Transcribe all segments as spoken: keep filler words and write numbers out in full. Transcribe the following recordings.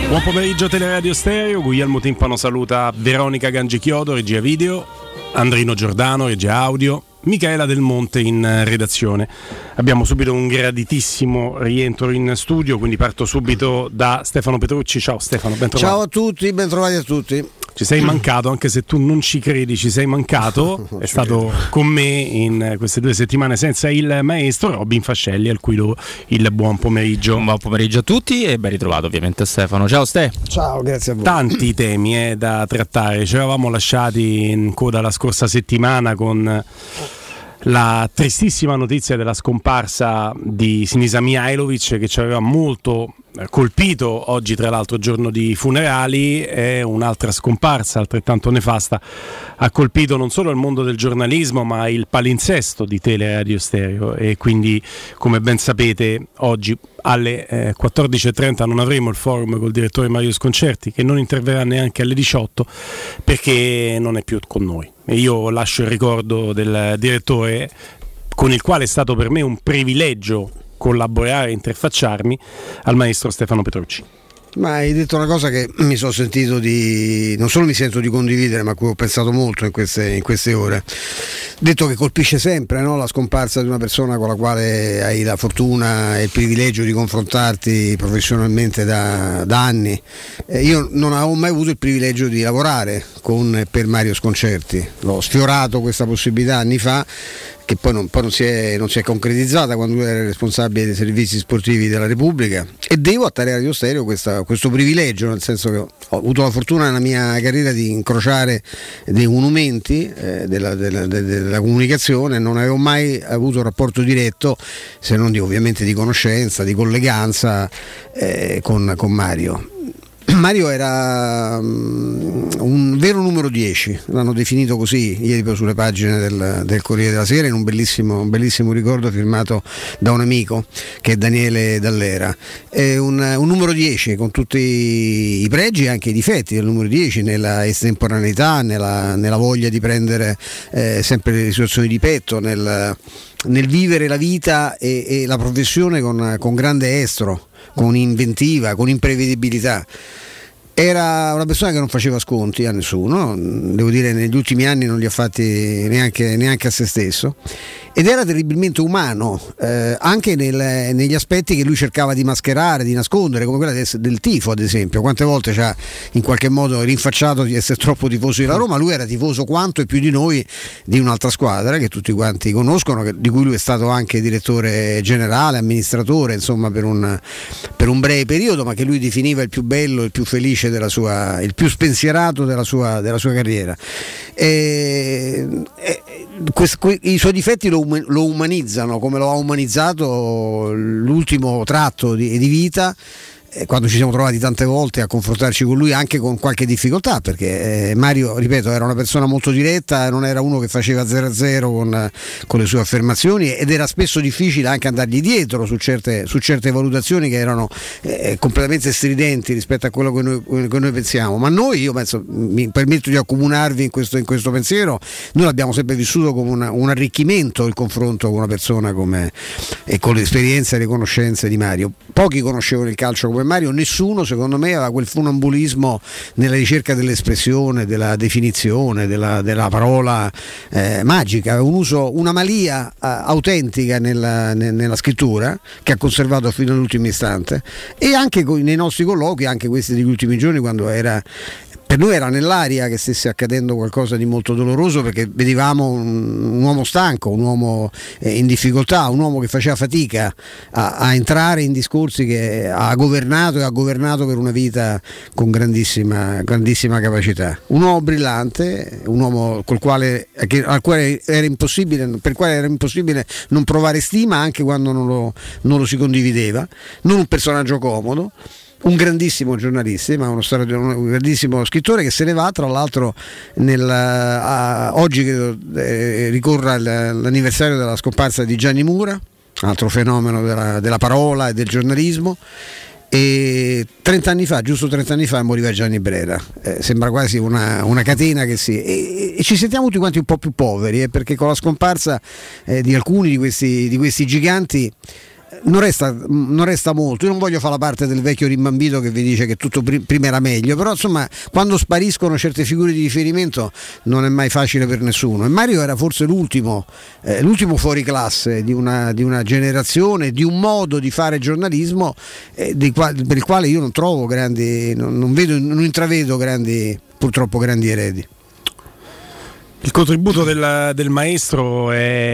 Buon pomeriggio Teleradio Stereo, Guglielmo Timpano saluta Veronica Gangichiodo, regia video, Andrino Giordano, regia audio, Michaela Del Monte in redazione. Abbiamo subito un graditissimo rientro in studio, quindi parto subito da Stefano Petrucci. Ciao Stefano, ben trovato. Ciao a tutti, ben trovati a tutti. Ci sei mancato, anche se tu non ci credi, ci sei mancato. È stato con me in queste due settimane senza il maestro Robin Fascelli, al cui do il buon pomeriggio. Un buon pomeriggio a tutti e ben ritrovato ovviamente Stefano. Ciao Ste. Ciao, grazie a voi. Tanti temi eh, da trattare. Ci eravamo lasciati in coda la scorsa settimana con la tristissima notizia della scomparsa di Sinisa Mihajlović, che ci aveva molto colpito. Oggi tra l'altro giorno di funerali, è un'altra scomparsa altrettanto nefasta, ha colpito non solo il mondo del giornalismo ma il palinsesto di Teleradio Stereo, e quindi come ben sapete oggi alle eh, quattordici e trenta non avremo il forum col direttore Mario Sconcerti, che non interverrà neanche alle diciotto perché non è più con noi. E io lascio il ricordo del direttore, con il quale è stato per me un privilegio collaborare e interfacciarmi, al maestro Stefano Petrucci. Ma hai detto una cosa che mi sono sentito di, non solo mi sento di condividere, ma a cui ho pensato molto in queste, in queste ore. Detto che colpisce sempre, no? La scomparsa di una persona con la quale hai la fortuna e il privilegio di confrontarti professionalmente da, da anni. Eh, io non avevo mai avuto il privilegio di lavorare con per Mario Sconcerti, l'ho sfiorato questa possibilità anni fa, che poi non, poi non, si è, non si è concretizzata quando lui era responsabile dei servizi sportivi della Repubblica, e devo a Teleradio Stereo questa, questo privilegio, nel senso che ho avuto la fortuna nella mia carriera di incrociare dei monumenti eh, della, della, della comunicazione. Non avevo mai avuto un rapporto diretto, se non di, ovviamente di conoscenza, di colleganza eh, con, con Mario. Mario era um, un vero numero dieci, l'hanno definito così ieri sulle pagine del, del Corriere della Sera, in un bellissimo, un bellissimo ricordo firmato da un amico che è Daniele Dall'Era. È un, un numero dieci con tutti i pregi e anche i difetti del numero dieci, nella estemporaneità, nella, nella voglia di prendere eh, sempre le situazioni di petto, nel, nel vivere la vita e, e la professione con, con grande estro, con inventiva, con imprevedibilità. Era una persona che non faceva sconti a nessuno, devo dire negli ultimi anni non li ha fatti neanche, neanche a se stesso, ed era terribilmente umano eh, anche nel, negli aspetti che lui cercava di mascherare, di nascondere, come quella del, del tifo ad esempio. Quante volte ci ha in qualche modo rinfacciato di essere troppo tifoso della Roma. Lui era tifoso quanto e più di noi di un'altra squadra che tutti quanti conoscono, che, di cui lui è stato anche direttore generale, amministratore, insomma per un, per un breve periodo, ma che lui definiva il più bello, il più felice della sua, il più spensierato della sua, della sua carriera. E, e, quest, que, i suoi difetti lo, lo umanizzano, come lo ha umanizzato l'ultimo tratto di, di vita, quando ci siamo trovati tante volte a confrontarci con lui, anche con qualche difficoltà, perché eh, Mario, ripeto, era una persona molto diretta, non era uno che faceva zero a zero con, con le sue affermazioni, ed era spesso difficile anche andargli dietro su certe, su certe valutazioni che erano eh, completamente stridenti rispetto a quello che noi, che noi pensiamo. Ma noi, io penso, mi permetto di accomunarvi in questo, in questo pensiero, noi l'abbiamo sempre vissuto come una, un arricchimento il confronto con una persona come, e con l'esperienza e le conoscenze di Mario. Pochi conoscevano il calcio come Mario, nessuno secondo me aveva quel funambulismo nella ricerca dell'espressione, della definizione, della, della parola eh, magica. Aveva un uso, una malia eh, autentica nella, ne, nella scrittura, che ha conservato fino all'ultimo istante, e anche nei nostri colloqui, anche questi degli ultimi giorni, quando era per noi era nell'aria che stesse accadendo qualcosa di molto doloroso, perché vedevamo un, un uomo stanco, un uomo eh, in difficoltà, un uomo che faceva fatica a, a entrare in discorsi che ha governato e ha governato per una vita con grandissima, grandissima capacità. Un uomo brillante, un uomo col quale, che, al quale era impossibile, per il quale era impossibile non provare stima anche quando non lo, non lo si condivideva, non un personaggio comodo. Un grandissimo giornalista, ma uno, un grandissimo scrittore, che se ne va tra l'altro nel, a, oggi credo eh, ricorra l'anniversario della scomparsa di Gianni Mura, altro fenomeno della, della parola e del giornalismo. E trent'anni fa, giusto trent'anni fa, moriva Gianni Brera. Eh, sembra quasi una, una catena che si. E, e ci sentiamo tutti quanti un po' più poveri, eh, perché con la scomparsa eh, di alcuni di questi, di questi giganti non resta, non resta molto. Io non voglio fare la parte del vecchio rimbambito che vi dice che tutto pri- prima era meglio, però insomma quando spariscono certe figure di riferimento non è mai facile per nessuno, e Mario era forse l'ultimo eh, l'ultimo fuori classe di una, di una generazione, di un modo di fare giornalismo eh, di qua- per il quale io non trovo grandi, non, non vedo, non intravedo grandi, purtroppo grandi eredi. Il contributo del, del maestro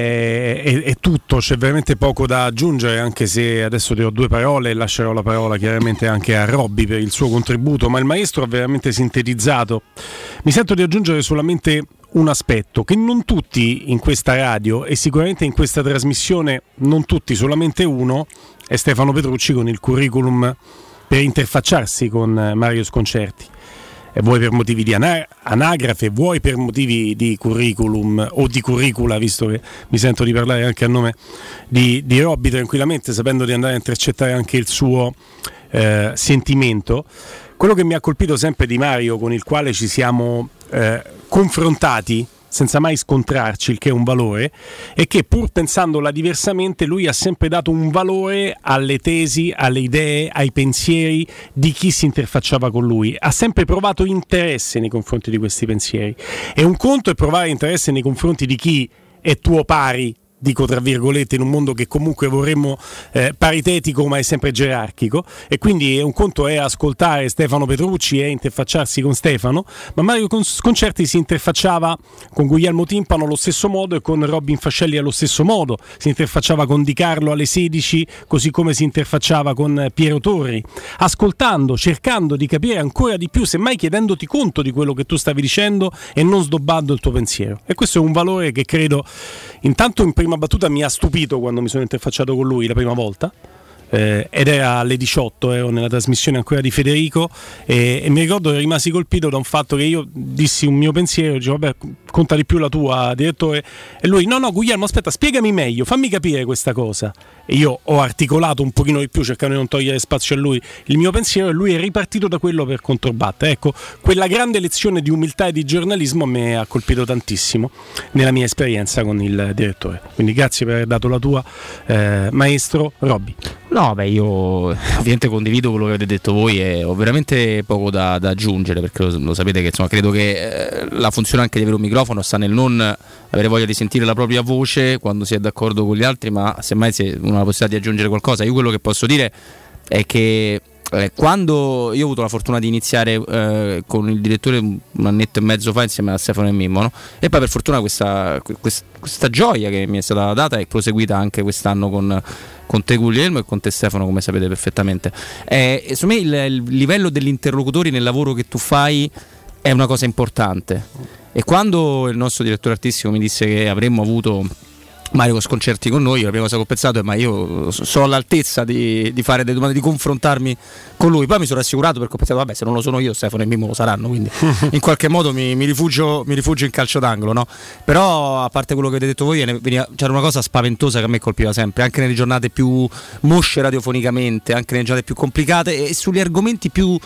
è, è, è tutto, c'è veramente poco da aggiungere, anche se adesso ti ho due parole e lascerò la parola chiaramente anche a Robby per il suo contributo, ma il maestro ha veramente sintetizzato. Mi sento di aggiungere solamente un aspetto, che non tutti in questa radio e sicuramente in questa trasmissione, non tutti, solamente uno, è Stefano Petrucci con il curriculum per interfacciarsi con Mario Sconcerti. E vuoi per motivi di ana- anagrafe, vuoi per motivi di curriculum o di curricula, visto che mi sento di parlare anche a nome di, di Robby tranquillamente, sapendo di andare a intercettare anche il suo eh, sentimento. Quello che mi ha colpito sempre di Mario, con il quale ci siamo eh, confrontati senza mai scontrarci, il che è un valore, è che pur pensandola diversamente lui ha sempre dato un valore alle tesi, alle idee, ai pensieri di chi si interfacciava con lui, ha sempre provato interesse nei confronti di questi pensieri, e un conto è provare interesse nei confronti di chi è tuo pari, dico tra virgolette, in un mondo che comunque vorremmo eh, paritetico ma è sempre gerarchico, e quindi un conto è ascoltare Stefano Petrucci e interfacciarsi con Stefano, ma Mario Sconcerti si interfacciava con Guglielmo Timpano allo stesso modo e con Robin Fascelli allo stesso modo, si interfacciava con Di Carlo alle sedici così come si interfacciava con Piero Torri, ascoltando, cercando di capire ancora di più, semmai chiedendoti conto di quello che tu stavi dicendo e non snobbando il tuo pensiero. E questo è un valore che credo, intanto in prima battuta mi ha stupito quando mi sono interfacciato con lui la prima volta, eh, ed era alle diciotto, ero nella trasmissione ancora di Federico, e, e mi ricordo che rimasi colpito da un fatto che io dissi un mio pensiero, dicevo vabbè, conta di più la tua, direttore, e lui no no Guglielmo aspetta, spiegami meglio, fammi capire questa cosa, e io ho articolato un pochino di più cercando di non togliere spazio a lui il mio pensiero, e lui è ripartito da quello per controbattere. Ecco, quella grande lezione di umiltà e di giornalismo mi ha colpito tantissimo nella mia esperienza con il direttore, quindi grazie per aver dato la tua, eh, maestro Robby. No, beh, io ovviamente condivido quello che avete detto voi e ho veramente poco da, da aggiungere, perché lo, lo sapete che insomma credo che eh, la funzione anche di avere un microfono sta nel non avere voglia di sentire la propria voce quando si è d'accordo con gli altri, ma semmai se uno ha la possibilità di aggiungere qualcosa. Io quello che posso dire è che eh, quando io ho avuto la fortuna di iniziare eh, con il direttore un annetto e mezzo fa insieme a Stefano e Mimmo, no? E poi per fortuna questa, questa, questa gioia che mi è stata data è proseguita anche quest'anno con con te Guglielmo e con te Stefano, come sapete perfettamente. Eh, secondo me il, il livello degli interlocutori nel lavoro che tu fai è una cosa importante, e quando il nostro direttore artistico mi disse che avremmo avuto Mario Sconcerti con noi, la prima cosa che ho pensato è ma io sono all'altezza di, di fare delle domande, di confrontarmi con lui. Poi mi sono rassicurato perché ho pensato vabbè, se non lo sono io Stefano e Mimmo lo saranno, quindi in qualche modo mi, mi, rifugio, mi rifugio in calcio d'angolo, no? Però a parte quello che avete detto voi, veniva, c'era una cosa spaventosa che a me colpiva sempre, anche nelle giornate più mosce radiofonicamente, anche nelle giornate più complicate e sugli argomenti più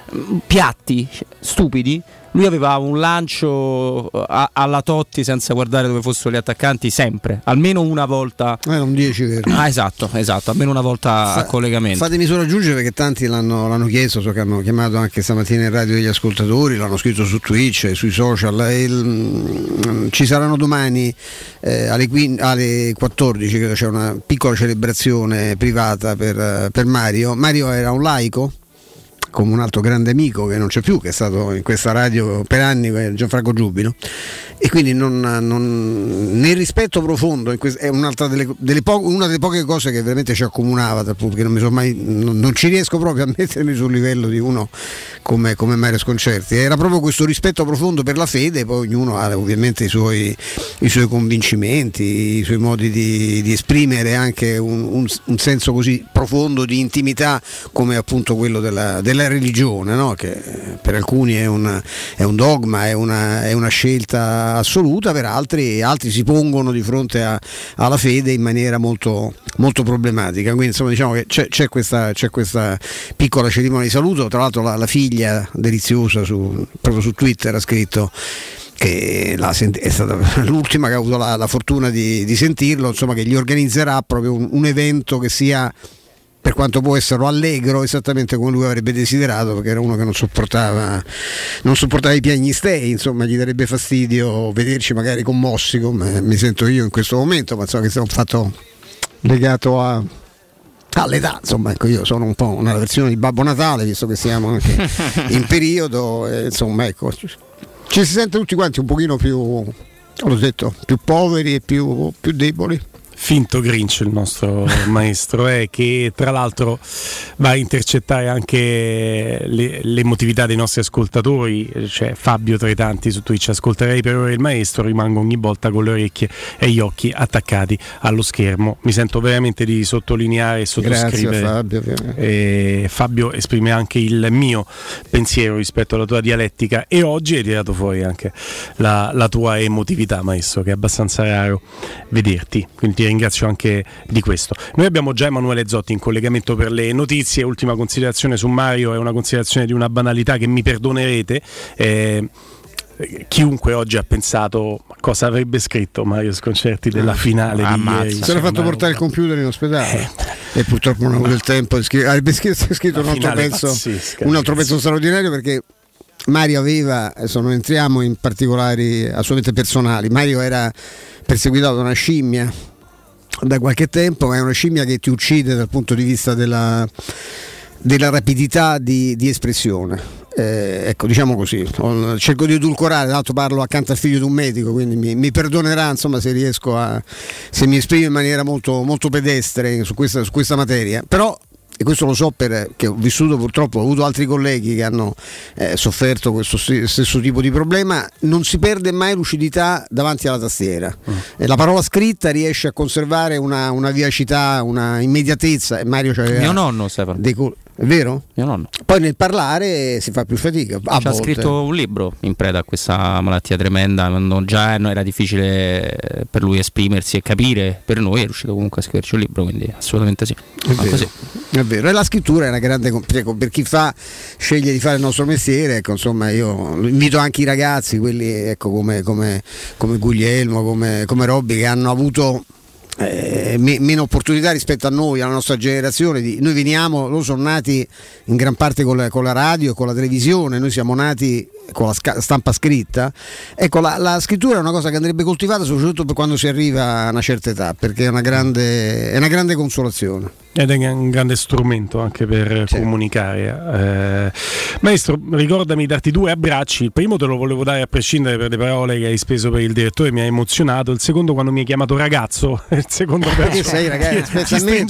piatti, stupidi. Lui aveva un lancio a, alla Totti senza guardare dove fossero gli attaccanti, sempre, almeno una volta. Era un dieci vero? Ah, esatto, esatto, almeno una volta Fa, a collegamento. Fatemi solo aggiungere perché tanti l'hanno, l'hanno chiesto, so che hanno chiamato anche stamattina in radio degli ascoltatori, l'hanno scritto su Twitch, sui social. Il, ci saranno domani eh, alle, quindici, alle quattordici, credo, c'è una piccola celebrazione privata per, per Mario. Mario era un laico, come un altro grande amico che non c'è più, che è stato in questa radio per anni, Gianfranco Giubino, e quindi non, non, nel rispetto profondo in questo, è un'altra delle, delle po- una delle poche cose che veramente ci accomunava, dal punto che non mi sono mai non, non ci riesco proprio a mettermi sul livello di uno come, come Mario Sconcerti. Era proprio questo rispetto profondo per la fede, poi ognuno ha ovviamente i suoi, i suoi convincimenti, i suoi modi di, di esprimere anche un, un, un senso così profondo di intimità come appunto quello della, della religione, no? Che per alcuni è un, è un dogma, è una, è una scelta assoluta, per altri, altri si pongono di fronte a, alla fede in maniera molto, molto problematica. Quindi insomma diciamo che c'è, c'è, questa, c'è questa piccola cerimonia di saluto. Tra l'altro la, la figlia deliziosa su, proprio su Twitter ha scritto che la, è stata l'ultima che ha avuto la, la fortuna di, di sentirlo, insomma, che gli organizzerà proprio un, un evento che sia, per quanto può esserlo, allegro, esattamente come lui avrebbe desiderato, perché era uno che non sopportava non sopportava i piagnistei, insomma, gli darebbe fastidio vederci magari commossi come mi sento io in questo momento, ma insomma che sia un fatto legato a all'età, insomma, ecco, io sono un po' una versione di Babbo Natale, visto che siamo anche in periodo, e, insomma, ecco, ci si sente tutti quanti un pochino più, l'ho detto, più poveri e più, più deboli. Finto Grinch il nostro maestro, è che tra l'altro va a intercettare anche le, l'emotività dei nostri ascoltatori. C'è Fabio tra i tanti su Twitch: ascolterei per ore il maestro, rimango ogni volta con le orecchie e gli occhi attaccati allo schermo. Mi sento veramente di sottolineare e sottoscrivere. Grazie, Fabio. E Fabio esprime anche il mio pensiero rispetto alla tua dialettica, e oggi hai tirato fuori anche la, la tua emotività, maestro, che è abbastanza raro vederti, quindi ringrazio anche di questo. Noi abbiamo già Emanuele Zotti in collegamento per le notizie. Ultima considerazione su Mario, è una considerazione di una banalità che mi perdonerete. Eh, chiunque oggi ha pensato cosa avrebbe scritto Mario Sconcerti della finale ah, di ieri. Si era fatto portare il computer in ospedale eh. e purtroppo non ha avuto il tempo di scrivere. Avrebbe scritto, scritto un altro pezzo pazzesca, un altro pezzo straordinario, perché Mario aveva, adesso non entriamo in particolari assolutamente personali, Mario era perseguitato da una scimmia da qualche tempo, ma è una scimmia che ti uccide dal punto di vista della, della rapidità di, di espressione. Eh, ecco, diciamo così, cerco di edulcorare, tra l'altro parlo accanto al figlio di un medico, quindi mi, mi perdonerà, insomma, se riesco a, se mi esprimo in maniera molto, molto pedestre su questa, su questa materia, però, e questo lo so perché ho vissuto, purtroppo ho avuto altri colleghi che hanno eh, sofferto questo stesso tipo di problema, non si perde mai lucidità davanti alla tastiera. Mm. E la parola scritta riesce a conservare una, una vivacità, una immediatezza, e Mario c'aveva mio nonno, Stefano. Dei col- è vero? Mio nonno. Poi nel parlare si fa più fatica. Ha scritto un libro in preda a questa malattia tremenda, non già era difficile per lui esprimersi e capire, per noi è riuscito comunque a scriverci un libro, quindi assolutamente sì. È vero, così. È vero. E la scrittura è una grande, per chi fa, sceglie di fare il nostro mestiere, ecco, insomma, io invito anche i ragazzi, quelli, ecco, come, come, come Guglielmo, come, come Robby, che hanno avuto Eh, me, meno opportunità rispetto a noi, alla nostra generazione. Di, noi veniamo, loro sono nati in gran parte con la, con la radio e con la televisione, noi siamo nati con la sca- stampa scritta. Ecco, la, la scrittura è una cosa che andrebbe coltivata soprattutto per quando si arriva a una certa età, perché è una grande, è una grande consolazione. Ed è un grande strumento anche per sì. comunicare. Eh, maestro, ricordami di darti due abbracci. Il primo te lo volevo dare a prescindere per le parole che hai speso per il direttore, mi ha emozionato. Il secondo quando mi hai chiamato ragazzo. Il secondo perché sei ragazzi, specialmente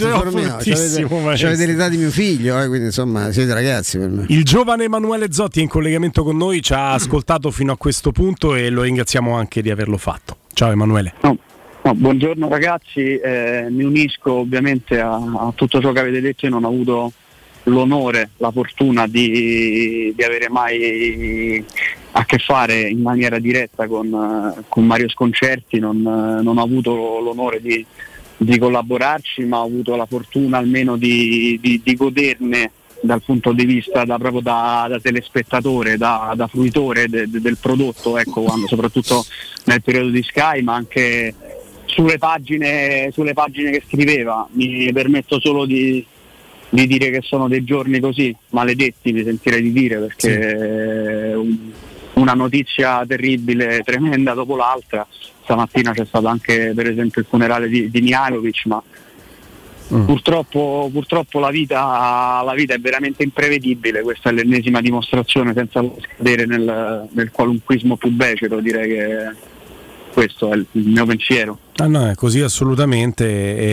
c'avete l'età di mio figlio, eh, quindi insomma siete ragazzi per me. Il giovane Emanuele Zotti è in collegamento con noi, ci ha ascoltato fino a questo punto e lo ringraziamo anche di averlo fatto. Ciao Emanuele. No. No, buongiorno ragazzi, eh, mi unisco ovviamente a, a tutto ciò che avete detto. Io non ho avuto l'onore, la fortuna di, di avere mai a che fare in maniera diretta con, con Mario Sconcerti, non, non ho avuto l'onore di, di collaborarci, ma ho avuto la fortuna almeno di, di, di goderne dal punto di vista da, proprio da, da telespettatore, da, da fruitore de, de, del prodotto, ecco, quando, soprattutto nel periodo di Sky, ma anche sulle pagine, sulle pagine che scriveva. Mi permetto solo di, di dire che sono dei giorni così maledetti, mi sentirei di dire, perché sì. un, una notizia terribile, tremenda dopo l'altra. Stamattina c'è stato anche per esempio il funerale di, di Mihajlovic, ma mm. purtroppo, purtroppo la vita, la vita è veramente imprevedibile. Questa è l'ennesima dimostrazione, senza cadere nel, nel qualunquismo più becero. Direi che questo è il mio pensiero. Ah no, è così assolutamente,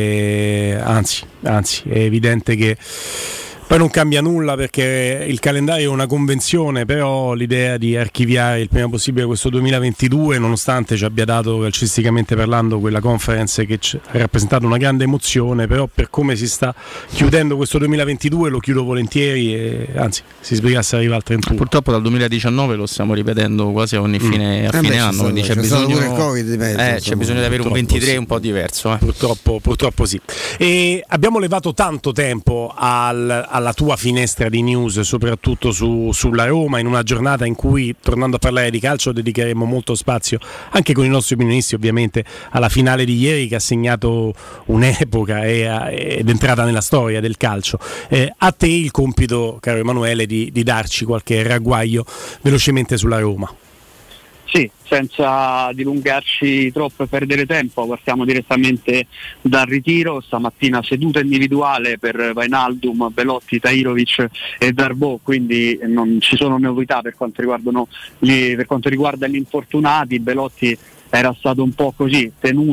e, anzi, anzi, è evidente che poi non cambia nulla, perché il calendario è una convenzione, però l'idea di archiviare il prima possibile questo duemilaventidue, nonostante ci abbia dato calcisticamente parlando quella conference che ha rappresentato una grande emozione, però per come si sta chiudendo questo duemilaventidue lo chiudo volentieri, e anzi si sbrigasse arriva al trentuno. Purtroppo dal duemiladiciannove lo stiamo ripetendo quasi a ogni fine, mm. a fine eh beh, anno, quindi c'è, c'è bisogno, il COVID di mezzo, eh, c'è bisogno di avere un ventitré sì. un po' diverso. Eh. Purtroppo, purtroppo sì. E abbiamo levato tanto tempo al alla tua finestra di news, soprattutto su, sulla Roma, in una giornata in cui, tornando a parlare di calcio, dedicheremo molto spazio anche con i nostri opinionisti ovviamente alla finale di ieri, che ha segnato un'epoca e, ed è entrata nella storia del calcio. Eh, a te il compito, caro Emanuele, di, di darci qualche ragguaglio velocemente sulla Roma. Sì, senza dilungarci troppo e perdere tempo, partiamo direttamente dal ritiro. Stamattina seduta individuale per Wijnaldum, Belotti, Tahirovic e Darboe, quindi non ci sono novità per quanto riguardano gli, per quanto riguarda gli infortunati. Belotti era stato un po' così,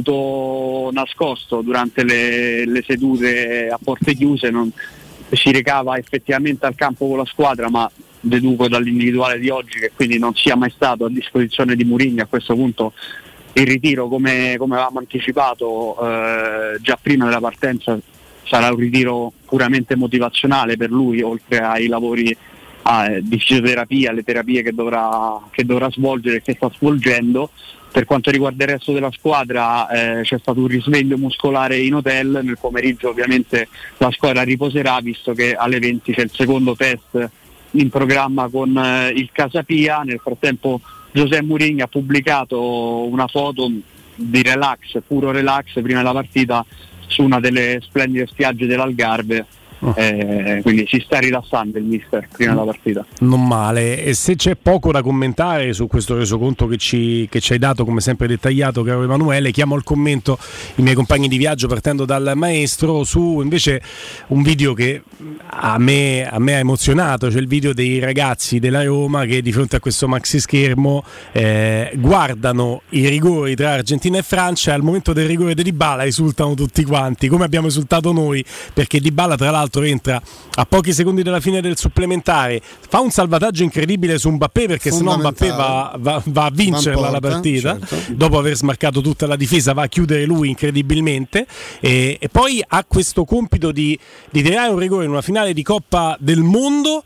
tenuto nascosto durante le, le sedute a porte chiuse, non si recava effettivamente al campo con la squadra, ma deduco dall'individuale di oggi che quindi non sia mai stato a disposizione di Mourinho. A questo punto il ritiro, come, come avevamo anticipato eh, già prima della partenza, sarà un ritiro puramente motivazionale per lui, oltre ai lavori eh, di fisioterapia, le terapie che dovrà, che dovrà svolgere e che sta svolgendo. Per quanto riguarda il resto della squadra eh, c'è stato un risveglio muscolare in hotel, nel pomeriggio ovviamente la squadra riposerà, visto che alle venti c'è il secondo test in programma con eh, il Casapia. Nel frattempo José Mourinho ha pubblicato una foto di relax, puro relax, prima della partita su una delle splendide spiagge dell'Algarve. Oh. Eh, quindi si sta rilassando il mister prima della partita. Non male. E se c'è poco da commentare su questo resoconto che ci, che ci hai dato, come sempre dettagliato, caro Emanuele, chiamo al commento i miei compagni di viaggio partendo dal maestro su invece un video che a me, a me ha emozionato, cioè il video dei ragazzi della Roma che di fronte a questo maxi schermo eh, guardano i rigori tra Argentina e Francia e al momento del rigore di Dybala esultano tutti quanti, come abbiamo esultato noi, perché Dybala tra l'altro entra a pochi secondi dalla fine del supplementare, fa un salvataggio incredibile su Mbappé, perché sennò Mbappé va, va, va a vincerla porta, la partita, certo. Dopo aver smarcato tutta la difesa va a chiudere lui incredibilmente e, e poi ha questo compito di, di tirare un rigore in una finale di Coppa del Mondo,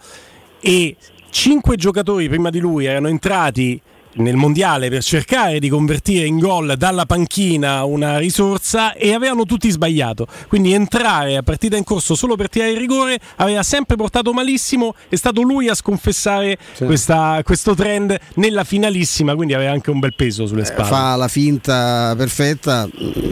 e cinque giocatori prima di lui erano entrati nel mondiale per cercare di convertire in gol dalla panchina una risorsa e avevano tutti sbagliato, quindi entrare a partita in corso solo per tirare il rigore aveva sempre portato malissimo. È stato lui a sconfessare sì. questa, questo trend nella finalissima, quindi aveva anche un bel peso sulle spalle. Eh, fa la finta perfetta,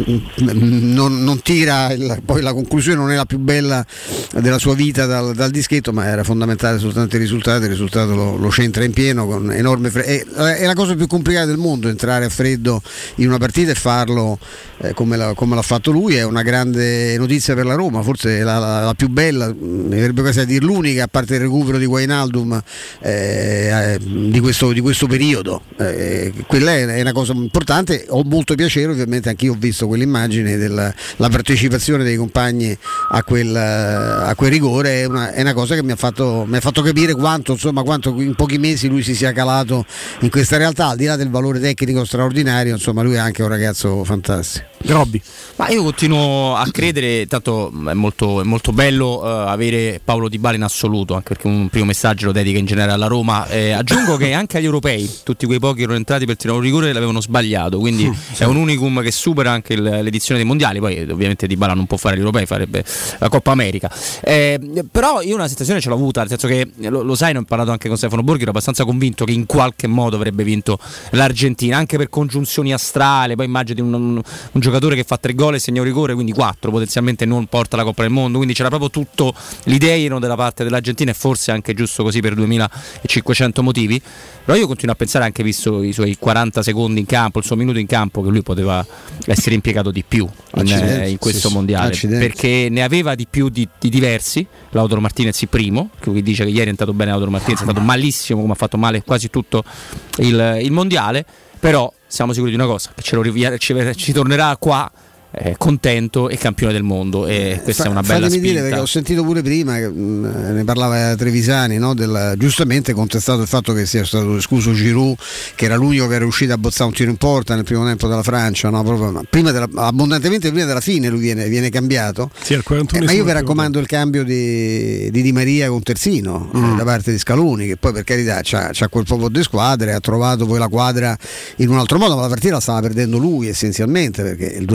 non, non tira il, poi la conclusione non è la più bella della sua vita dal, dal dischetto, ma era fondamentale soltanto il risultato. Il risultato lo, lo centra in pieno con enorme fre- la cosa più complicata del mondo, entrare a freddo in una partita e farlo eh, come, la, come l'ha fatto lui. È una grande notizia per la Roma, forse la, la, la più bella, mi verrebbe quasi a dir l'unica, a parte il recupero di Wijnaldum eh, di, questo, di questo periodo. Eh, quella è, è una cosa importante. Ho molto piacere, ovviamente anch'io ho visto quell'immagine della la partecipazione dei compagni a quel, a quel rigore. È una, è una cosa che mi ha fatto, mi ha fatto capire quanto, insomma, quanto in pochi mesi lui si sia calato in questa realtà, al di là del valore tecnico straordinario. Insomma, lui è anche un ragazzo fantastico. Robby. Ma io continuo a credere, tanto è molto, è molto bello uh, avere Paolo Dybala in assoluto, anche perché un primo messaggio lo dedica in generale alla Roma. Eh, aggiungo che anche agli europei tutti quei pochi che erano entrati per tirare un rigore l'avevano sbagliato, quindi sì. È un unicum che supera anche il, l'edizione dei mondiali. Poi ovviamente Dybala non può fare gli europei, farebbe la Coppa America. Eh, però io una sensazione ce l'ho avuta, nel senso che lo, lo sai, ne ho parlato anche con Stefano Borghi, ero abbastanza convinto che in qualche modo avrebbe vinto l'Argentina, anche per congiunzioni astrali. Poi immagini un, un, un giocatore che fa tre gol e segna un rigore, quindi quattro, potenzialmente non porta la Coppa del Mondo, quindi c'era proprio tutto, le idee erano della parte dell'Argentina, e forse anche giusto così per duemilacinquecento motivi. Però io continuo a pensare, anche visto i suoi quaranta secondi in campo, il suo minuto in campo, che lui poteva essere impiegato di più in, eh, in questo sì, mondiale, accidenti. Perché ne aveva di più di, di diversi. Lautaro Martinez il primo, che dice che ieri è entrato bene Lautaro Martinez, è andato malissimo, come ha fatto male quasi tutto il, il mondiale. Però siamo sicuri di una cosa, che ce lo riv- ci, ci tornerà qua eh, contento e campione del mondo, e questa Fa, è una bella spinta. Dire, perché ho sentito pure prima che mh, ne parlava Trevisani, no, del, giustamente contestato il fatto che sia stato escluso Giroud, che era l'unico che era riuscito a bozzare un tiro in porta nel primo tempo della Francia, no, proprio, prima della, abbondantemente prima della fine lui viene, viene cambiato. Sì, al eh, ma io vi raccomando il cambio di, di Di Maria con Terzino mm. eh, da parte di Scaloni, che poi per carità c'ha, c'ha quel po' di squadre, ha trovato poi la quadra in un altro modo, ma la partita la stava perdendo lui essenzialmente, perché il due a due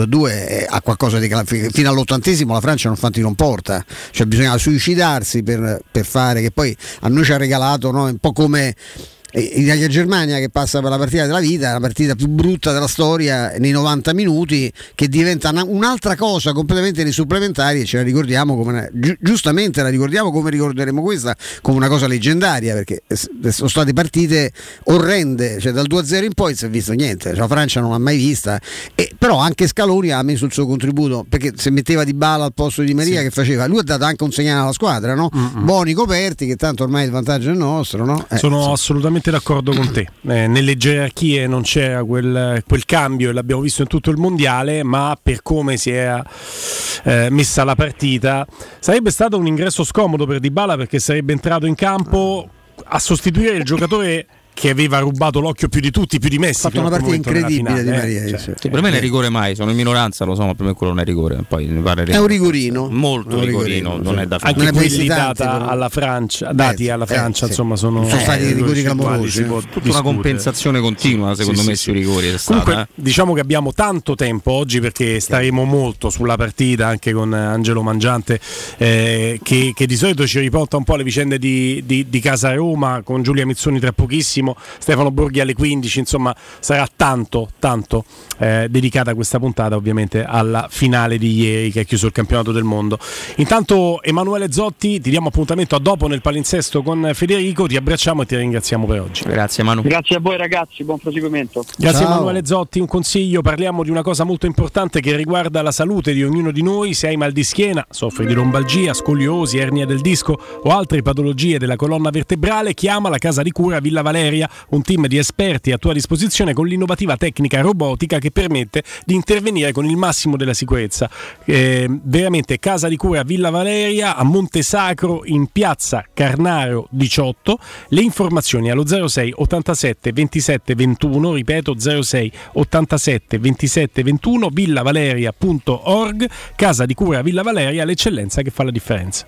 eh, a qualcosa di fino all'ottantesimo la Francia non fa tiro in porta, cioè bisognava suicidarsi per, per fare, che poi a noi ci ha regalato, no? Un po' come Italia-Germania che passa per la partita della vita, la partita più brutta della storia nei novanta minuti, che diventa una, un'altra cosa completamente nei supplementari, e ce la ricordiamo come gi- giustamente la ricordiamo come ricorderemo questa come una cosa leggendaria, perché sono state partite orrende, cioè dal due a zero in poi non si è visto niente, cioè la Francia non l'ha mai vista, e però anche Scaloni ha messo il suo contributo, perché se metteva Dybala al posto di Maria, sì, che faceva? Lui ha dato anche un segnale alla squadra, no? Buoni coperti, che tanto ormai il vantaggio è nostro, no? Eh, sono sì. assolutamente d'accordo con te, eh, nelle gerarchie non c'era quel, quel cambio, e l'abbiamo visto in tutto il mondiale, ma per come si è eh, messa la partita sarebbe stato un ingresso scomodo per Dybala, perché sarebbe entrato in campo a sostituire il giocatore che aveva rubato l'occhio più di tutti, più di Messi. Ha fatto una partita incredibile finale, di Maria. eh, Cioè. cioè. Sì, per me non è rigore mai, sono in minoranza, lo so, ma per me quello non è rigore. Poi mi pare è un rigorino, molto un rigorino, rigorino, non sì. è da fare. Anche non quelli tanti, data però. alla Francia, dati eh, alla Francia, eh, insomma, sono, sono stati eh, rigori clamorosi. si può Tutta discutere. una compensazione continua, secondo sì, me, sì, sui sì. rigori. È Comunque, stata, eh. diciamo che abbiamo tanto tempo oggi, perché staremo molto sulla partita anche con Angelo Mangiante, eh, che, che di solito ci riporta un po' alle vicende di, di, di Casa Roma, con Giulia Mizzoni tra pochissimo, Stefano Borghi alle quindici, insomma sarà tanto tanto eh, dedicata questa puntata ovviamente alla finale di ieri che ha chiuso il campionato del mondo. Intanto Emanuele Zotti, ti diamo appuntamento a dopo nel palinsesto con Federico, ti abbracciamo e ti ringraziamo per oggi. Grazie Manu. Grazie a voi ragazzi, buon proseguimento. Grazie Ciao. Emanuele Zotti. Un consiglio: parliamo di una cosa molto importante che riguarda la salute di ognuno di noi. Se hai mal di schiena, soffri di lombalgia, scoliosi, ernia del disco o altre patologie della colonna vertebrale, chiama la casa di cura Villa Valeria, un team di esperti a tua disposizione con l'innovativa tecnica robotica che permette di intervenire con il massimo della sicurezza. Eh, veramente casa di cura Villa Valeria a Montesacro, in piazza Carnaro diciotto. Le informazioni allo zero sei ottantasette ventisette ventuno, ripeto zero sei ottantasette ventisette ventuno, villavaleria punto org. Casa di cura Villa Valeria, l'eccellenza che fa la differenza.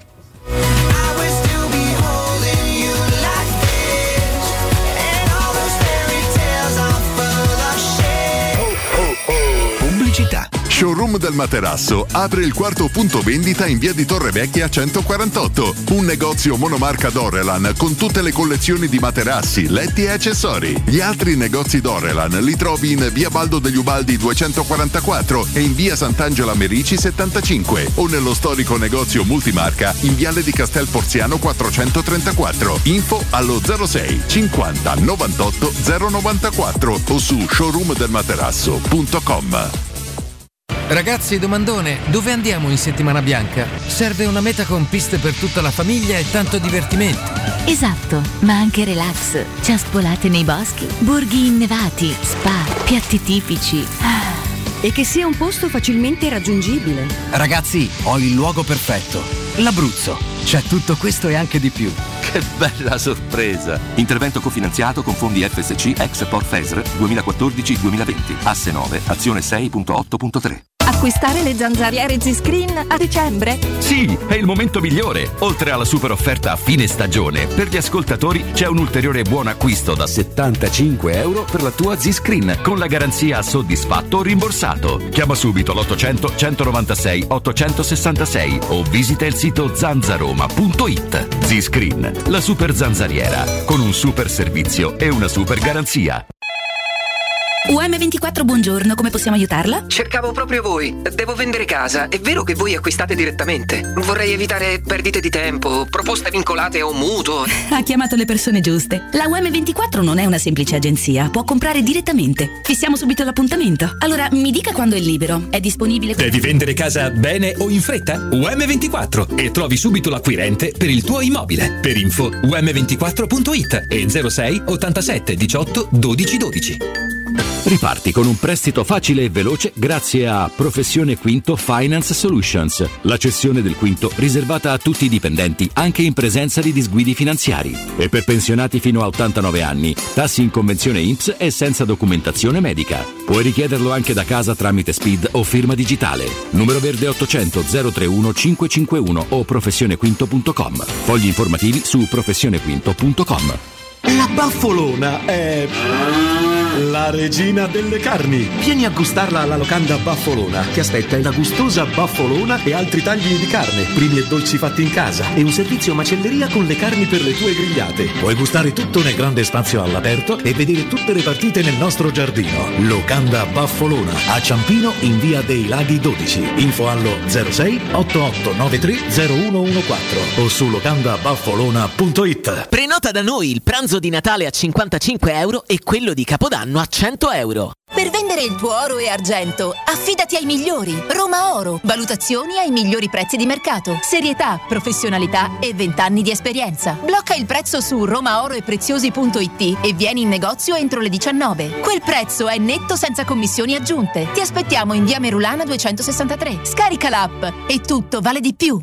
Showroom del Materasso apre il quarto punto vendita in via di Torrevecchia centoquarantotto. Un negozio monomarca Dorelan con tutte le collezioni di materassi, letti e accessori. Gli altri negozi Dorelan li trovi in via Baldo degli Ubaldi duecentoquarantaquattro e in via Sant'Angela Merici settantacinque, o nello storico negozio multimarca in viale di Castel Porziano quattrocentotrentaquattro. Info allo zero sei cinquanta novantotto zero novantaquattro o su showroom del materasso punto com. Ragazzi, domandone, dove andiamo in settimana bianca? Serve una meta con piste per tutta la famiglia e tanto divertimento. Esatto, ma anche relax, ciaspolate nei boschi, borghi innevati, spa, piatti tipici. E che sia un posto facilmente raggiungibile. Ragazzi, ho il luogo perfetto, l'Abruzzo. C'è tutto questo e anche di più. Che bella sorpresa! Intervento cofinanziato con fondi F S C ex Porfesr duemilaquattordici duemilaventi. Asse nove, azione sei punto otto punto tre. Acquistare le zanzariere Z-Screen a dicembre? Sì, è il momento migliore. Oltre alla super offerta a fine stagione, per gli ascoltatori c'è un ulteriore buon acquisto da settantacinque euro per la tua Z-Screen, con la garanzia soddisfatto o rimborsato. Chiama subito l'ottocento centonovantasei ottocentosessantasei o visita il sito zanzaroma punto it. Z-Screen, la super zanzariera, con un super servizio e una super garanzia. U M ventiquattro, buongiorno, come possiamo aiutarla? Cercavo proprio voi. Devo vendere casa. È vero che voi acquistate direttamente? Vorrei evitare perdite di tempo, proposte vincolate o mutuo. Ha chiamato le persone giuste. La U M ventiquattro non è una semplice agenzia, può comprare direttamente. Fissiamo subito l'appuntamento. Allora, mi dica quando è libero. È disponibile? Devi vendere casa bene o in fretta? U M ventiquattro e trovi subito l'acquirente per il tuo immobile. Per info u m ventiquattro punto it e zero sei ottantasette diciotto dodici dodici. Riparti con un prestito facile e veloce grazie a Professione Quinto Finance Solutions, la cessione del quinto riservata a tutti i dipendenti anche in presenza di disguidi finanziari, e per pensionati fino a ottantanove anni, tassi in convenzione I N P S e senza documentazione medica. Puoi richiederlo anche da casa tramite S P I D o firma digitale. Numero verde ottocento zero trentuno cinquecentocinquantuno o professione quinto punto com. Fogli informativi su professione quinto punto com. La baffolona è La regina delle carni. Vieni a gustarla alla locanda Baffolona. Ti aspetta una gustosa baffolona e altri tagli di carne, primi e dolci fatti in casa e un servizio macelleria con le carni per le tue grigliate. Puoi gustare tutto nel grande spazio all'aperto e vedere tutte le partite nel nostro giardino. Locanda Baffolona a Ciampino in via dei Laghi dodici. Info allo zero sei otto otto nove tre zero uno uno quattro o su locanda baffolona punto it. Prenota da noi il pranzo di Natale a cinquantacinque euro e quello di Capodanno a cento euro. Per vendere il tuo oro e argento, affidati ai migliori. Roma Oro. Valutazioni ai migliori prezzi di mercato. Serietà, professionalità e vent'anni di esperienza. Blocca il prezzo su romaoroepreziosi punto it e vieni in negozio entro le diciannove. Quel prezzo è netto senza commissioni aggiunte. Ti aspettiamo in via Merulana duecentosessantatré. Scarica l'app e tutto vale di più.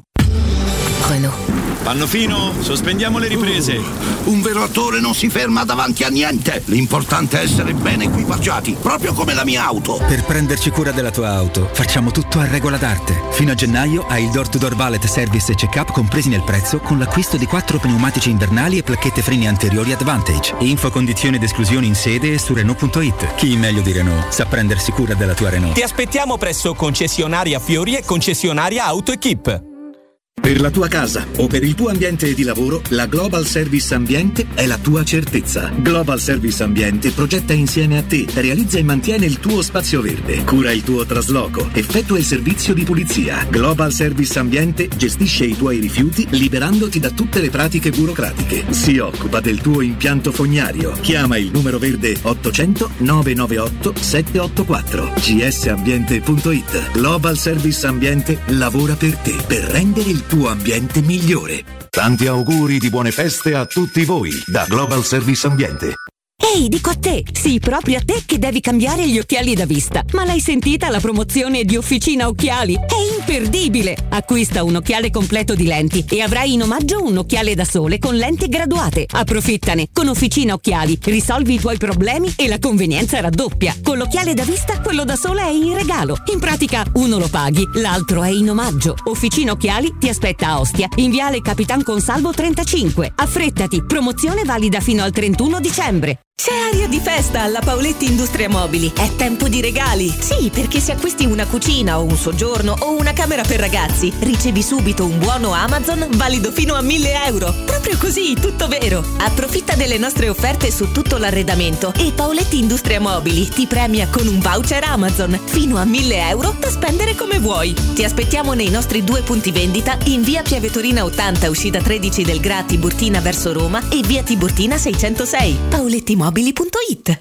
Renault. Pannofino, sospendiamo le riprese. Uh, un vero attore non si ferma davanti a niente. L'importante è essere ben equipaggiati, proprio come la mia auto. Per prenderci cura della tua auto, facciamo tutto a regola d'arte. Fino a gennaio hai il door-to-door valet service e check-up compresi nel prezzo con l'acquisto di quattro pneumatici invernali e placchette freni anteriori Advantage. Info, condizioni ed esclusioni in sede e su Renault punto it. Chi meglio di Renault sa prendersi cura della tua Renault. Ti aspettiamo presso concessionaria Fiori e concessionaria Auto Equip. Per la tua casa o per il tuo ambiente di lavoro, la Global Service Ambiente è la tua certezza. Global Service Ambiente progetta insieme a te, realizza e mantiene il tuo spazio verde, cura il tuo trasloco, effettua il servizio di pulizia. Global Service Ambiente gestisce i tuoi rifiuti liberandoti da tutte le pratiche burocratiche. Si occupa del tuo impianto fognario. Chiama il numero verde ottocento nove nove otto sette otto quattro. g s ambiente punto it. Global Service Ambiente lavora per te, per rendere il tuo ambiente migliore. Tanti auguri di buone feste a tutti voi da Global Service Ambiente. Ehi, dico a te, sì, proprio a te che devi cambiare gli occhiali da vista. Ma l'hai sentita la promozione di Officina Occhiali? È imperdibile! Acquista un occhiale completo di lenti e avrai in omaggio un occhiale da sole con lenti graduate. Approfittane! Con Officina Occhiali risolvi i tuoi problemi e la convenienza raddoppia. Con l'occhiale da vista, quello da sole è in regalo. In pratica, uno lo paghi, l'altro è in omaggio. Officina Occhiali ti aspetta a Ostia, in viale Capitan Consalvo trentacinque. Affrettati, promozione valida fino al trentuno dicembre. C'è aria di festa alla Paoletti Industria Mobili. È tempo di regali. Sì, perché se acquisti una cucina o un soggiorno o una camera per ragazzi, ricevi subito un buono Amazon valido fino a mille euro. Proprio così, tutto vero. Approfitta delle nostre offerte su tutto l'arredamento e Paoletti Industria Mobili ti premia con un voucher Amazon fino a mille euro da spendere come vuoi. Ti aspettiamo nei nostri due punti vendita in via Piavetorina ottanta, uscita tredici del Gra Tiburtina verso Roma e via Tiburtina seicentosei. Paoletti Mobili punto it.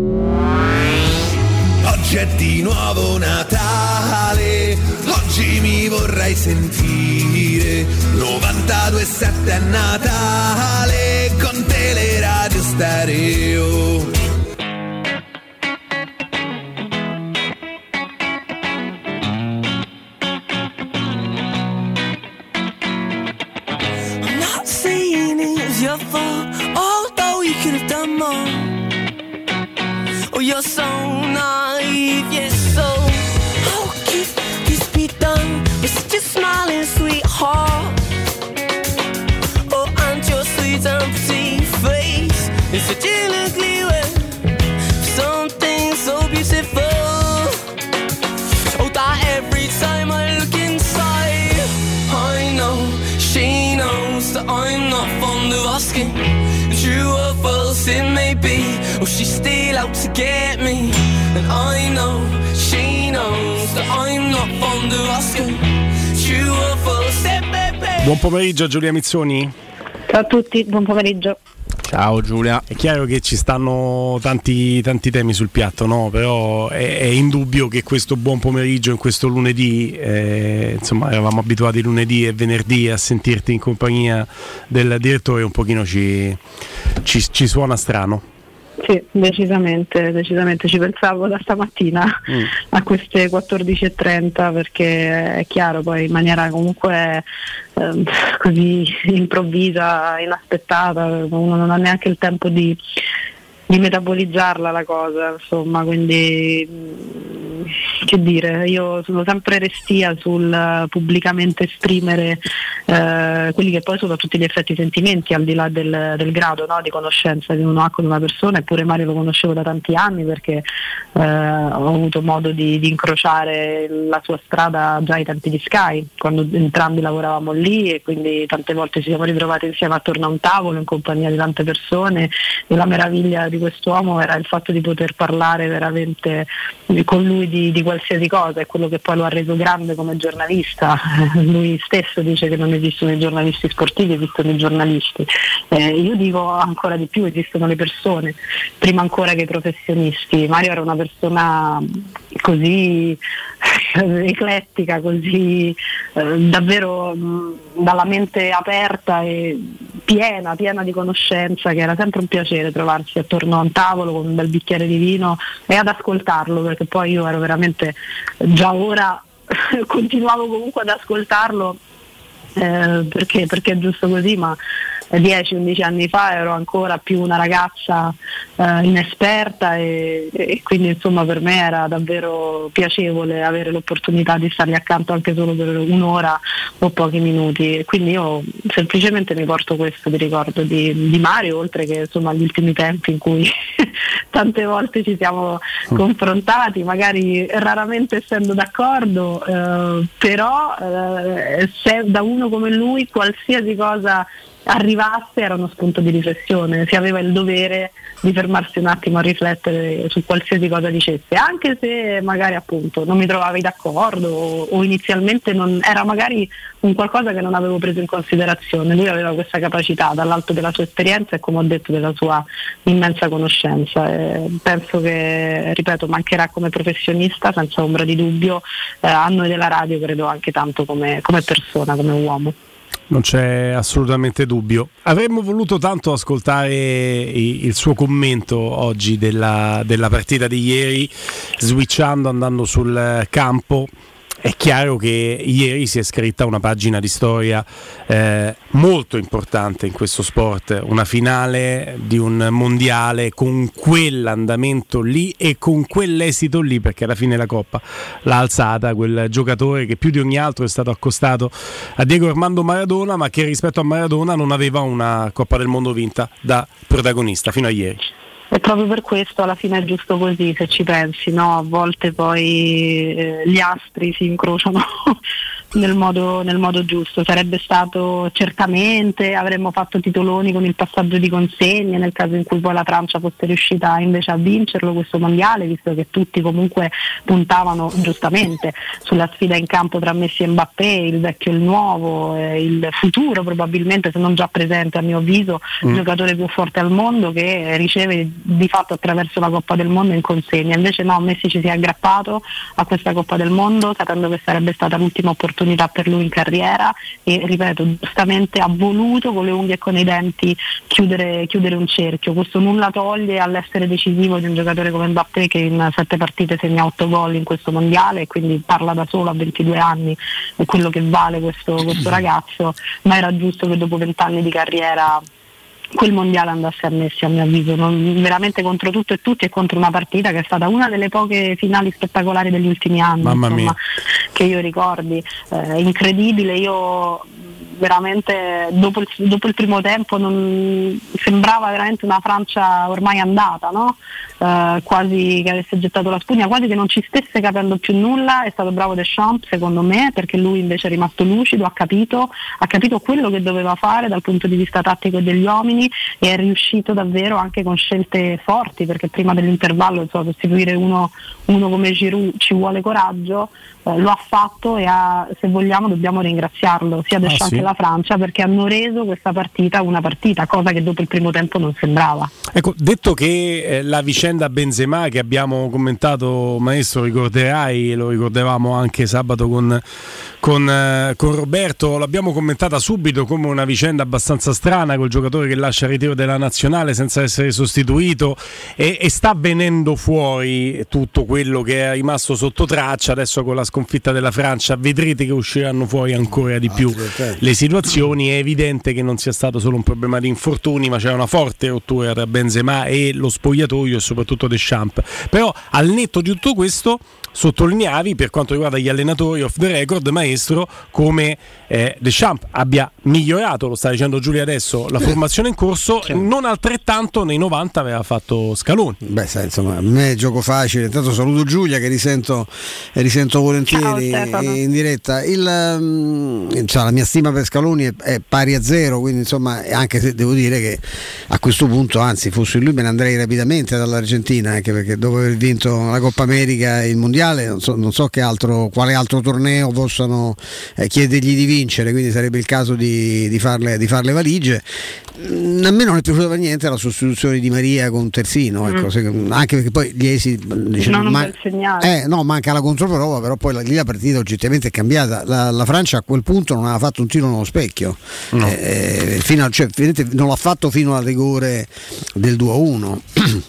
Oggi è di nuovo Natale, oggi mi vorrei sentire novantadue virgola sette è Natale con Teleradio Stereo. I'm not saying it's your fault, although you could have done more. Oh, you're so naive, yes, so how could this be done with such a smiling sweetheart? Oh, and your sweet and pretty face is such an ugly way, something so beautiful. Oh, that every time I look inside, I know she knows that I'm not fond of asking. True or false it may be, oh she's still out to get me. And I know, she knows that I'm not fond of asking. True or false it may be. Buon pomeriggio Giulia Mizzoni. Ciao a tutti, buon pomeriggio. Ciao Giulia. È chiaro che ci stanno tanti, tanti temi sul piatto, no? Però è, è indubbio che questo buon pomeriggio in questo lunedì, eh, insomma eravamo abituati lunedì e venerdì a sentirti in compagnia del direttore, un pochino ci, ci, ci suona strano. Sì, decisamente, decisamente ci pensavo da stamattina mm. a queste quattordici e trenta, perché è chiaro, poi in maniera comunque eh, così improvvisa, inaspettata, uno non ha neanche il tempo di, di metabolizzarla la cosa, insomma, quindi che dire, io sono sempre restia sul uh, pubblicamente esprimere uh, quelli che poi sono tutti gli effetti sentimenti, al di là del, del grado, no, di conoscenza che uno ha con una persona. Eppure Mario lo conoscevo da tanti anni, perché uh, ho avuto modo di, di incrociare la sua strada già ai tempi di Sky, quando entrambi lavoravamo lì, e quindi tante volte ci siamo ritrovati insieme attorno a un tavolo in compagnia di tante persone, e la meraviglia di quest'uomo era il fatto di poter parlare veramente con lui di, di qualsiasi cosa. È quello che poi lo ha reso grande come giornalista. Lui stesso dice che non esistono i giornalisti sportivi, esistono i giornalisti. Eh, io dico ancora di più, esistono le persone prima ancora che i professionisti. Mario era una persona così eclettica, così eh, davvero mh, dalla mente aperta e piena, piena di conoscenza, che era sempre un piacere trovarsi attorno a un tavolo con un bel bicchiere di vino e ad ascoltarlo, perché poi io ero veramente, già ora continuavo comunque ad ascoltarlo eh, perché, perché è giusto così, ma dieci undici anni fa ero ancora più una ragazza eh, inesperta, e, e quindi insomma per me era davvero piacevole avere l'opportunità di stargli accanto anche solo per un'ora o pochi minuti. E quindi io semplicemente mi porto questo di ricordo di, di Mario, oltre che insomma gli ultimi tempi in cui tante volte ci siamo confrontati, magari raramente essendo d'accordo, eh, però eh, se da uno come lui qualsiasi cosa arrivasse era uno spunto di riflessione, si aveva il dovere di fermarsi un attimo a riflettere su qualsiasi cosa dicesse, anche se magari appunto non mi trovavi d'accordo o, o inizialmente non era magari un qualcosa che non avevo preso in considerazione. Lui aveva questa capacità dall'alto della sua esperienza e, come ho detto, della sua immensa conoscenza. E penso che, ripeto, mancherà come professionista senza ombra di dubbio, eh, a noi della radio credo anche tanto come, come persona, come uomo. Non c'è assolutamente dubbio. Avremmo voluto tanto ascoltare il suo commento oggi della, della partita di ieri, switchando, andando sul campo. È chiaro che ieri si è scritta una pagina di storia eh, molto importante in questo sport, una finale di un mondiale con quell'andamento lì e con quell'esito lì, perché alla fine la Coppa l'ha alzata quel giocatore che più di ogni altro è stato accostato a Diego Armando Maradona, ma che rispetto a Maradona non aveva una Coppa del Mondo vinta da protagonista fino a ieri. E proprio per questo alla fine è giusto così, se ci pensi, no? A volte poi eh, gli astri si incrociano nel modo, nel modo giusto. Sarebbe stato certamente, avremmo fatto titoloni con il passaggio di consegne nel caso in cui poi la Francia fosse riuscita invece a vincerlo questo mondiale, visto che tutti comunque puntavano giustamente sulla sfida in campo tra Messi e Mbappé, il vecchio e il nuovo, eh, il futuro probabilmente, se non già presente a mio avviso, mm. il giocatore più forte al mondo, che riceve di fatto attraverso la Coppa del Mondo in consegna. Invece no, Messi ci si è aggrappato a questa Coppa del Mondo sapendo che sarebbe stata l'ultima opportunità per lui in carriera e, ripeto, giustamente ha voluto con le unghie e con i denti chiudere, chiudere un cerchio. Questo nulla toglie all'essere decisivo di un giocatore come Mbappé, che in sette partite segna otto gol in questo mondiale e quindi parla da solo a ventidue anni, è quello che vale questo, questo ragazzo, ma era giusto che dopo vent'anni di carriera quel mondiale andasse a Messi, a mio avviso, non, veramente contro tutto e tutti, e contro una partita che è stata una delle poche finali spettacolari degli ultimi anni, Mamma insomma, mia. che io ricordi, eh, incredibile. Io veramente dopo il, dopo il primo tempo non, sembrava veramente una Francia ormai andata, no? Eh, quasi che avesse gettato la spugna, quasi che non ci stesse capendo più nulla. È stato bravo Deschamps secondo me, perché lui invece è rimasto lucido, ha capito, ha capito quello che doveva fare dal punto di vista tattico e degli uomini, e è riuscito davvero anche con scelte forti, perché prima dell'intervallo, insomma, sostituire uno, uno come Giroud ci vuole coraggio, eh, lo ha fatto e ha, se vogliamo dobbiamo ringraziarlo sia Deschamps ah, sì. che la Francia, perché hanno reso questa partita una partita, cosa che dopo il primo tempo non sembrava. Ecco, detto che eh, la vicenda Benzema che abbiamo commentato, maestro, ricorderai, lo ricordavamo anche sabato con, con, eh, con Roberto, l'abbiamo commentata subito come una vicenda abbastanza strana, col giocatore che lascia il ritiro della nazionale senza essere sostituito, e, e sta venendo fuori tutto quello che è rimasto sotto traccia. Adesso con la sconfitta della Francia vedrete che usciranno fuori ancora di più le situazioni. È evidente che non sia stato solo un problema di infortuni, ma c'era una forte rottura tra Benzema e lo spogliatoio, e soprattutto Deschamps. Però al netto di tutto questo sottolineavi, per quanto riguarda gli allenatori off the record, maestro, come eh, Deschamps abbia migliorato, lo sta dicendo Giulia adesso, la formazione in corso, non altrettanto nei novanta aveva fatto Scaloni. Beh, sai, insomma, a me è gioco facile. Intanto saluto Giulia, che risento, risento volentieri in diretta. Il, um, insomma, la mia stima per Scaloni è, è pari a zero, quindi insomma, anche se devo dire che a questo punto, anzi, fossi lui me ne andrei rapidamente dall'Argentina, anche perché dopo aver vinto la Coppa America e il Mondiale, non so, non so che altro, quale altro torneo possano eh, chiedergli di vincere, quindi sarebbe il caso di, di, farle, di fare le valigie. Mm, a me non è piaciuta per niente la sostituzione di Maria con Terzino, ecco, mm. se, anche perché poi gli esiti diciamo, non ma, un bel segnale. Eh, no, manca la controprova, però poi la, lì la partita oggettivamente è cambiata. La, la Francia a quel punto non aveva fatto un tiro nello specchio, no. eh, fino a, cioè, non l'ha fatto fino al rigore del due a uno.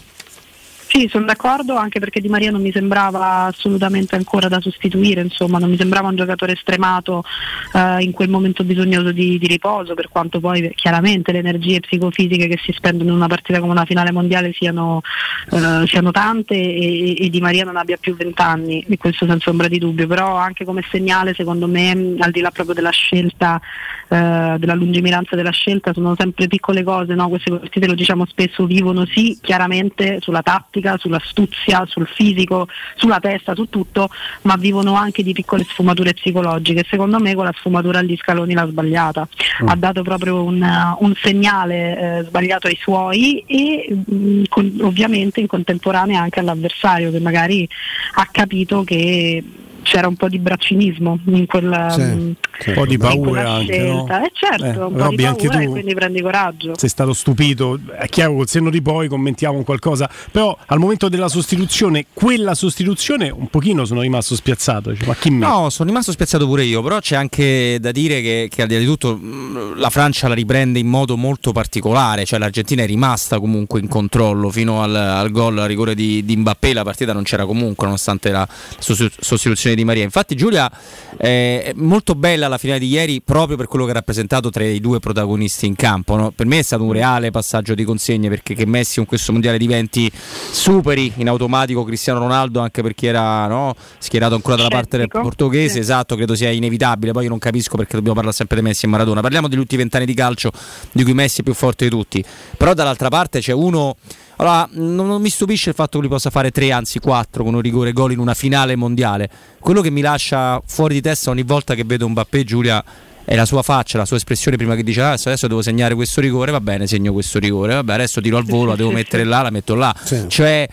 Sì, sono d'accordo, anche perché Di Maria non mi sembrava assolutamente ancora da sostituire, insomma, non mi sembrava un giocatore stremato eh, in quel momento bisognoso di, di riposo, per quanto poi chiaramente le energie psicofisiche che si spendono in una partita come una finale mondiale siano, eh, siano tante e, e Di Maria non abbia più vent'anni, in questo senso ombra di dubbio, però anche come segnale, secondo me, al di là proprio della scelta, eh, della lungimiranza della scelta, sono sempre piccole cose, no? Queste partite, lo diciamo spesso, vivono sì chiaramente sulla tattica, sull'astuzia, sul fisico, sulla testa, su tutto, ma vivono anche di piccole sfumature psicologiche. Secondo me con la sfumatura agli Scaloni l'ha sbagliata, mm. ha dato proprio un, un segnale eh, sbagliato ai suoi e mh, con, ovviamente in contemporanea anche all'avversario, che magari ha capito che c'era un po' di braccinismo in quella sì, mh, sì. un po' di paura anche, no? Eh certo, eh, un po' Robby, di paura, anche tu, e quindi prendi coraggio. Sei stato stupito, è chiaro, col senno di poi commentiamo qualcosa, però al momento della sostituzione, quella sostituzione un pochino sono rimasto spiazzato, cioè, ma chi me? No, sono rimasto spiazzato pure io, però c'è anche da dire che, che al di là di tutto la Francia la riprende in modo molto particolare, cioè l'Argentina è rimasta comunque in controllo fino al, al gol, al rigore di, di Mbappé, la partita non c'era comunque nonostante la sostituzione Di Maria. Infatti Giulia eh, è molto bella la finale di ieri proprio per quello che ha rappresentato tra i due protagonisti in campo, no? Per me è stato un reale passaggio di consegne, perché che Messi con questo mondiale diventi superi in automatico Cristiano Ronaldo, anche perché era no, schierato ancora dalla parte del portoghese, sì. Esatto, credo sia inevitabile. Poi io non capisco perché dobbiamo parlare sempre di Messi e Maradona, parliamo degli ultimi vent'anni di calcio di cui Messi è più forte di tutti, però dall'altra parte c'è uno. Allora, non, non mi stupisce il fatto che lui possa fare tre, anzi quattro con un rigore gol in una finale mondiale. Quello che mi lascia fuori di testa ogni volta che vedo Mbappé, Giulia, è la sua faccia, la sua espressione prima che dice ah, adesso devo segnare questo rigore, va bene, segno questo rigore, vabbè, adesso tiro al volo, la devo mettere là, la metto là. Sì. Cioè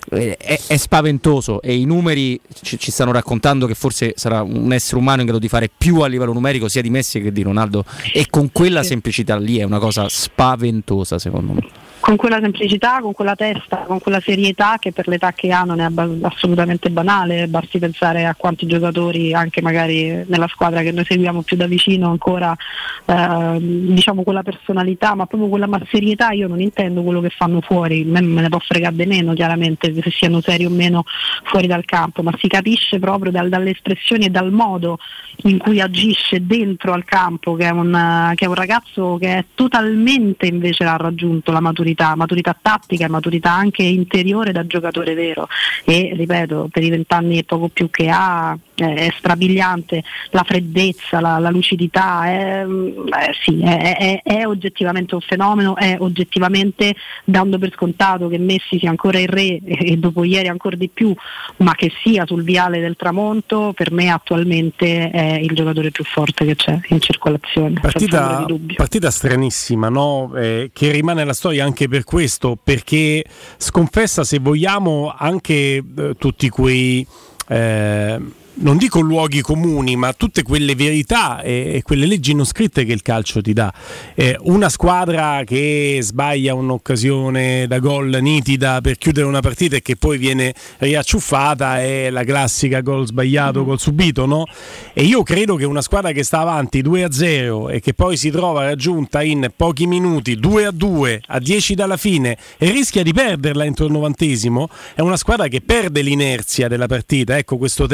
è, è spaventoso, e i numeri ci, ci stanno raccontando che forse sarà un essere umano in grado di fare più a livello numerico sia di Messi che di Ronaldo, e con quella semplicità lì è una cosa spaventosa secondo me. Con quella semplicità, con quella testa, con quella serietà che per l'età che ha non è abb- assolutamente banale, basti pensare a quanti giocatori anche magari nella squadra che noi seguiamo più da vicino ancora eh, diciamo quella personalità, ma proprio quella ma serietà. Io non intendo quello che fanno fuori, me, me ne può fregare di meno chiaramente se siano seri o meno fuori dal campo, ma si capisce proprio dal, dalle espressioni e dal modo in cui agisce dentro al campo, che è un, che è un ragazzo che è totalmente invece ha raggiunto la maturità maturità tattica e maturità anche interiore da giocatore vero, e ripeto, per i vent'anni e poco più che ha è strabiliante, la freddezza, la, la lucidità, è, eh, sì, è, è, è oggettivamente un fenomeno, è oggettivamente, dando per scontato che Messi sia ancora il re e dopo ieri ancora di più, ma che sia sul viale del tramonto, per me attualmente è il giocatore più forte che c'è in circolazione. Partita, partita stranissima, no? Eh, che rimane nella storia anche per questo, perché sconfessa, se vogliamo, anche eh, tutti quei eh, non dico luoghi comuni, ma tutte quelle verità e, e quelle leggi non scritte che il calcio ti dà. Eh, una squadra che sbaglia un'occasione da gol nitida per chiudere una partita e che poi viene riacciuffata è la classica gol sbagliato, mm. gol subito, no? E io credo che una squadra che sta avanti due a zero e che poi si trova raggiunta in pochi minuti due a due a dieci dalla fine e rischia di perderla entro il novantesimo, è una squadra che perde l'inerzia della partita, ecco questo termine,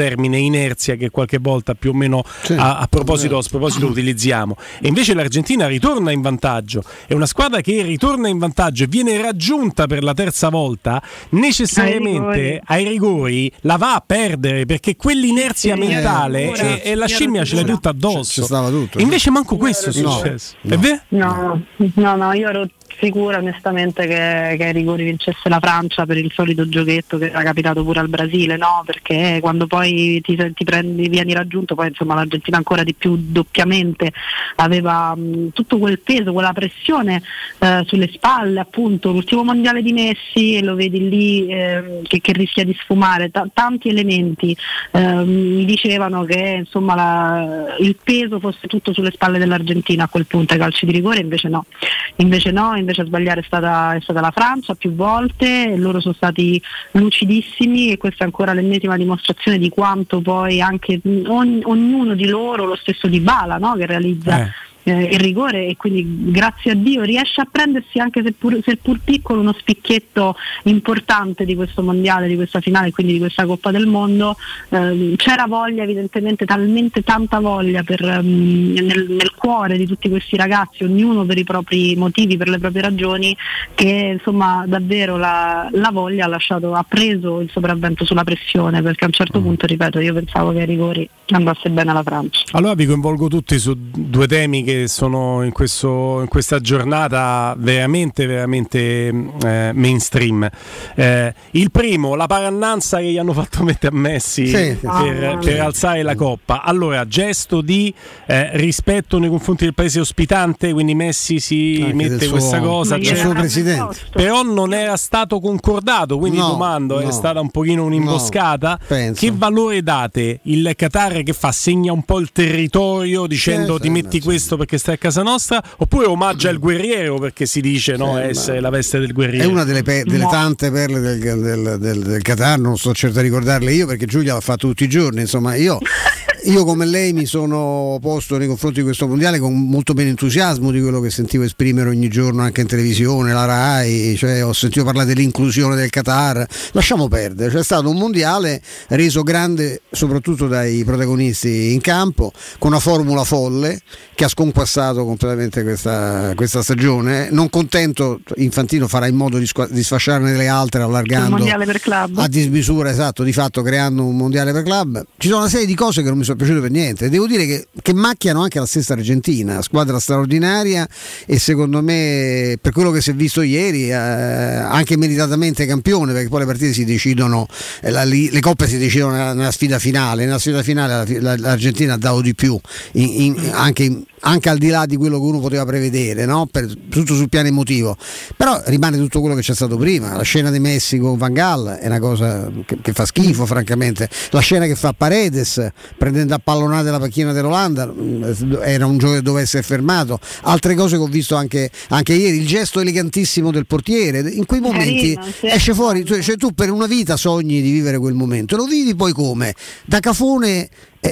inerzia che qualche volta più o meno Sì. a, a proposito, a sproposito utilizziamo, e invece l'Argentina ritorna in vantaggio. È una squadra che ritorna in vantaggio e viene raggiunta per la terza volta, necessariamente ai rigori, ai rigori la va a perdere, perché quell'inerzia Sì, mentale sì, e, e la scimmia ce l'ha tutta addosso. C'è stava tutto. Invece manco questo è No, successo. no. È vero? No, no, no, io ero sicura onestamente che, che ai rigori vincesse la Francia per il solito giochetto che era capitato pure al Brasile, no? Perché quando poi ti, ti prendi, vieni raggiunto, poi insomma l'Argentina ancora di più doppiamente aveva mh, tutto quel peso, quella pressione eh, sulle spalle, appunto l'ultimo mondiale di Messi, e lo vedi lì eh, che, che rischia di sfumare, T- tanti elementi eh, mi dicevano che insomma la, il peso fosse tutto sulle spalle dell'Argentina a quel punto ai calci di rigore, invece no, invece no, invece a sbagliare è stata, è stata la Francia più volte, e loro sono stati lucidissimi, e questa è ancora l'ennesima dimostrazione di quanto poi anche ogn, ognuno di loro, lo stesso Dybala, no? Che realizza Eh. eh, il rigore, e quindi grazie a Dio riesce a prendersi, anche se pur, seppur piccolo, uno spicchietto importante di questo mondiale, di questa finale, quindi di questa Coppa del Mondo. Eh, c'era voglia, evidentemente talmente tanta voglia per, um, nel, nel cuore di tutti questi ragazzi, ognuno per i propri motivi, per le proprie ragioni, che insomma davvero la, la voglia ha lasciato, ha preso il sopravvento sulla pressione, perché a un certo punto, ripeto, io pensavo che ai rigori andasse bene alla Francia. Allora vi coinvolgo tutti su due temi che sono in, questo, in questa giornata veramente veramente eh, mainstream. Eh, il primo, la parannanza che gli hanno fatto mettere a Messi Sì. per, Ah, per alzare la coppa. Allora, gesto di eh, rispetto nei confronti del paese ospitante, quindi Messi si Anche mette del questa suo- cosa, del cioè- suo presidente. però non era stato concordato, quindi No, domando, è no. stata un pochino un'imboscata? No, penso. Che valore date? Il Qatar che fa, segna un po' il territorio dicendo Sì, ti sì, metti sì. questo perché stai a casa nostra, oppure omaggia il guerriero perché si dice no, Sì, essere ma- la veste del guerriero? È una delle, pe- delle No. tante perle del, del, del, del Qatar, non sto certo a ricordarle io perché Giulia l'ha fatto tutti i giorni, insomma io, io come lei mi sono posto nei confronti di questo mondiale con molto meno entusiasmo di quello che sentivo esprimere ogni giorno anche in televisione, la RAI, cioè ho sentito parlare dell'inclusione del Qatar, lasciamo perdere, c'è stato un mondiale reso grande soprattutto dai protagonisti in campo, con una formula folle che ha sconquassato completamente questa, questa stagione. Non contento, Infantino farà in modo di, squa- di sfasciarne delle altre Il allargando mondiale per club. a dismisura, esatto, di fatto creando un mondiale per club. Ci sono una serie di cose che non mi sono piaciute per niente, devo dire che, che macchiano anche la stessa Argentina, squadra straordinaria, e secondo me per quello che si è visto ieri eh, anche meritatamente campione, perché poi le partite si decidono, eh, la, li, le coppe si decidono nella, nella sfida finale, nella sfida finale la, la, l'Argentina ha dato di più in, in, anche in, anche al di là di quello che uno poteva prevedere, no? Per, tutto sul piano emotivo, però rimane tutto quello che c'è stato prima. La scena di Messi con Van Gaal è una cosa che, che fa schifo francamente, la scena che fa Paredes prendendo a pallonate la panchina dell'Olanda era un gioco che doveva essere fermato, altre cose che ho visto anche, anche ieri, il gesto elegantissimo del portiere, in quei momenti Carino, sì. esce fuori, cioè, cioè tu per una vita sogni di vivere quel momento, lo vivi poi come? Da cafone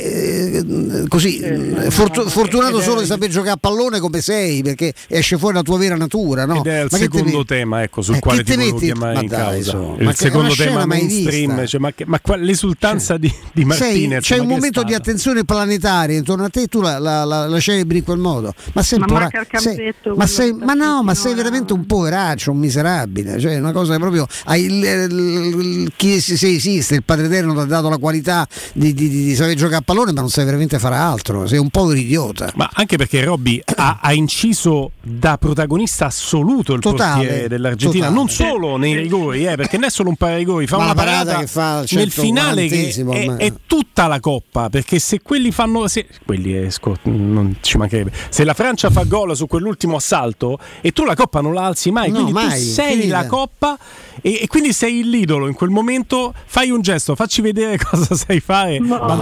eh, così fortu- fortunato solo di saper giocare a pallone come sei, perché esce fuori la tua vera natura, no? Ed è il Ma che te secondo metti? tema, ecco, sul Eh, quale che ti te volevo metti? chiamare Ma in dai, causa. insomma, Il ma che- secondo una tema scena mai mainstream, vista. cioè, ma, che- ma qua, l'esultanza di, di Martinez, Sei, c'è ma un che è momento di stata? attenzione planetaria intorno a te e tu la, la, la, la celebri in quel modo, ma sei Ma un manca pora- il sei- campetto, ma, quello sei, che ma no, sta ma sei finora. veramente un poveraccio, un miserabile, cioè una cosa che proprio hai il, il- il- chi se esiste, il Padre Eterno ti ha dato la qualità di, di, di, di saper giocare a pallone, ma non sai veramente fare altro, sei un povero idiota. Ma anche perché Robby ha, ha inciso da protagonista assoluto il Totale, portiere dell'Argentina, totale. non solo nei rigori, eh, perché non è solo un paragoni, fa Ma una la parata parata che fa al nel finale che centoquarantesimo è, ormai. è tutta la coppa, perché se quelli fanno se, quelli è scor- non ci mancherebbe, se la Francia fa gol su quell'ultimo assalto e tu la coppa non la alzi mai, No, quindi mai, tu sei finita. la coppa e, e quindi sei l'idolo in quel momento, fai un gesto, facci vedere cosa sai fare, No, ma no, torni no, alla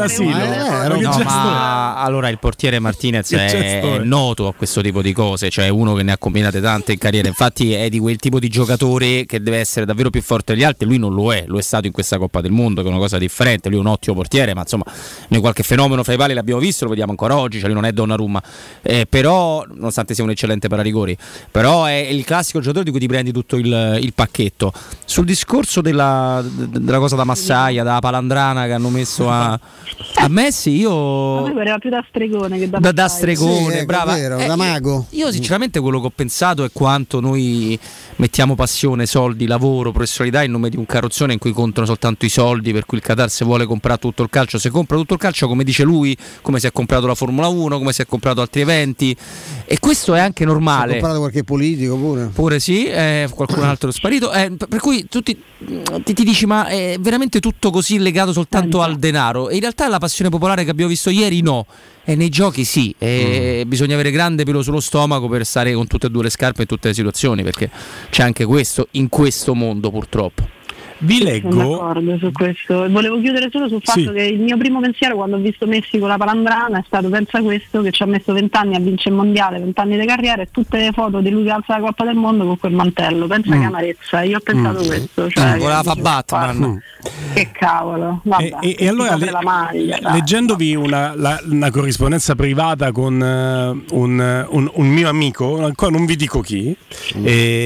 dell'asilo. Eh, no, no, ma allora il portiere Martinez è, è noto a questo tipo di cose, cioè uno che ne ha combinate tante in carriera, infatti è di quel tipo di giocatore che deve essere davvero più forte degli altri. Lui non lo è, lo è stato in questa Coppa del Mondo, che è una cosa differente. Lui è un ottimo portiere, ma insomma noi qualche fenomeno fra i pali l'abbiamo visto, lo vediamo ancora oggi, cioè lui non è Donnarumma, eh, però nonostante sia un eccellente pararigori, però è il classico giocatore di cui ti prendi tutto il, il pacchetto. Sul discorso della, della cosa da massaia, da palandrana che hanno messo a, a Messi, io a me pareva più da stregone che da da, da stregone, sì, brava, vero, eh, da mago. Io sinceramente quello che ho pensato è quanto noi mettiamo passione, soldi, lavoro, professionalità in nome di un carrozzone in cui contano soltanto i soldi, per cui il Qatar se vuole comprare tutto il calcio, se compra tutto il calcio, come dice lui, come si è comprato la Formula uno, come si è comprato altri eventi, e questo è anche normale. Si è comprato qualche politico pure. Pure sì, eh, qualcun altro è sparito, eh, per cui tu ti, ti, ti dici ma è veramente tutto così legato soltanto al denaro? E in realtà la passione popolare che abbiamo visto ieri no. E nei giochi sì, e mm. bisogna avere grande pelo sullo stomaco per stare con tutte e due le scarpe in tutte le situazioni, perché c'è anche questo in questo mondo purtroppo. Vi leggo. Sono d'accordo su questo. Volevo chiudere solo sul fatto sì. che il mio primo pensiero quando ho visto Messi con la palandrana è stato: pensa questo, che ci ha messo vent'anni a vincere il mondiale, vent'anni di carriera, e tutte le foto di lui che alza la Coppa del Mondo con quel mantello. Pensa mm. che amarezza. Io ho pensato mm. questo. Cioè, voleva fa Batman. Mm. Che cavolo. Vabbè, e, e allora le, la maglia, leggendovi una, la, una corrispondenza privata con uh, un, un, un mio amico, ancora non vi dico chi, mm.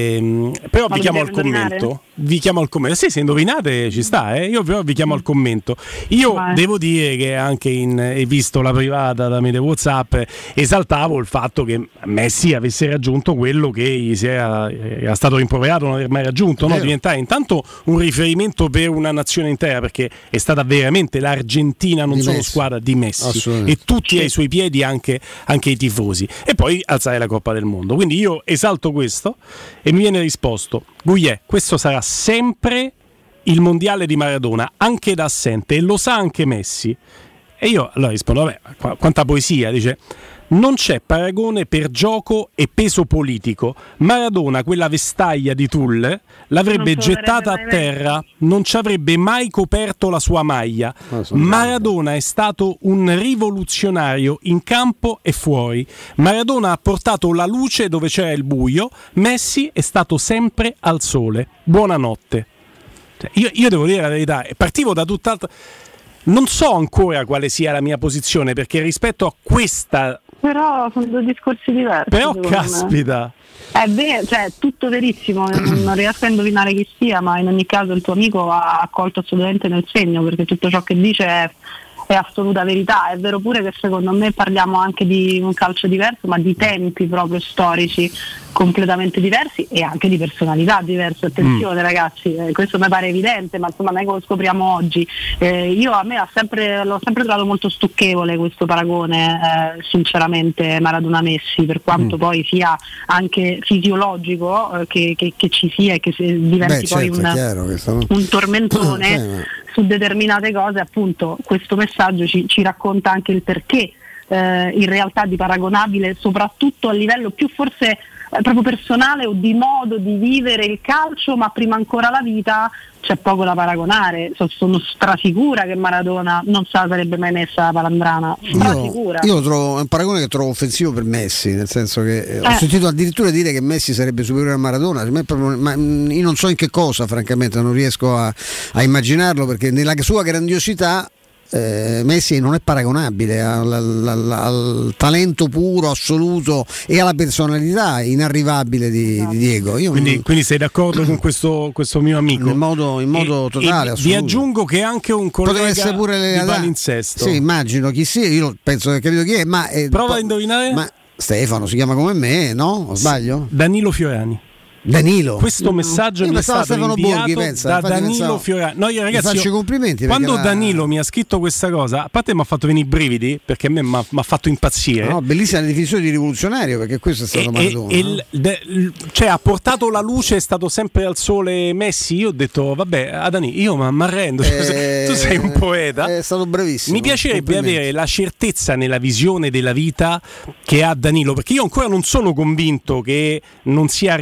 e, però Ma vi chiamo al commento. Vi chiamo al commento. Sì, se indovinate ci sta, eh? Io però vi chiamo al commento. Io Vai. devo dire che anche in e visto la privata da me WhatsApp, esaltavo il fatto che Messi avesse raggiunto quello che gli si era, era stato rimproverato non aver mai raggiunto, no? Diventare intanto un riferimento per una nazione intera, perché è stata veramente l'Argentina, non di solo Messi. Squadra di Messi, e tutti ai suoi piedi, anche, anche i tifosi, e poi alzare la Coppa del Mondo. Quindi io esalto questo e mi viene risposto: Gugliè, questo sarà sempre il mondiale di Maradona, anche da assente, e lo sa anche Messi. E io allora rispondo: vabbè, qu- quanta poesia. Dice: non c'è paragone per gioco e peso politico. Maradona, quella vestaglia di tulle, l'avrebbe gettata a terra, non ci avrebbe mai coperto la sua maglia. Maradona è stato un rivoluzionario in campo e fuori. Maradona ha portato la luce dove c'era il buio. Messi è stato sempre al sole. Buonanotte. Cioè, io, io devo dire la verità, partivo da tutt'altra. Non so ancora quale sia la mia posizione, perché rispetto a questa. Però sono due discorsi diversi. Però caspita. Me. È vero, cioè tutto verissimo, non riesco a indovinare chi sia, ma in ogni caso il tuo amico ha colto assolutamente nel segno, perché tutto ciò che dice è, è assoluta verità. È vero pure che secondo me parliamo anche di un calcio diverso, ma di tempi proprio storici completamente diversi e anche di personalità diverse. Attenzione mm. ragazzi, eh, questo mi pare evidente, ma insomma non è che lo scopriamo oggi. Eh, io a me ha sempre, l'ho sempre trovato molto stucchevole questo paragone, eh, sinceramente, Maradona-Messi, per quanto mm. poi sia anche fisiologico, eh, che, che, che ci sia e che diventi Beh, poi certo, un, chiaro, sono... un tormentone eh, su determinate cose. Appunto questo messaggio ci, ci racconta anche il perché eh, in realtà di paragonabile, soprattutto a livello più forse eh, proprio personale o di modo di vivere il calcio, ma prima ancora la vita, c'è poco da paragonare. So, sono strasicura che Maradona non se la sarebbe mai messa la palandrana. Strasicura. Io, io lo trovo, è un paragone che trovo offensivo per Messi, nel senso che eh. ho sentito addirittura dire che Messi sarebbe superiore a Maradona. Ma io non so in che cosa, francamente, non riesco a, a immaginarlo, perché nella sua grandiosità Eh, Messi non è paragonabile al, al, al talento puro, assoluto, e alla personalità inarrivabile di, no. di Diego. Io quindi, non... quindi sei d'accordo con questo, questo mio amico? In modo, in modo e, totale, e vi aggiungo che è anche un collega essere pure le, di palinsesto. Sì, immagino chi sia, io penso che capito chi è, ma eh, prova a indovinare. Ma Stefano si chiama come me, no? O sbaglio? Danilo Fiorani. Danilo. Questo messaggio io mi è stato Stefano inviato Borghi, pensa, da Danilo pensavo, Fiorani. No, io ragazzi, faccio i complimenti, quando la... Danilo mi ha scritto questa cosa, a parte mi ha fatto venire i brividi, perché a me mi ha fatto impazzire. No, bellissima la definizione di rivoluzionario, perché questo è stato Maradona. E, no? e il, de, cioè ha portato la luce, è stato sempre al sole Messi. Io ho detto vabbè, Adani, io mi arrendo, eh, tu sei un poeta. È stato bravissimo. Mi piacerebbe avere la certezza nella visione della vita che ha Danilo, perché io ancora non sono convinto che non sia arrivato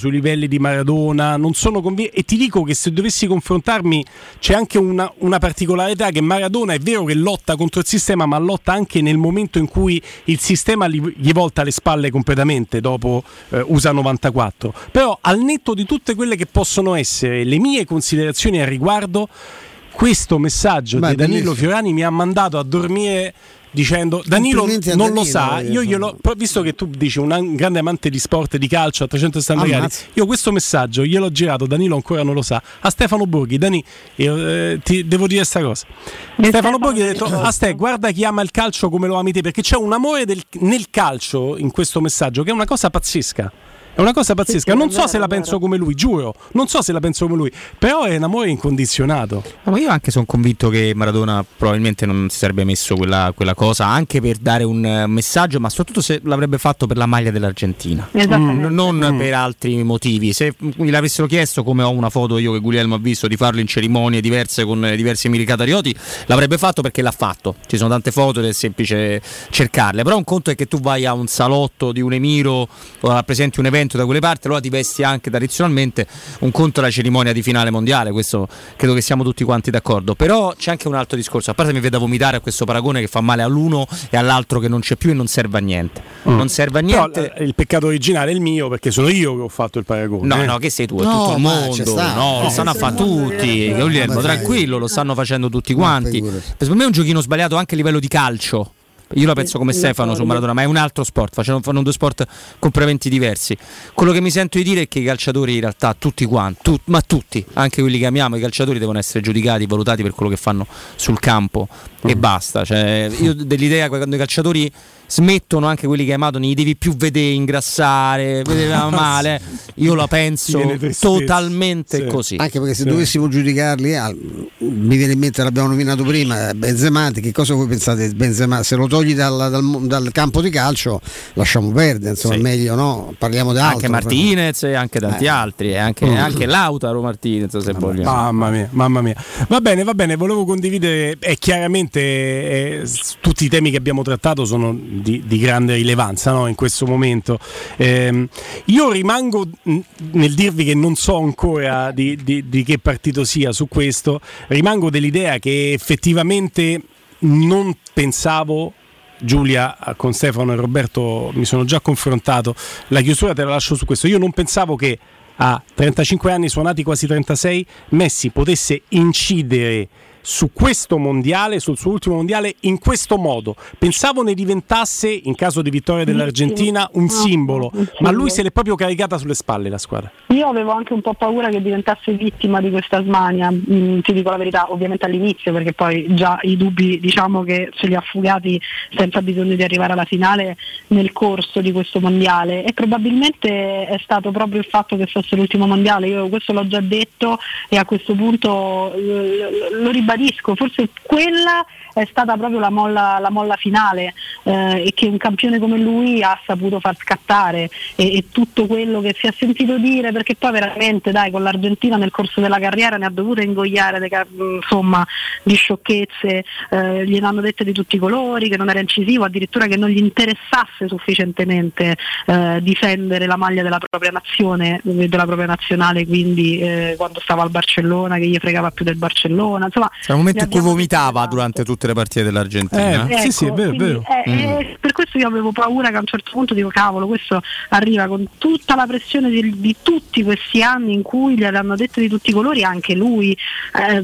sui livelli di Maradona, non sono convinto, e ti dico che se dovessi confrontarmi c'è anche una, una particolarità, che Maradona è vero che lotta contro il sistema, ma lotta anche nel momento in cui il sistema gli, gli volta le spalle completamente dopo eh, U S A novantaquattro. Però al netto di tutte quelle che possono essere le mie considerazioni al riguardo, questo messaggio Beh, di Danilo bellissimo. Fiorani mi ha mandato a dormire dicendo Danilo non Danilo, lo sa, io glielo, visto che tu dici un grande amante di sport, di calcio a trecentosessanta gradi, io questo messaggio gliel'ho girato, Danilo ancora non lo sa, a Stefano Borghi. Dani, io, eh, ti devo dire sta cosa. E Stefano Borghi ha detto a Ste, guarda chi ama il calcio come lo ami te, perché c'è un amore del, nel calcio in questo messaggio che è una cosa pazzesca. È una cosa pazzesca, non so se la penso come lui, giuro, non so se la penso come lui, però è un amore incondizionato. No, ma io anche sono convinto che Maradona probabilmente non si sarebbe messo quella, quella cosa anche per dare un uh, messaggio, ma soprattutto se l'avrebbe fatto per la maglia dell'Argentina, mm, non mm. per altri motivi. Se gliel'avessero chiesto, come ho una foto io che Guglielmo ha visto, di farlo in cerimonie diverse con eh, diversi emiricaterioti, l'avrebbe fatto perché l'ha fatto. Ci sono tante foto ed è semplice cercarle, però un conto è che tu vai a un salotto di un emiro o rappresenti un evento da quelle parti, allora ti vesti anche tradizionalmente. Un conto è la cerimonia di finale mondiale, questo credo che siamo tutti quanti d'accordo, però c'è anche un altro discorso, a parte mi vede vomitare a questo paragone che fa male all'uno e all'altro che non c'è più e non serve a niente, mm. non serve a niente. Però il peccato originale è il mio, perché sono io che ho fatto il paragone. No, eh. no, che sei tu, è no, tutto il mondo, sta, no, eh, lo stanno a fare tutti, Guglielmo, tranquillo, lo stanno facendo tutti quanti. Per me è un giochino sbagliato anche a livello di calcio. Io la penso come Stefano su Maradona, ma è un altro sport, fanno, fanno due sport con preventi diversi. Quello che mi sento di dire è che i calciatori in realtà tutti quanti, tu, ma tutti, anche quelli che amiamo, i calciatori devono essere giudicati, valutati per quello che fanno sul campo mm. e basta. Cioè, io dell'idea che quando i calciatori smettono, anche quelli che hai amato, non gli devi più vedere ingrassare, vedere male, io la penso totalmente sì. così. Anche perché se sì. dovessimo giudicarli, eh, mi viene in mente, l'abbiamo nominato prima, Benzema, che cosa voi pensate di Benzema? Se lo togli dal, dal, dal campo di calcio lasciamo perdere, insomma sì. è meglio, no? Parliamo di altro. Anche Martinez e anche tanti eh. altri, e anche, mm. anche Lautaro Martinez, se vogliamo. Mamma mia, mamma mia. Va bene, va bene, volevo condividere, e chiaramente eh, tutti i temi che abbiamo trattato sono Di, di grande rilevanza, no? In questo momento eh, io rimango nel dirvi che non so ancora di, di, di che partito sia su questo, rimango dell'idea che effettivamente non pensavo, Giulia con Stefano e Roberto mi sono già confrontato, la chiusura te la lascio su questo, io non pensavo che a trentacinque anni, suonati quasi trentasei, Messi potesse incidere su questo mondiale, sul suo ultimo mondiale, in questo modo. Pensavo ne diventasse, in caso di vittoria dell'Argentina, un simbolo, ma lui se l'è proprio caricata sulle spalle la squadra. Io avevo anche un po' paura che diventasse vittima di questa smania, mm, ti dico la verità, ovviamente all'inizio, perché poi già i dubbi, diciamo che ce li ha fugati senza bisogno di arrivare alla finale nel corso di questo mondiale, e probabilmente è stato proprio il fatto che fosse l'ultimo mondiale. Io questo l'ho già detto e a questo punto lo, lo ribadisco. Forse quella è stata proprio la molla, la molla finale, eh, e che un campione come lui ha saputo far scattare, e, e tutto quello che si è sentito dire, perché poi veramente dai, con l'Argentina nel corso della carriera ne ha dovute ingoiare de, insomma di sciocchezze, eh, gliene hanno dette di tutti i colori, che non era incisivo, addirittura che non gli interessasse sufficientemente eh, difendere la maglia della propria nazione, della propria nazionale, quindi eh, quando stava al Barcellona che gli fregava più del Barcellona, insomma. C'è un momento in cui vomitava durante tutte le partite dell'Argentina. Eh, eh, sì, sì, è vero, è vero. Eh, mm. eh, per questo io avevo paura che a un certo punto dico cavolo, questo arriva con tutta la pressione di, di tutti questi anni in cui gliel'hanno detto di tutti i colori, anche lui eh,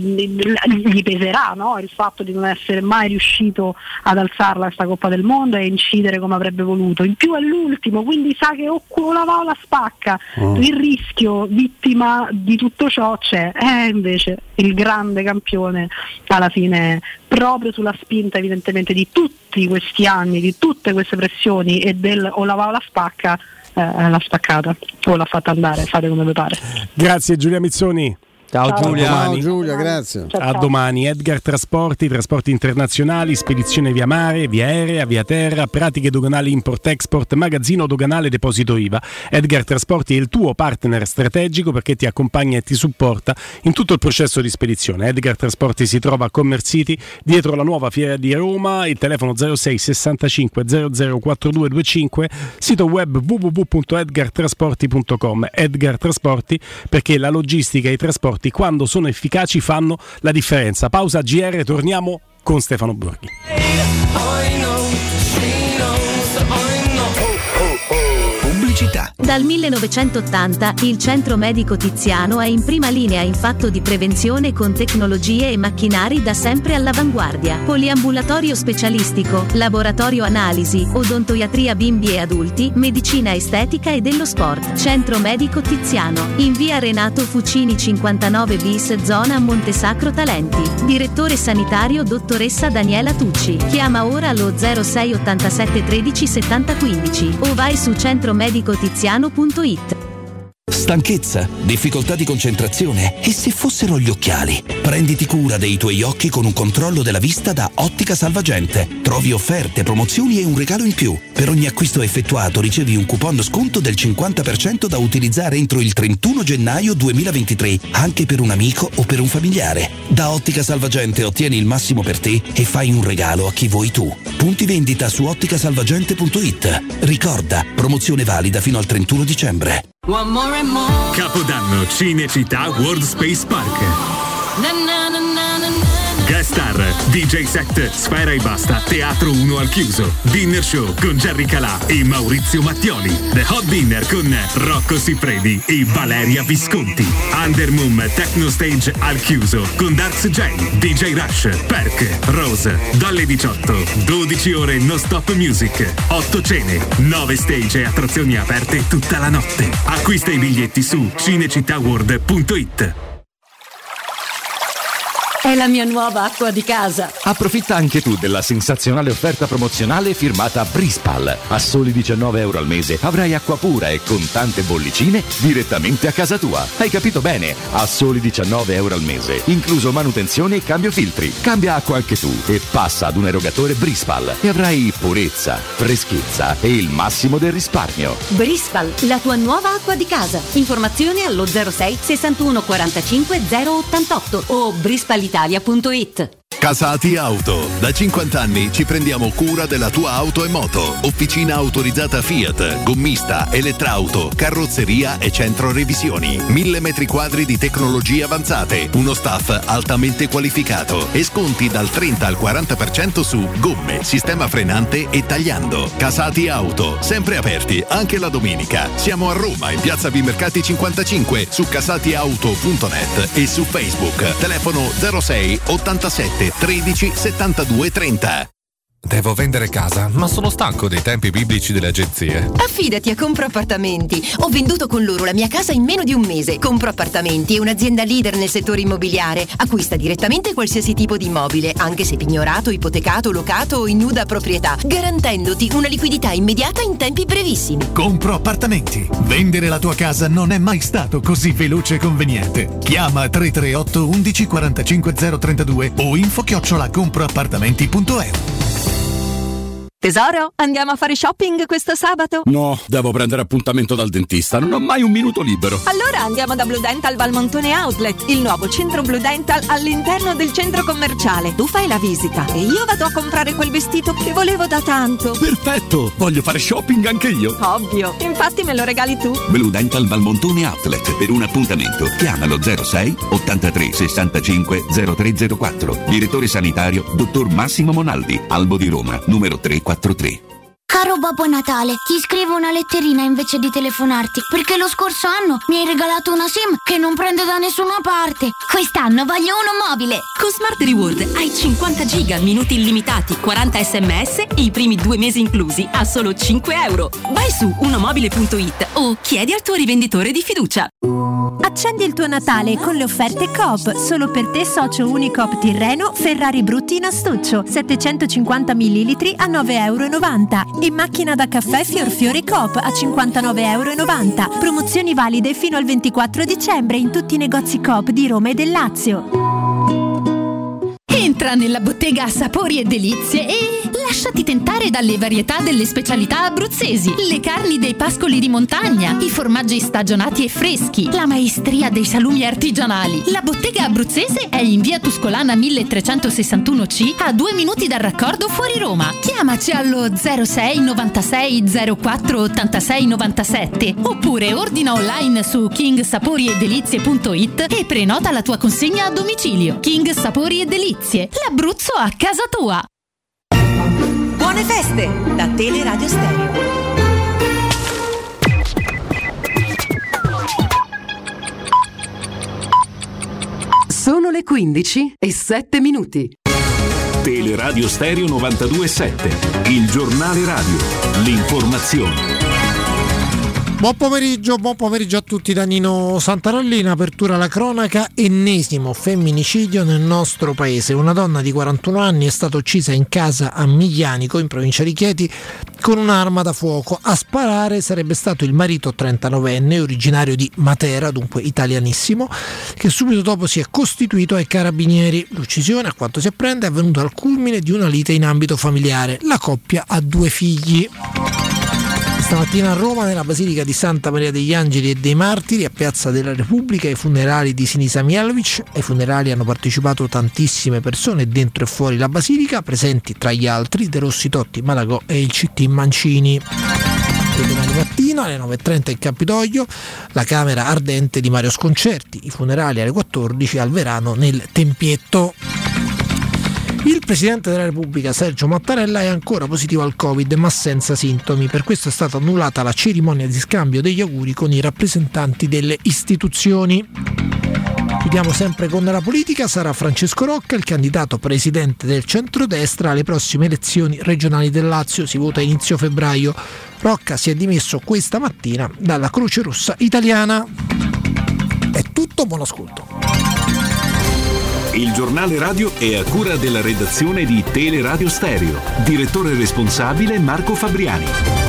gli peserà, no? Il fatto di non essere mai riuscito ad alzarla questa Coppa del Mondo e incidere come avrebbe voluto. In più è l'ultimo, quindi sa che o la va o la spacca. Mm. Il rischio, vittima di tutto ciò c'è. Eh, invece il grande campione alla fine, proprio sulla spinta evidentemente di tutti questi anni, di tutte queste pressioni e del o la va o la spacca, eh, l'ha spaccata o l'ha fatta andare, fate come vi pare. Grazie Giulia Mizzoni. Ciao, Ciao Giulia. Ciao Giulia, grazie. Ciao, a domani. Edgar Trasporti, trasporti internazionali, spedizione via mare, via aerea, via terra, pratiche doganali import-export, magazzino doganale, deposito I V A. Edgar Trasporti è il tuo partner strategico perché ti accompagna e ti supporta in tutto il processo di spedizione. Edgar Trasporti si trova a Commercity, dietro la nuova Fiera di Roma, il telefono zero sei sessantacinque zero zero quattro due due cinque, sito web w w w punto edgar trasporti punto com. Edgar Trasporti, perché la logistica e i trasporti quando sono efficaci fanno la differenza. Pausa G R, torniamo con Stefano Borghi. Pubblicità. Dal millenovecentottanta il Centro Medico Tiziano è in prima linea in fatto di prevenzione con tecnologie e macchinari da sempre all'avanguardia. Poliambulatorio specialistico, laboratorio analisi, odontoiatria bimbi e adulti, medicina estetica e dello sport. Centro Medico Tiziano, in via Renato Fucini cinquantanove bis, zona Montesacro Talenti. Direttore sanitario dottoressa Daniela Tucci. Chiama ora allo zero sei ottantasette tredici settanta quindici o vai su centromedicotiziano punto it. Stanchezza, difficoltà di concentrazione e se fossero gli occhiali? Prenditi cura dei tuoi occhi con un controllo della vista da Ottica Salvagente. Trovi offerte, promozioni e un regalo in più. Per ogni acquisto effettuato ricevi un coupon sconto del cinquanta per cento da utilizzare entro il trentuno gennaio duemilaventitré, anche per un amico o per un familiare. Da Ottica Salvagente ottieni il massimo per te e fai un regalo a chi vuoi tu. Punti vendita su ottica salvagente punto it. Ricorda, promozione valida fino al trentuno dicembre. Capodanno Cinecittà World Space Park. Guest star, D J set, Sfera e Basta, Teatro uno al chiuso, Dinner Show con Jerry Calà e Maurizio Mattioli, The Hot Dinner con Rocco Siffredi e Valeria Visconti, Undermoon Techno Stage al chiuso con Darks J, D J Rush, Perk, Rose, dalle diciotto, dodici ore non stop music, otto cene, nove stage e attrazioni aperte tutta la notte. Acquista i biglietti su cinecittàworld punto it. È la mia nuova acqua di casa. Approfitta anche tu della sensazionale offerta promozionale firmata Brispal. A soli diciannove euro al mese avrai acqua pura e con tante bollicine direttamente a casa tua. Hai capito bene? A soli diciannove euro al mese, incluso manutenzione e cambio filtri. Cambia acqua anche tu e passa ad un erogatore Brispal e avrai purezza, freschezza e il massimo del risparmio. Brispal, la tua nuova acqua di casa. Informazioni allo zero sei sessantuno quarantacinque zero ottantotto o brispal italia punto it. Casati Auto. Da cinquanta anni ci prendiamo cura della tua auto e moto. Officina autorizzata Fiat, gommista, elettrauto, carrozzeria e centro revisioni. Mille metri quadri di tecnologie avanzate. Uno staff altamente qualificato. E sconti dal trenta al quaranta per cento su gomme, sistema frenante e tagliando. Casati Auto. Sempre aperti anche la domenica. Siamo a Roma in piazza Vimercati cinquantacinque, su casati auto punto net e su Facebook. Telefono zero sei ottantasette tredici settantadue trenta. Devo vendere casa, ma sono stanco dei tempi biblici delle agenzie. Affidati a Compro Appartamenti. Ho venduto con loro la mia casa in meno di un mese. Compro Appartamenti è un'azienda leader nel settore immobiliare. Acquista direttamente qualsiasi tipo di immobile, anche se pignorato, ipotecato, locato o in nuda proprietà, garantendoti una liquidità immediata in tempi brevissimi. Compro Appartamenti. Vendere la tua casa non è mai stato così veloce e conveniente. Chiama tre tre otto undici quarantacinque zero trentadue o info chiocciola comproappartamenti punto e u. Tesoro, andiamo a fare shopping questo sabato? No, devo prendere appuntamento dal dentista, non ho mai un minuto libero. Allora andiamo da Blue Dental Valmontone Outlet, il nuovo centro Blue Dental all'interno del centro commerciale. Tu fai la visita e io vado a comprare quel vestito che volevo da tanto. Perfetto, voglio fare shopping anche io. Ovvio, infatti me lo regali tu. Blue Dental Valmontone Outlet. Per un appuntamento chiamalo zero sei ottantatré sessantacinque zero tre zero quattro. Direttore sanitario dottor Massimo Monaldi, Albo di Roma, numero tre quattro tre. Caro Babbo Natale, ti scrivo una letterina invece di telefonarti, perché lo scorso anno mi hai regalato una SIM che non prende da nessuna parte. Quest'anno voglio uno mobile. Con Smart Reward hai cinquanta giga, minuti illimitati, quaranta sms e i primi due mesi inclusi a solo cinque euro. Vai su unomobile punto it o chiedi al tuo rivenditore di fiducia. Accendi il tuo Natale con le offerte Coop. Solo per te socio Unicoop Tirreno Ferrari Brutti in astuccio settecentocinquanta millilitri a nove virgola novanta euro e macchina da caffè Fiorfiore Coop a cinquantanove virgola novanta euro. Promozioni valide fino al ventiquattro dicembre in tutti i negozi Coop di Roma e del Lazio. Entra nella bottega Sapori e Delizie e lasciati tentare dalle varietà delle specialità abruzzesi, le carni dei pascoli di montagna, i formaggi stagionati e freschi, la maestria dei salumi artigianali. La bottega abruzzese è in via Tuscolana milletrecentosessantuno C, a due minuti dal raccordo fuori Roma. Chiamaci allo zero sei novantasei zero quattro ottantasei novantasette oppure ordina online su king sapori e delizie punto it e prenota la tua consegna a domicilio. King Sapori e Delizie, l'Abruzzo a casa tua. Buone feste da Teleradio Stereo. Sono le quindici e sette minuti. Teleradio Stereo novantadue e sette, il giornale radio, l'informazione. Buon pomeriggio, buon pomeriggio a tutti da Nino Santarellina. Apertura alla cronaca, ennesimo femminicidio nel nostro paese. Una donna di quarantuno anni è stata uccisa in casa a Miglianico, in provincia di Chieti, con un'arma da fuoco. A sparare sarebbe stato il marito trentanovenne, originario di Matera, dunque italianissimo, che subito dopo si è costituito ai carabinieri. L'uccisione, a quanto si apprende, è avvenuta al culmine di una lite in ambito familiare. La coppia ha due figli. Stamattina a Roma, nella Basilica di Santa Maria degli Angeli e dei Martiri, a Piazza della Repubblica, ai funerali di Sinisa Mihajlović. Ai funerali hanno partecipato tantissime persone dentro e fuori la Basilica, presenti tra gli altri De Rossi, Totti, Malagò e il C T Mancini. E domani mattina alle nove e trenta in Campidoglio la camera ardente di Mario Sconcerti. I funerali alle quattordici al Verano nel Tempietto. Il Presidente della Repubblica Sergio Mattarella è ancora positivo al Covid, ma senza sintomi. Per questo è stata annullata la cerimonia di scambio degli auguri con i rappresentanti delle istituzioni. Chiudiamo sempre con la politica. Sarà Francesco Rocca il candidato presidente del centrodestra alle prossime elezioni regionali del Lazio. Si vota a inizio febbraio. Rocca si è dimesso questa mattina dalla Croce Rossa Italiana. È tutto, buon ascolto. Il giornale radio è a cura della redazione di Teleradio Stereo. Direttore responsabile Marco Fabriani.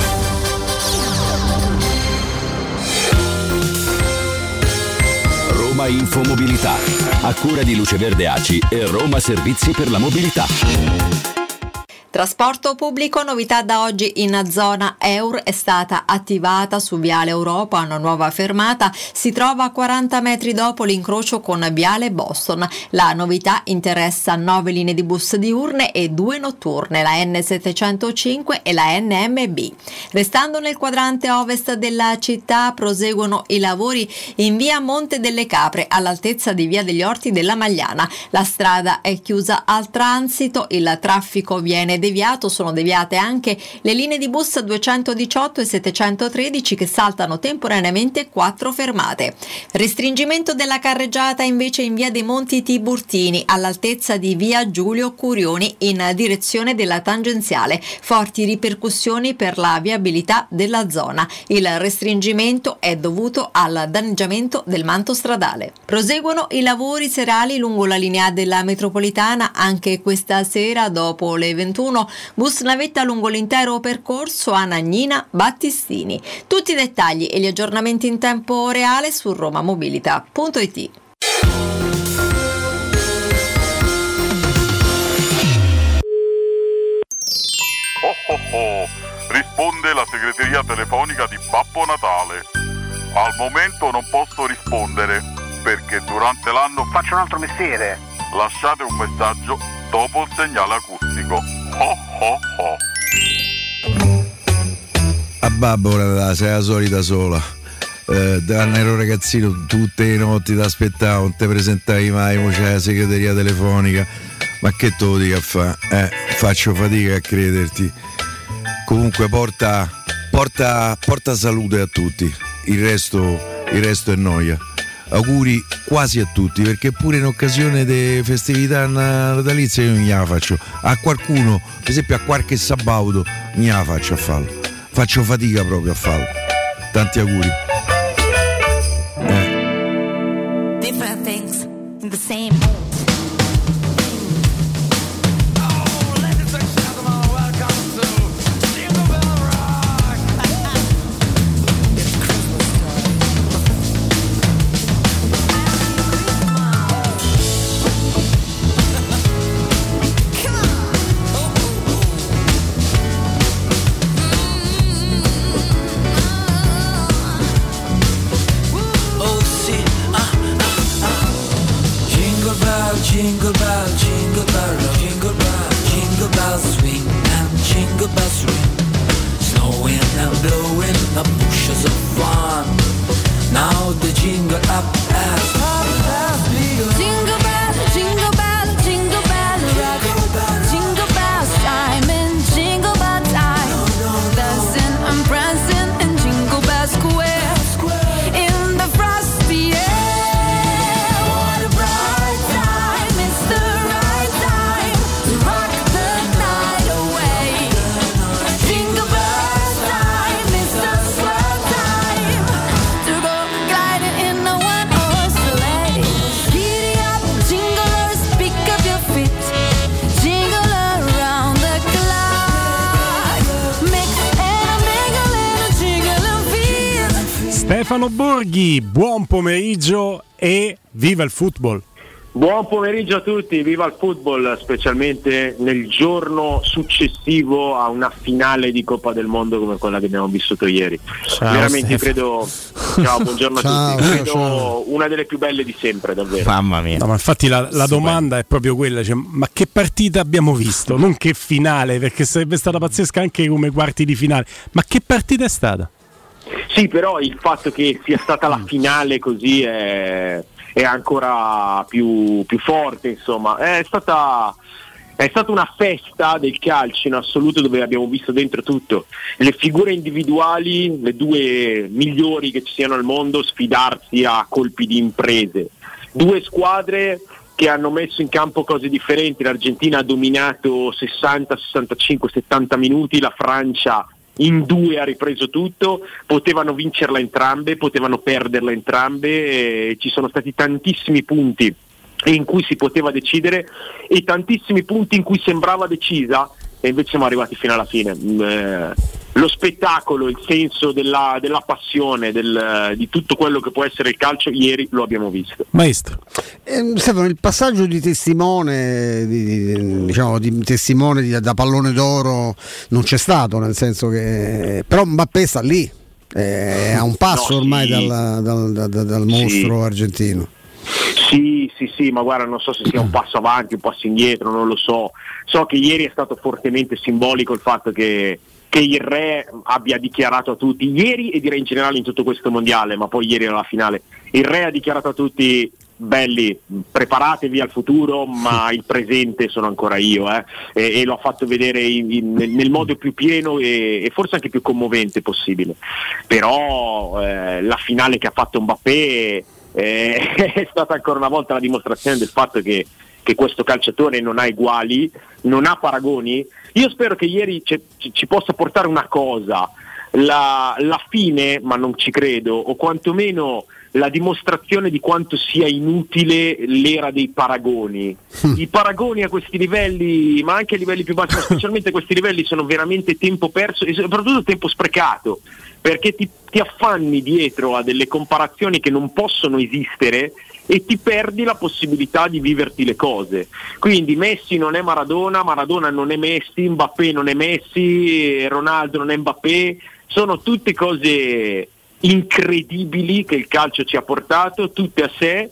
Roma Infomobilità, a cura di Luce Verde A C I e Roma Servizi per la Mobilità. Trasporto pubblico, novità da oggi in zona E U R, è stata attivata su Viale Europa una nuova fermata, si trova a quaranta metri dopo l'incrocio con Viale Boston. La novità interessa nove linee di bus diurne e due notturne, la N settecentocinque e la N M B. Restando nel quadrante ovest della città, proseguono i lavori in via Monte delle Capre all'altezza di via degli Orti della Magliana. La strada è chiusa al transito, il traffico viene deviato, sono deviate anche le linee di bus duecentodiciotto e settecentotredici che saltano temporaneamente quattro fermate. Restringimento della carreggiata invece in via dei Monti Tiburtini all'altezza di via Giulio Curioni in direzione della tangenziale. Forti ripercussioni per la viabilità della zona. Il restringimento è dovuto al danneggiamento del manto stradale. Proseguono i lavori serali lungo la linea della metropolitana anche questa sera dopo le ventuno. Bus navetta lungo l'intero percorso a Nagnina Battistini. Tutti i dettagli e gli aggiornamenti in tempo reale su romamobilità punto it. Oh oh oh, risponde la segreteria telefonica di Babbo Natale. Al momento non posso rispondere perché durante l'anno faccio un altro mestiere. Lasciate un messaggio dopo il segnale acustico. Oh oh oh. A Babbo Natale sei la solita sola. Eh, da quando ero ragazzino tutte le notti ti aspettavo, non ti presentavi mai, mo c'è la segreteria telefonica. Ma che te lo dico a fa? Eh, faccio fatica a crederti. Comunque porta, porta, porta salute a tutti. Il resto, il resto è noia. Auguri quasi a tutti, perché pure in occasione delle festività natalizie io non gliela faccio. A qualcuno, per esempio a qualche sabaudo, non gliela faccio a farlo. Faccio fatica proprio a farlo. Tanti auguri. Eh. the same. Jingle bell, jingle bell, jingle bell, jingle bells swing and jingle bells ring. Snowing and blowing the bushes of fun. Now the jingle up has has begun. Jingle bell, jingle bell, jingle bell rock. Jingle bells chime in jingle bell time. Dancing and prancing in Jingle Bell Square. In the frosty air. Stefano Borghi, buon pomeriggio e viva il football. Buon pomeriggio a tutti, viva il football, specialmente nel giorno successivo a una finale di Coppa del Mondo come quella che abbiamo vissuto ieri. Ciao, veramente Stefano. credo, ciao, buongiorno Ciao, a tutti, credo ciao. una delle più belle di sempre, davvero. Mamma mia. No, ma infatti la, la domanda è proprio quella, cioè, ma che partita abbiamo visto? Non che finale, perché sarebbe stata pazzesca anche come quarti di finale, ma che partita è stata? Sì, però il fatto che sia stata la finale così è, è ancora più, più forte, insomma. È stata, è stata una festa del calcio in assoluto, dove abbiamo visto dentro tutto. Le figure individuali, le due migliori che ci siano al mondo, sfidarsi a colpi di imprese. Due squadre che hanno messo in campo cose differenti. L'Argentina ha dominato sessanta, sessantacinque, settanta minuti, la Francia in due ha ripreso tutto, potevano vincerla entrambe, potevano perderla entrambe, e ci sono stati tantissimi punti in cui si poteva decidere e tantissimi punti in cui sembrava decisa e invece siamo arrivati fino alla fine. Eh, lo spettacolo, il senso della, della passione, del, di tutto quello che può essere il calcio, ieri lo abbiamo visto. Maestro. Eh, Stefano, il passaggio di testimone, di, di, diciamo di testimone di, da pallone d'oro non c'è stato, nel senso che però Mbappé sta lì, è a un passo no, ormai sì. dal, dal, dal, dal mostro sì. argentino. Sì, sì, sì, ma guarda, non so se sia un passo avanti, un passo indietro, non lo so. So che ieri è stato fortemente simbolico il fatto che, che il re abbia dichiarato a tutti, ieri e direi in generale in tutto questo mondiale, ma poi ieri era la finale, il re ha dichiarato a tutti: belli, preparatevi al futuro, ma il presente sono ancora io, eh? e, e l'ho fatto vedere in, in, nel modo più pieno e, e forse anche più commovente possibile. Però eh, la finale che ha fatto Mbappé Eh, è stata ancora una volta la dimostrazione del fatto che, che questo calciatore non ha eguali, non ha paragoni. Io spero che ieri ci, ci possa portare una cosa, la, la fine, ma non ci credo, o quantomeno la dimostrazione di quanto sia inutile l'era dei paragoni. I paragoni a questi livelli, ma anche a livelli più bassi, ma specialmente a questi livelli, sono veramente tempo perso e soprattutto tempo sprecato, perché ti, ti affanni dietro a delle comparazioni che non possono esistere e ti perdi la possibilità di viverti le cose. Quindi Messi non è Maradona, Maradona non è Messi, Mbappé non è Messi, Ronaldo non è Mbappé, sono tutte cose incredibili che il calcio ci ha portato, tutte a sé,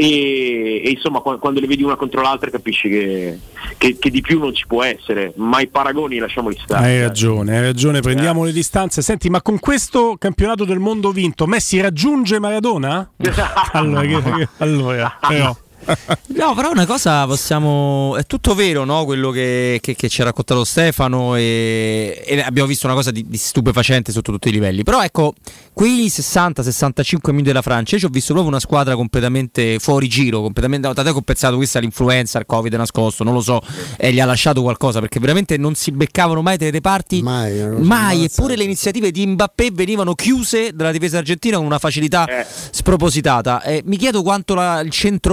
e, e insomma quando le vedi una contro l'altra capisci che, che, che di più non ci può essere, ma i paragoni lasciamoli stare. Hai ragione, hai ragione, prendiamo eh. le distanze. Senti, ma con questo campionato del mondo vinto Messi raggiunge Maradona? allora, che, allora però No, però una cosa possiamo, è tutto vero, no? Quello che, che, che ci ha raccontato Stefano, e, e abbiamo visto una cosa di, di stupefacente sotto tutti i livelli. Però ecco, quei sessanta sessantacinque minuti della Francia, io ci ho visto proprio una squadra completamente fuori giro, completamente. No, ho pensato questa è l'influenza, il Covid nascosto, non lo so, e gli ha lasciato qualcosa, perché veramente non si beccavano mai delle reparti, mai, mai eppure le iniziative di Mbappé venivano chiuse dalla difesa argentina con una facilità eh. spropositata. Eh, mi chiedo quanto la, il centrocampo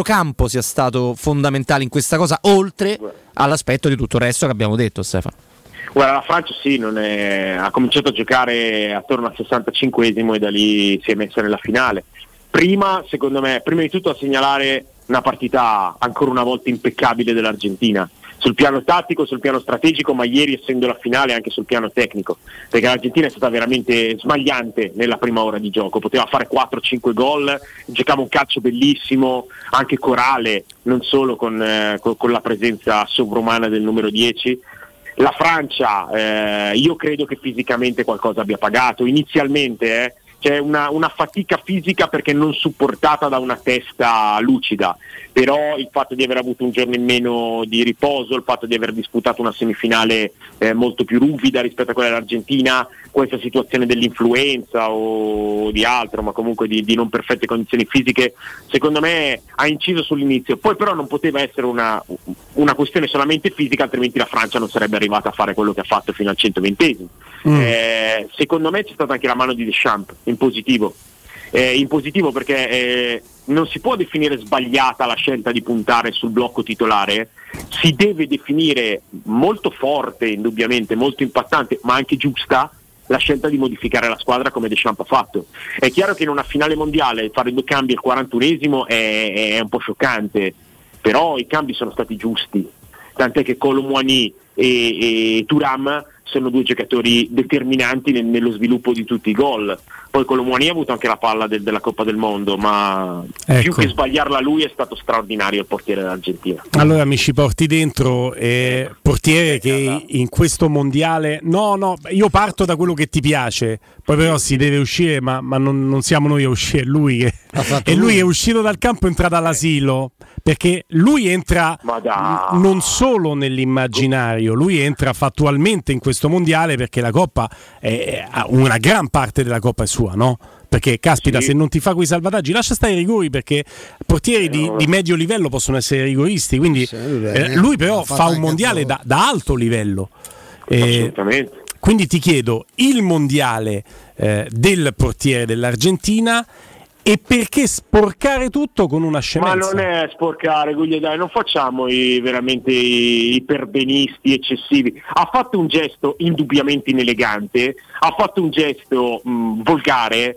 campo sia stato fondamentale in questa cosa, oltre all'aspetto di tutto il resto che abbiamo detto, Stefano. Guarda, la Francia sì, non è... ha cominciato a giocare attorno al sessantacinquesimo e da lì si è messa nella finale. Prima, secondo me, prima di tutto a segnalare una partita ancora una volta impeccabile dell'Argentina, sul piano tattico, sul piano strategico, ma ieri essendo la finale anche sul piano tecnico, perché l'Argentina è stata veramente smagliante nella prima ora di gioco, poteva fare quattro cinque gol, giocava un calcio bellissimo, anche corale, non solo con, eh, con, con la presenza sovrumana del numero dieci. La Francia, eh, io credo che fisicamente qualcosa abbia pagato, inizialmente eh, c'è una, una fatica fisica perché non supportata da una testa lucida, però il fatto di aver avuto un giorno in meno di riposo, il fatto di aver disputato una semifinale eh, molto più ruvida rispetto a quella dell'Argentina, questa situazione dell'influenza o di altro, ma comunque di, di non perfette condizioni fisiche, secondo me ha inciso sull'inizio. Poi però non poteva essere una, una questione solamente fisica, altrimenti la Francia non sarebbe arrivata a fare quello che ha fatto fino al centoventesimo. Mm. Eh, secondo me c'è stata anche la mano di Deschamps in positivo, eh, in positivo perché eh, non si può definire sbagliata la scelta di puntare sul blocco titolare, si deve definire molto forte, indubbiamente molto impattante, ma anche giusta la scelta di modificare la squadra come Deschamps ha fatto. È chiaro che in una finale mondiale fare due cambi al quarantunesimo è, è un po' scioccante, però i cambi sono stati giusti, tant'è che Kolo Muani e, e Thuram sono due giocatori determinanti nel, nello sviluppo di tutti i gol. Poi Kolo Muani ha avuto anche la palla del, della Coppa del Mondo, ma ecco, più che sbagliarla lui è stato straordinario il portiere dell'Argentina. Allora mi ci porti dentro, eh, portiere che in questo mondiale, no no, io parto da quello che ti piace, poi però si deve uscire, ma, ma non, non siamo noi a uscire, è lui che è lui che è uscito dal campo e è entrato all'asilo, perché lui entra non solo nell'immaginario, lui entra fattualmente in questo mondiale, perché la Coppa è, una gran parte della Coppa è sua, no? Perché caspita, sì, se non ti fa quei salvataggi, lascia stare i rigori, perché portieri di, di medio livello possono essere rigoristi, quindi sì, eh, lui però fa un mondiale da, da alto livello. Eh, quindi ti chiedo il mondiale eh, del portiere dell'Argentina. E perché sporcare tutto con una scemenza? Ma non è sporcare, Guglio, dai, non facciamo i, veramente i perbenisti eccessivi. Ha fatto un gesto indubbiamente inelegante, ha fatto un gesto mh, volgare,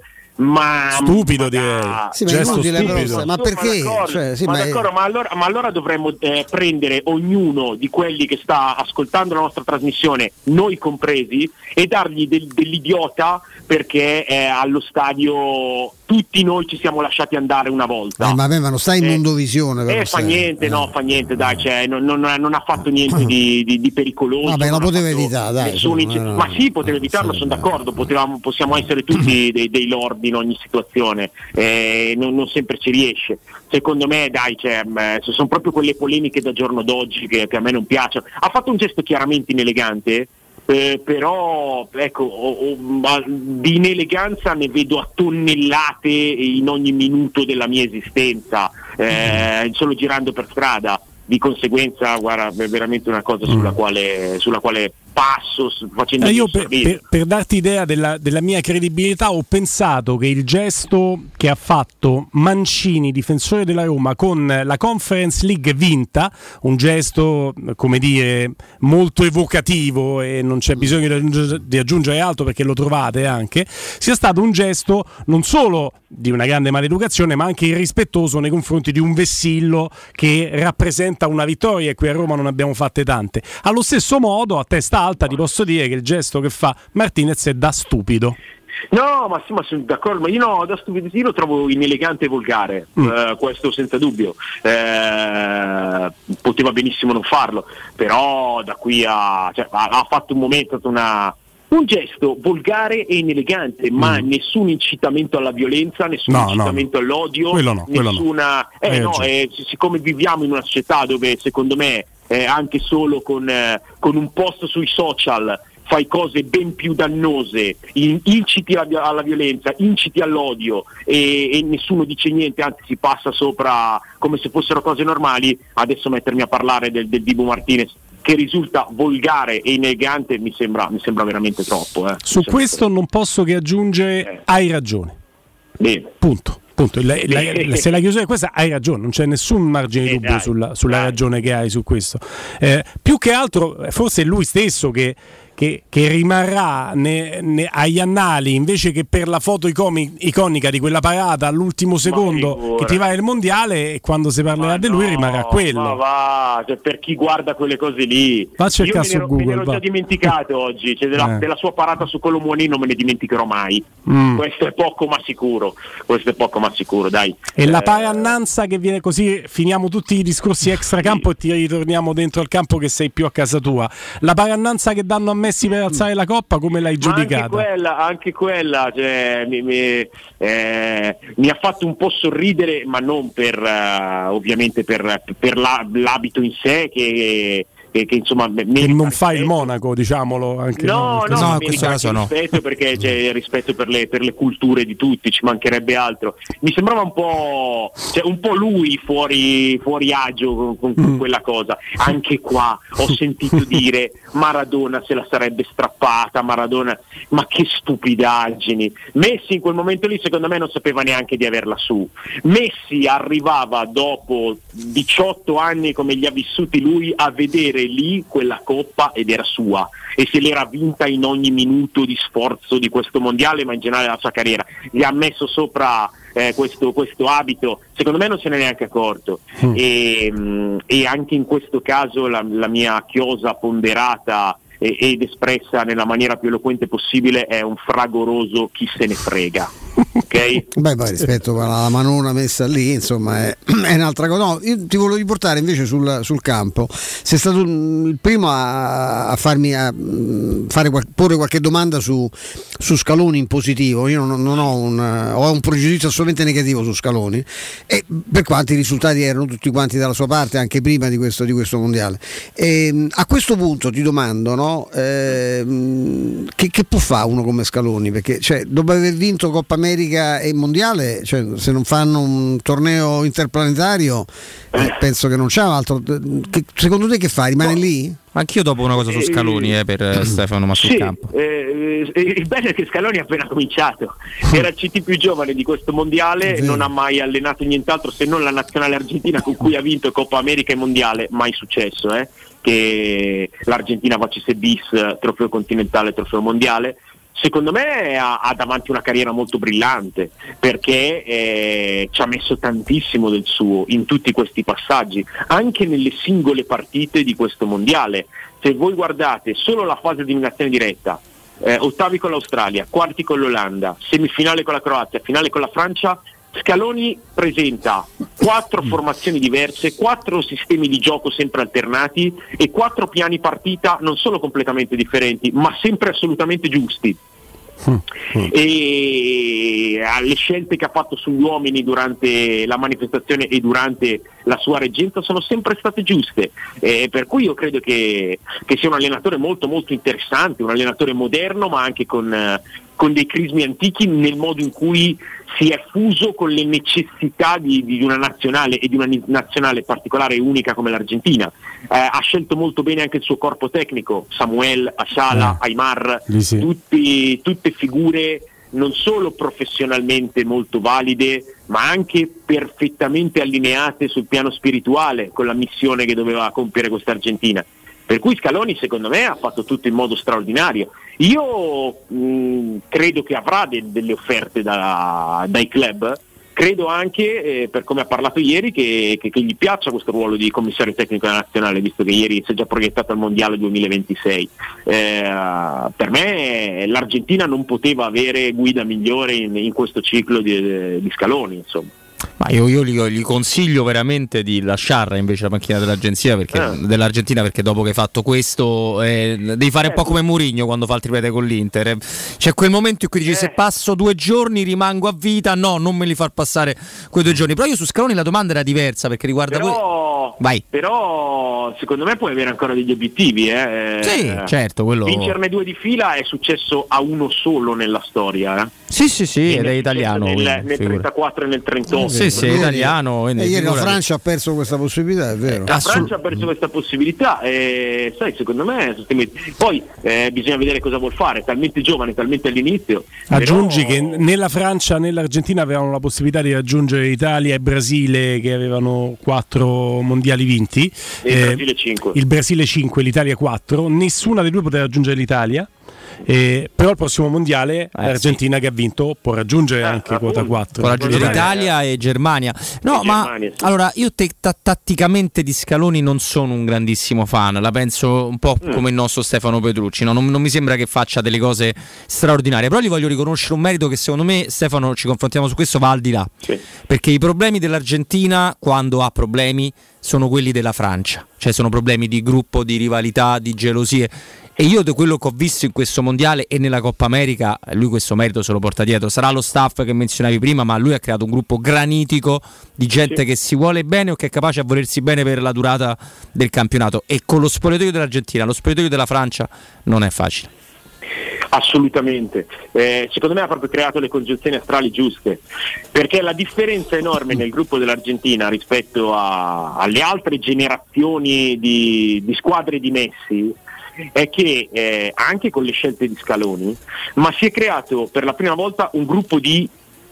ma stupido direi. Sì, ma, gesto stupido. Ma perché? Ma, cioè, sì, ma, ma, d'accordo, ma, allora, ma allora dovremmo eh, prendere ognuno di quelli che sta ascoltando la nostra trasmissione, noi compresi, e dargli del, dell'idiota perché eh, allo stadio tutti noi ci siamo lasciati andare una volta. Eh, ma, ma non stai in mondovisione. Eh, fa niente, eh. no, fa niente, dai, cioè, non, non, non ha fatto niente di, di, di pericoloso. Vabbè, lo poteva evitare, dai. Nessun inc- no, no, ma sì, poteva evitarlo, sì, sono d'accordo, potevamo, possiamo essere tutti dei, dei lord in ogni situazione, eh, non, non sempre ci riesce. Secondo me, dai, cioè, sono proprio quelle polemiche da giorno d'oggi che, che a me non piacciono. Ha fatto un gesto chiaramente inelegante, Eh, però ecco, oh, oh, di ineleganza ne vedo a tonnellate in ogni minuto della mia esistenza, eh, solo girando per strada. Di conseguenza, guarda, è veramente una cosa sulla quale, sulla quale passo facendo eh, io per, per, per darti idea della, della mia credibilità, ho pensato che il gesto che ha fatto Mancini, difensore della Roma, con la Conference League vinta, un gesto, come dire, molto evocativo, e non c'è bisogno di aggiungere, di aggiungere altro perché lo trovate anche, sia stato un gesto non solo di una grande maleducazione, ma anche irrispettoso nei confronti di un vessillo che rappresenta una vittoria, e qui a Roma non abbiamo fatte tante. Allo stesso modo, a testa alta, ti posso dire che il gesto che fa Martinez è da stupido. No, ma sì, ma sono d'accordo, ma io no, da stupido io lo trovo inelegante e volgare, mm. uh, questo senza dubbio. Eh, poteva benissimo non farlo, però da qui a, cioè, ha, ha fatto un momento, una un gesto volgare e inelegante, ma mm. nessun incitamento alla violenza, nessun no, incitamento no. all'odio, quello no, quello nessuna no. eh, no, eh, siccome viviamo in una società dove secondo me eh, anche solo con, eh, con un post sui social fai cose ben più dannose, in, inciti alla, alla violenza, inciti all'odio e, e nessuno dice niente, anzi si passa sopra come se fossero cose normali. Adesso mettermi a parlare del, del Dibu Martinez, che risulta volgare e inelegante, mi sembra, mi sembra veramente troppo. Eh. Su questo non posso che aggiungere, eh. hai ragione. Bene. Punto. Appunto, la, la, la, se la chiusura è questa, hai ragione, non c'è nessun margine di eh, dubbio dai, sulla, sulla dai. ragione che hai su questo. Eh, più che altro, forse è lui stesso che, che, che rimarrà ne, ne, agli annali, invece che per la foto icomi, iconica di quella parata all'ultimo secondo che ti va il mondiale, e quando si parlerà di lui rimarrà quello. Ma va, cioè, per chi guarda quelle cose lì, Va a cercare io su me ne ero, Google, me ne ero va. già dimenticato oggi, cioè della, Eh. della sua parata su Colomoni non me ne dimenticherò mai. Mm. Questo è poco ma sicuro, questo è poco ma sicuro, dai. E Eh, la parannanza che viene così, finiamo tutti i discorsi extracampo e ti ritorniamo dentro al campo che sei più a casa tua. La parannanza che danno a Messi per alzare la coppa, come l'hai Ma anche giudicata? quella, anche quella cioè, mi, mi, eh, mi ha fatto un po' sorridere, ma non per eh, ovviamente per, per la, l'abito in sé che, che, che insomma Che non fa il Monaco, diciamolo anche. No, no, No, ma in mi questo ricordo caso no. rispetto perché c'è rispetto per le, per le culture di tutti, ci mancherebbe altro. Mi sembrava un po', cioè, un po' lui fuori, fuori agio con, con, con Mm. quella cosa. Anche qua ho sentito dire Maradona se la sarebbe strappata, Maradona, ma che stupidaggini. Messi in quel momento lì secondo me non sapeva neanche di averla su. Messi arrivava dopo diciotto anni come li ha vissuti lui a vedere lì quella coppa ed era sua e se l'era vinta in ogni minuto di sforzo di questo mondiale, ma in generale della sua carriera. Gli ha messo sopra eh, questo, questo abito, secondo me non se ne è neanche accorto. Mm. E, mh, e anche in questo caso la, la mia chiosa ponderata e, ed espressa nella maniera più eloquente possibile è un fragoroso chi se ne frega. Ok? Beh, poi rispetto alla manona messa lì, insomma, è, è un'altra cosa. No, io ti volevo riportare invece sul, sul campo. Sei stato il primo a, a farmi a fare porre qualche domanda su, su Scaloni in positivo. Io non, non ho un ho un pregiudizio assolutamente negativo su Scaloni, e per quanti i risultati erano tutti quanti dalla sua parte anche prima di questo, di questo mondiale. E, a questo punto ti domando, no, eh, che, che può fare uno come Scaloni? Perché cioè, dopo aver vinto Coppa America e Mondiale, cioè, se non fanno un torneo interplanetario, eh, penso che non c'è altro. Che, secondo te che fa? Rimane no. lì? Anch'io dopo una cosa su Scaloni eh, per eh, Stefano, ma sul sì, campo. Eh, eh, il bello è che Scaloni ha appena cominciato, era il C T più giovane di questo mondiale, sì. Non ha mai allenato nient'altro se non la nazionale argentina con cui ha vinto Coppa America e Mondiale, mai successo, eh, che l'Argentina facesse bis, trofeo continentale, trofeo mondiale. Secondo me ha, ha davanti una carriera molto brillante perché eh, ci ha messo tantissimo del suo in tutti questi passaggi, anche nelle singole partite di questo mondiale. Se voi guardate solo la fase di eliminazione diretta, eh, ottavi con l'Australia, quarti con l'Olanda, semifinale con la Croazia, finale con la Francia, Scaloni presenta quattro formazioni diverse, quattro sistemi di gioco sempre alternati e quattro piani partita non solo completamente differenti, ma sempre assolutamente giusti. E le scelte che ha fatto sugli uomini durante la manifestazione e durante la sua reggenza sono sempre state giuste, eh, per cui io credo che, che sia un allenatore molto molto interessante, un allenatore moderno ma anche con, eh, con dei crismi antichi nel modo in cui si è fuso con le necessità di, di una nazionale e di una nazionale particolare e unica come l'Argentina. Eh, ha scelto molto bene anche il suo corpo tecnico, Samuel, Asala, eh, Aymar, sì. tutti, tutte figure non solo professionalmente molto valide, ma anche perfettamente allineate sul piano spirituale con la missione che doveva compiere questa Argentina. Per cui Scaloni secondo me ha fatto tutto in modo straordinario. Io mh, credo che avrà de- delle offerte da, dai club, credo anche, eh, per come ha parlato ieri, che, che, che gli piaccia questo ruolo di commissario tecnico della nazionale, visto che ieri si è già proiettato al Mondiale duemilaventisei. Eh, per me l'Argentina non poteva avere guida migliore in, in questo ciclo di, di Scaloni, insomma. Ma io, io gli, gli consiglio veramente di lasciare invece la panchina dell'agenzia perché, ah. dell'Argentina, perché dopo che hai fatto questo eh, devi fare eh, un po' come Mourinho quando fa il triplete con l'Inter. C'è quel momento in cui dici eh. se passo due giorni rimango a vita, no, non me li far passare quei due giorni. Però io su Scaloni la domanda era diversa perché riguarda Però... voi. Vai. Però secondo me puoi avere ancora degli obiettivi. Eh. Sì, certo. Quello... Vincerne due di fila è successo a uno solo nella storia. Eh. Sì, sì, sì, ed è italiano. Nel, quindi, nel trentaquattro e nel trentotto. Sì, sì, è italiano. E ieri la Francia ha perso questa possibilità, è vero. La Francia ha perso questa possibilità e sai, secondo me poi eh, bisogna vedere cosa vuol fare, talmente giovane, talmente all'inizio. Aggiungi però... che né la Francia né l'Argentina avevano la possibilità di raggiungere Italia e Brasile, che avevano quattro mondiali vinti. E il eh, Brasile cinque. Il Brasile cinque, l'Italia quattro. Nessuna delle due poteva raggiungere l'Italia. Eh, però il prossimo mondiale eh, l'Argentina sì. che ha vinto può raggiungere eh, anche quota quattro, può raggiungere Italia e Germania. No, e ma Germania, sì. allora io te, t- tatticamente di Scaloni non sono un grandissimo fan, la penso un po' mm. come il nostro Stefano Petrucci, no? non, non mi sembra che faccia delle cose straordinarie, però gli voglio riconoscere un merito che secondo me, Stefano, ci confrontiamo su questo, va al di là, sì. perché i problemi dell'Argentina, quando ha problemi, sono quelli della Francia, cioè sono problemi di gruppo, di rivalità, di gelosie. E io da quello che ho visto in questo mondiale e nella Coppa America, lui questo merito se lo porta dietro. Sarà lo staff che menzionavi prima, ma lui ha creato un gruppo granitico di gente sì. che si vuole bene o che è capace a volersi bene per la durata del campionato. E con lo spogliatoio dell'Argentina, lo spogliatoio della Francia non è facile. Assolutamente, eh, secondo me ha proprio creato le congiunzioni astrali giuste, perché la differenza enorme nel gruppo dell'Argentina rispetto a, alle altre generazioni di, di squadre di Messi è che eh, anche con le scelte di Scaloni, ma si è creato per la prima volta un gruppo di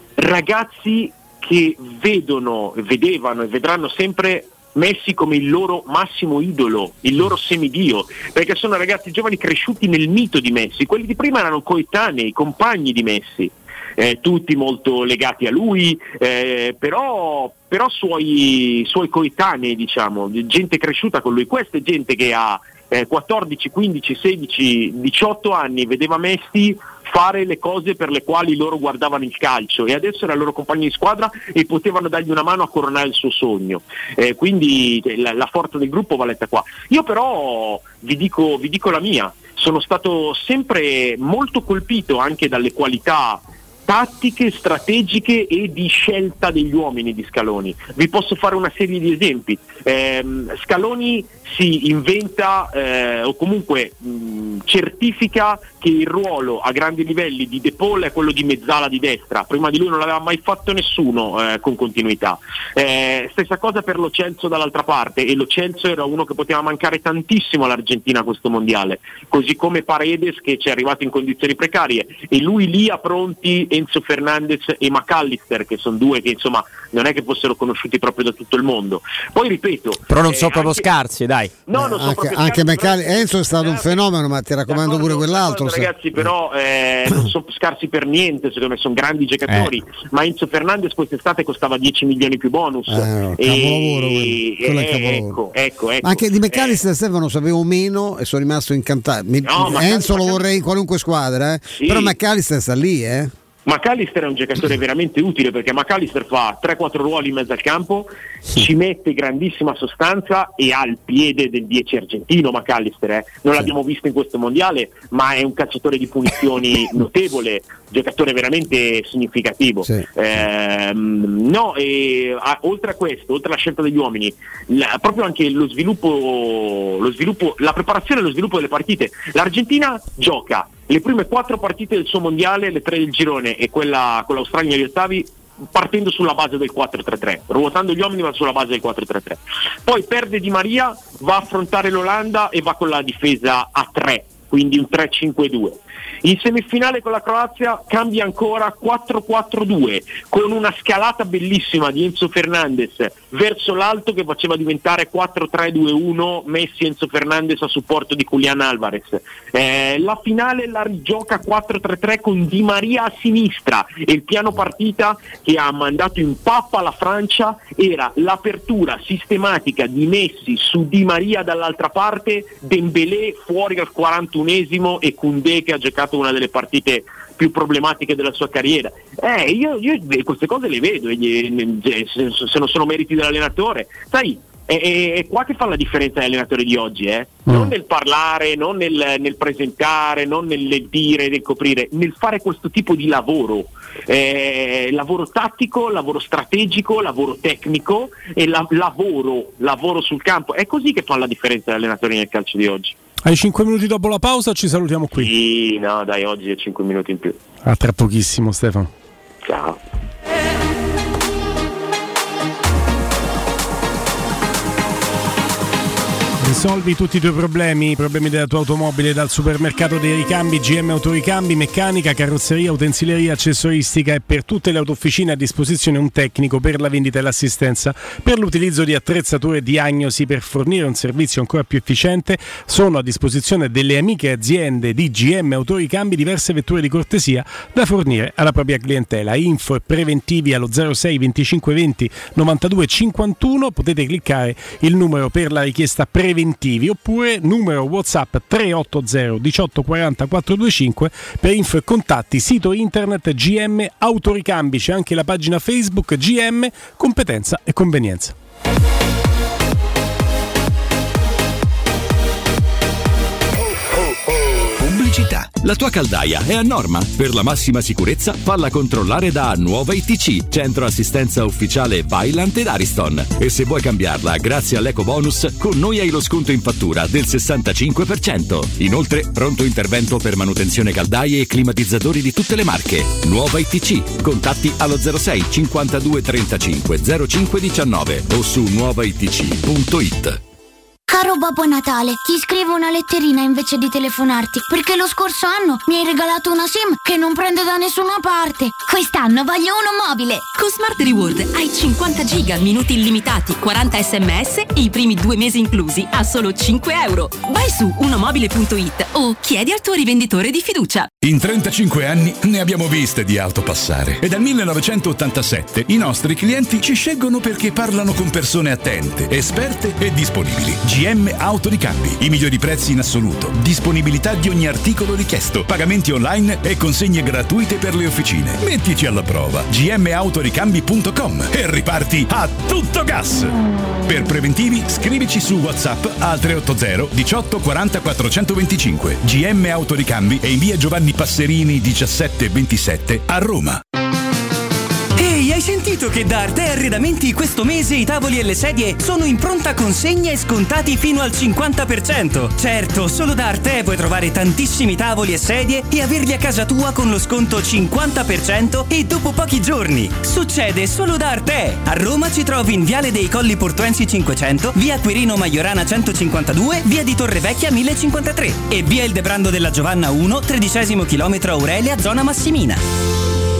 ragazzi che vedono, vedevano e vedranno sempre Messi come il loro massimo idolo, il loro semidio, perché sono ragazzi giovani cresciuti nel mito di Messi. Quelli di prima erano coetanei, compagni di Messi, eh, tutti molto legati a lui, eh, però, però suoi, suoi coetanei, diciamo, gente cresciuta con lui. Questa è gente che ha eh, quattordici, quindici, sedici, diciotto anni, vedeva Messi fare le cose per le quali loro guardavano il calcio e adesso era il loro compagno di squadra e potevano dargli una mano a coronare il suo sogno, eh, quindi la, la forza del gruppo va letta qua. Io però vi dico, vi dico la mia, sono stato sempre molto colpito anche dalle qualità tattiche, strategiche e di scelta degli uomini di Scaloni. Vi posso fare una serie di esempi. Eh, Scaloni si inventa eh, o comunque mh, certifica che il ruolo a grandi livelli di De Paul è quello di mezzala di destra. Prima di lui non l'aveva mai fatto nessuno eh, con continuità. Eh, stessa cosa per Lo Celso dall'altra parte, e Lo Celso era uno che poteva mancare tantissimo all'Argentina a questo mondiale, così come Paredes che ci è arrivato in condizioni precarie, e lui lì ha pronti Enzo Fernandez e McAllister, che sono due che insomma non è che fossero conosciuti proprio da tutto il mondo. Poi ripeto, però non eh, sono proprio anche... scarsi, dai. No, non anche, sono anche scarsi, McAll- però... Enzo è stato un fenomeno, ma ti raccomando pure quell'altro. Ragazzi, però eh, non sono scarsi per niente, secondo me sono grandi giocatori, eh. ma Enzo Fernandez quest'estate costava dieci milioni più bonus. Eh, no, e... capolavoro e... quello. Eh, Ecco, ecco, ecco. Anche di McAllister eh. Stefano sapevo meno e sono rimasto incantato. Mi... No, Enzo ma... lo vorrei in qualunque squadra, eh. Sì. Però McAllister sta lì, eh. McAllister è un giocatore veramente utile, perché McAllister fa tre quattro ruoli in mezzo al campo, ci mette grandissima sostanza e ha il piede del dieci argentino. McAllister eh. non sì. l'abbiamo visto in questo mondiale, ma è un calciatore di punizioni notevole, giocatore veramente significativo. Sì. Eh, no, e, a, oltre a questo, oltre alla scelta degli uomini, la, proprio anche lo sviluppo, lo sviluppo, la preparazione e lo sviluppo delle partite. L'Argentina gioca le prime quattro partite del suo mondiale, le tre del girone e quella con l'Australia agli ottavi, partendo sulla base del quattro tre tre, ruotando gli uomini ma sulla base del quattro tre tre. Poi perde Di Maria, va a affrontare l'Olanda e va con la difesa a tre, quindi un tre cinque due. In semifinale con la Croazia cambia ancora quattro quattro due, con una scalata bellissima di Enzo Fernandez verso l'alto che faceva diventare quattro tre due uno, Messi Enzo Fernandez a supporto di Julián Álvarez. Eh, la finale la rigioca quattro tre tre con Di Maria a sinistra, e il piano partita che ha mandato in pappa la Francia era l'apertura sistematica di Messi su Di Maria dall'altra parte, Dembélé fuori al quarantunesimo e Koundé che ha giocato una delle partite più problematiche della sua carriera. Eh, io, io queste cose le vedo, se non sono meriti dell'allenatore. Sai, è, è, è qua che fa la differenza gli allenatori di oggi, eh? Mm. Non nel parlare, non nel, nel presentare, non nel dire, nel coprire, nel fare questo tipo di lavoro. Eh, lavoro tattico, lavoro strategico, lavoro tecnico e la, lavoro, lavoro sul campo. È così che fa la differenza gli allenatori nel calcio di oggi. Hai cinque minuti dopo la pausa, ci salutiamo qui. Sì, no, dai, oggi è cinque minuti in più. A tra pochissimo, Stefano. Ciao. Risolvi tutti i tuoi problemi, i problemi della tua automobile dal supermercato dei ricambi G M Autoricambi, meccanica, carrozzeria, utensileria, accessoristica e per tutte le autofficine a disposizione un tecnico per la vendita e l'assistenza, per l'utilizzo di attrezzature e diagnosi. Per fornire un servizio ancora più efficiente sono a disposizione delle amiche aziende di G M Autoricambi diverse vetture di cortesia da fornire alla propria clientela. Info e preventivi allo zero sei venticinque venti novantadue cinquantuno, potete cliccare il numero per la richiesta preventivi oppure numero WhatsApp tre otto zero diciotto quaranta quattrocentoventicinque per info e contatti, sito internet G M Autoricambi, c'è anche la pagina Facebook G M Competenza e Convenienza. Pubblicità. La tua caldaia è a norma? Per la massima sicurezza falla controllare da Nuova I T C, centro assistenza ufficiale Vaillant ed Ariston. E se vuoi cambiarla grazie all'eco bonus, con noi hai lo sconto in fattura del sessantacinque per cento. Inoltre pronto intervento per manutenzione caldaie e climatizzatori di tutte le marche. Nuova I T C. Contatti allo zero sei cinquantadue trentacinque zero cinque diciannove o su nuova i t c punto i t. Caro Babbo Natale, ti scrivo una letterina invece di telefonarti, perché lo scorso anno mi hai regalato una SIM che non prende da nessuna parte. Quest'anno voglio uno mobile. Con Smart Reward hai cinquanta giga, minuti illimitati, quaranta sms e i primi due mesi inclusi a solo cinque euro. Vai su unomobile punto it o chiedi al tuo rivenditore di fiducia. In trentacinque anni ne abbiamo viste di auto passare e dal millenovecentottantasette i nostri clienti ci scelgono perché parlano con persone attente, esperte e disponibili. G M Autoricambi, i migliori prezzi in assoluto, disponibilità di ogni articolo richiesto, pagamenti online e consegne gratuite per le officine. Mettici alla prova. G M Autoricambi punto com e riparti a tutto gas. Per preventivi scrivici su WhatsApp al tre otto zero diciotto quaranta quattrocentoventicinque. G M Autoricambi è in via Giovanni Passerini diciassette ventisette a Roma. Ehi, hai sentito che da Arte Arredamenti questo mese i tavoli e le sedie sono in pronta consegna e scontati fino al cinquanta per cento? Certo, solo da Arte puoi trovare tantissimi tavoli e sedie e averli a casa tua con lo sconto cinquanta per cento e dopo pochi giorni. Succede solo da Arte. A Roma ci trovi in Viale dei Colli Portuensi cinquecento, via Quirino Maiorana centocinquantadue, via di Torrevecchia mille cinquantatré e via Il Debrando della Giovanna uno, tredicesimo chilometro Aurelia, zona Massimina.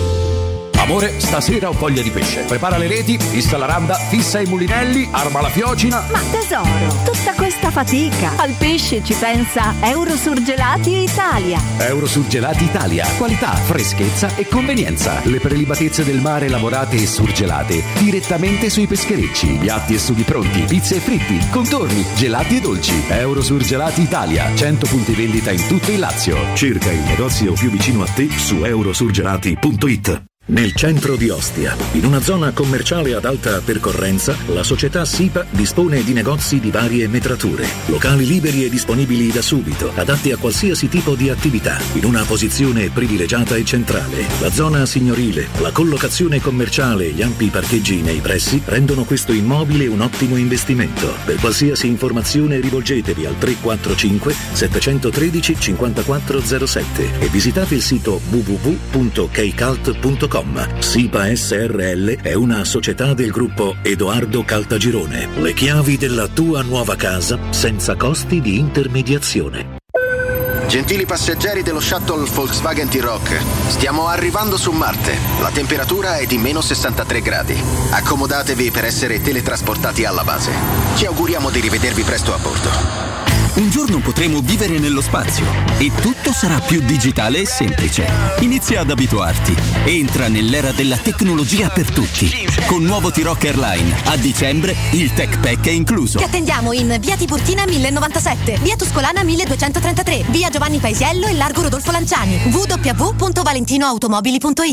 Amore, stasera ho voglia di pesce. Prepara le reti, fissa la randa, fissa i mulinelli, arma la fiocina. Ma tesoro, tutta questa fatica. Al pesce ci pensa Eurosurgelati Italia. Eurosurgelati Italia. Qualità, freschezza e convenienza. Le prelibatezze del mare lavorate e surgelate direttamente sui pescherecci. Piatti e sughi pronti, pizze e fritti, contorni, gelati e dolci. Eurosurgelati Italia. cento punti vendita in tutto il Lazio. Cerca il negozio più vicino a te su eurosurgelati punto it. Nel centro di Ostia, in una zona commerciale ad alta percorrenza, la società SIPA dispone di negozi di varie metrature, locali liberi e disponibili da subito, adatti a qualsiasi tipo di attività, in una posizione privilegiata e centrale. La zona signorile, la collocazione commerciale e gli ampi parcheggi nei pressi rendono questo immobile un ottimo investimento. Per qualsiasi informazione rivolgetevi al tre quattro cinque sette uno tre cinquantaquattro zero sette e visitate il sito w w w punto keicalt punto com. SIPA S R L è una società del gruppo Edoardo Caltagirone. Le chiavi della tua nuova casa senza costi di intermediazione. Gentili passeggeri dello shuttle Volkswagen T-Roc, stiamo arrivando su Marte. La temperatura è di meno sessantatré gradi. Accomodatevi per essere teletrasportati alla base. Ci auguriamo di rivedervi presto a bordo. Un giorno potremo vivere nello spazio e tutto sarà più digitale e semplice. Inizia ad abituarti. Entra nell'era della tecnologia per tutti. Con nuovo T-Roc Airline, a dicembre il Tech Pack è incluso. Ti attendiamo in via Tiburtina mille novantasette, via Tuscolana milleduecentotrentatré, via Giovanni Paesiello e largo Rodolfo Lanciani. w w w punto valentinoautomobili punto it.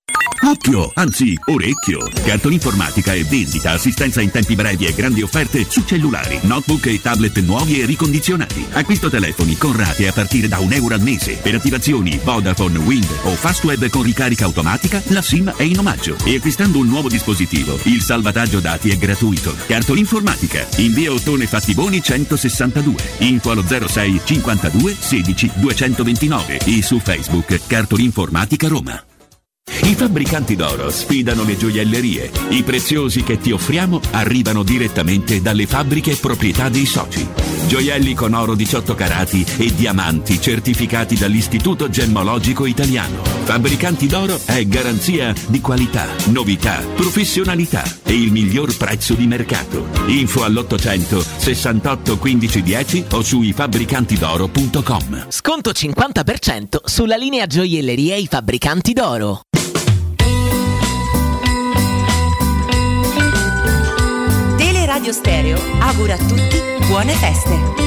Occhio, anzi orecchio. Cartolinformatica e vendita, assistenza in tempi brevi e grandi offerte su cellulari, notebook e tablet nuovi e ricondizionati. Acquisto telefoni con rate a partire da un euro al mese. Per attivazioni Vodafone, Wind o Fastweb con ricarica automatica, la SIM è in omaggio. E acquistando un nuovo dispositivo, il salvataggio dati è gratuito. Cartolinformatica, in via Ottone Fattiboni centosessantadue. Info allo zero sei cinquantadue sedici duecentoventinove e su Facebook Cartolinformatica Roma. I fabbricanti d'oro sfidano le gioiellerie. I preziosi che ti offriamo arrivano direttamente dalle fabbriche e proprietà dei soci. Gioielli con oro diciotto carati e diamanti certificati dall'Istituto Gemmologico Italiano. Fabbricanti d'oro è garanzia di qualità, novità, professionalità e il miglior prezzo di mercato. Info all'ottocento sessantotto quindici dieci o su i fabbricantidoro punto com. Sconto cinquanta per cento sulla linea gioielleria I Fabbricanti d'Oro. Radio Stereo augura a tutti buone feste.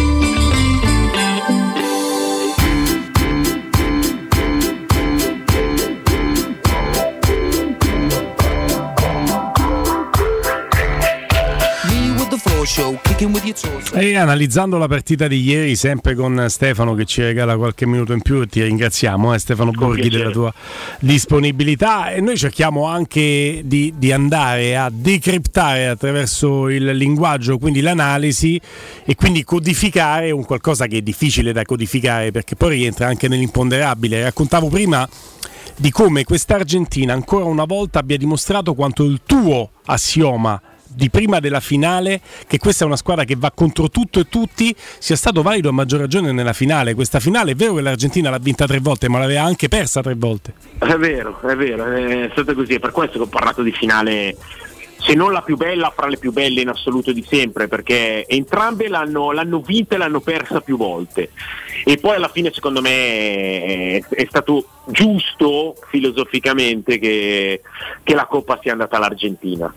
E analizzando la partita di ieri, sempre con Stefano che ci regala qualche minuto in più, ti ringraziamo eh, Stefano con Borghi piacere. Della tua disponibilità, e noi cerchiamo anche di, di andare a decriptare attraverso il linguaggio, quindi l'analisi, e quindi codificare un qualcosa che è difficile da codificare perché poi rientra anche nell'imponderabile. Raccontavo prima di come questa Argentina ancora una volta abbia dimostrato quanto il tuo assioma di prima della finale, che questa è una squadra che va contro tutto e tutti, sia stato valido a maggior ragione nella finale. Questa finale è vero che l'Argentina l'ha vinta tre volte, ma l'aveva anche persa tre volte. È vero, è vero, è stato così, è per questo che ho parlato di finale, se non la più bella, fra le più belle in assoluto di sempre, perché entrambe l'hanno, l'hanno vinta e l'hanno persa più volte. E poi alla fine secondo me è, è stato giusto filosoficamente che, che la Coppa sia andata all'Argentina,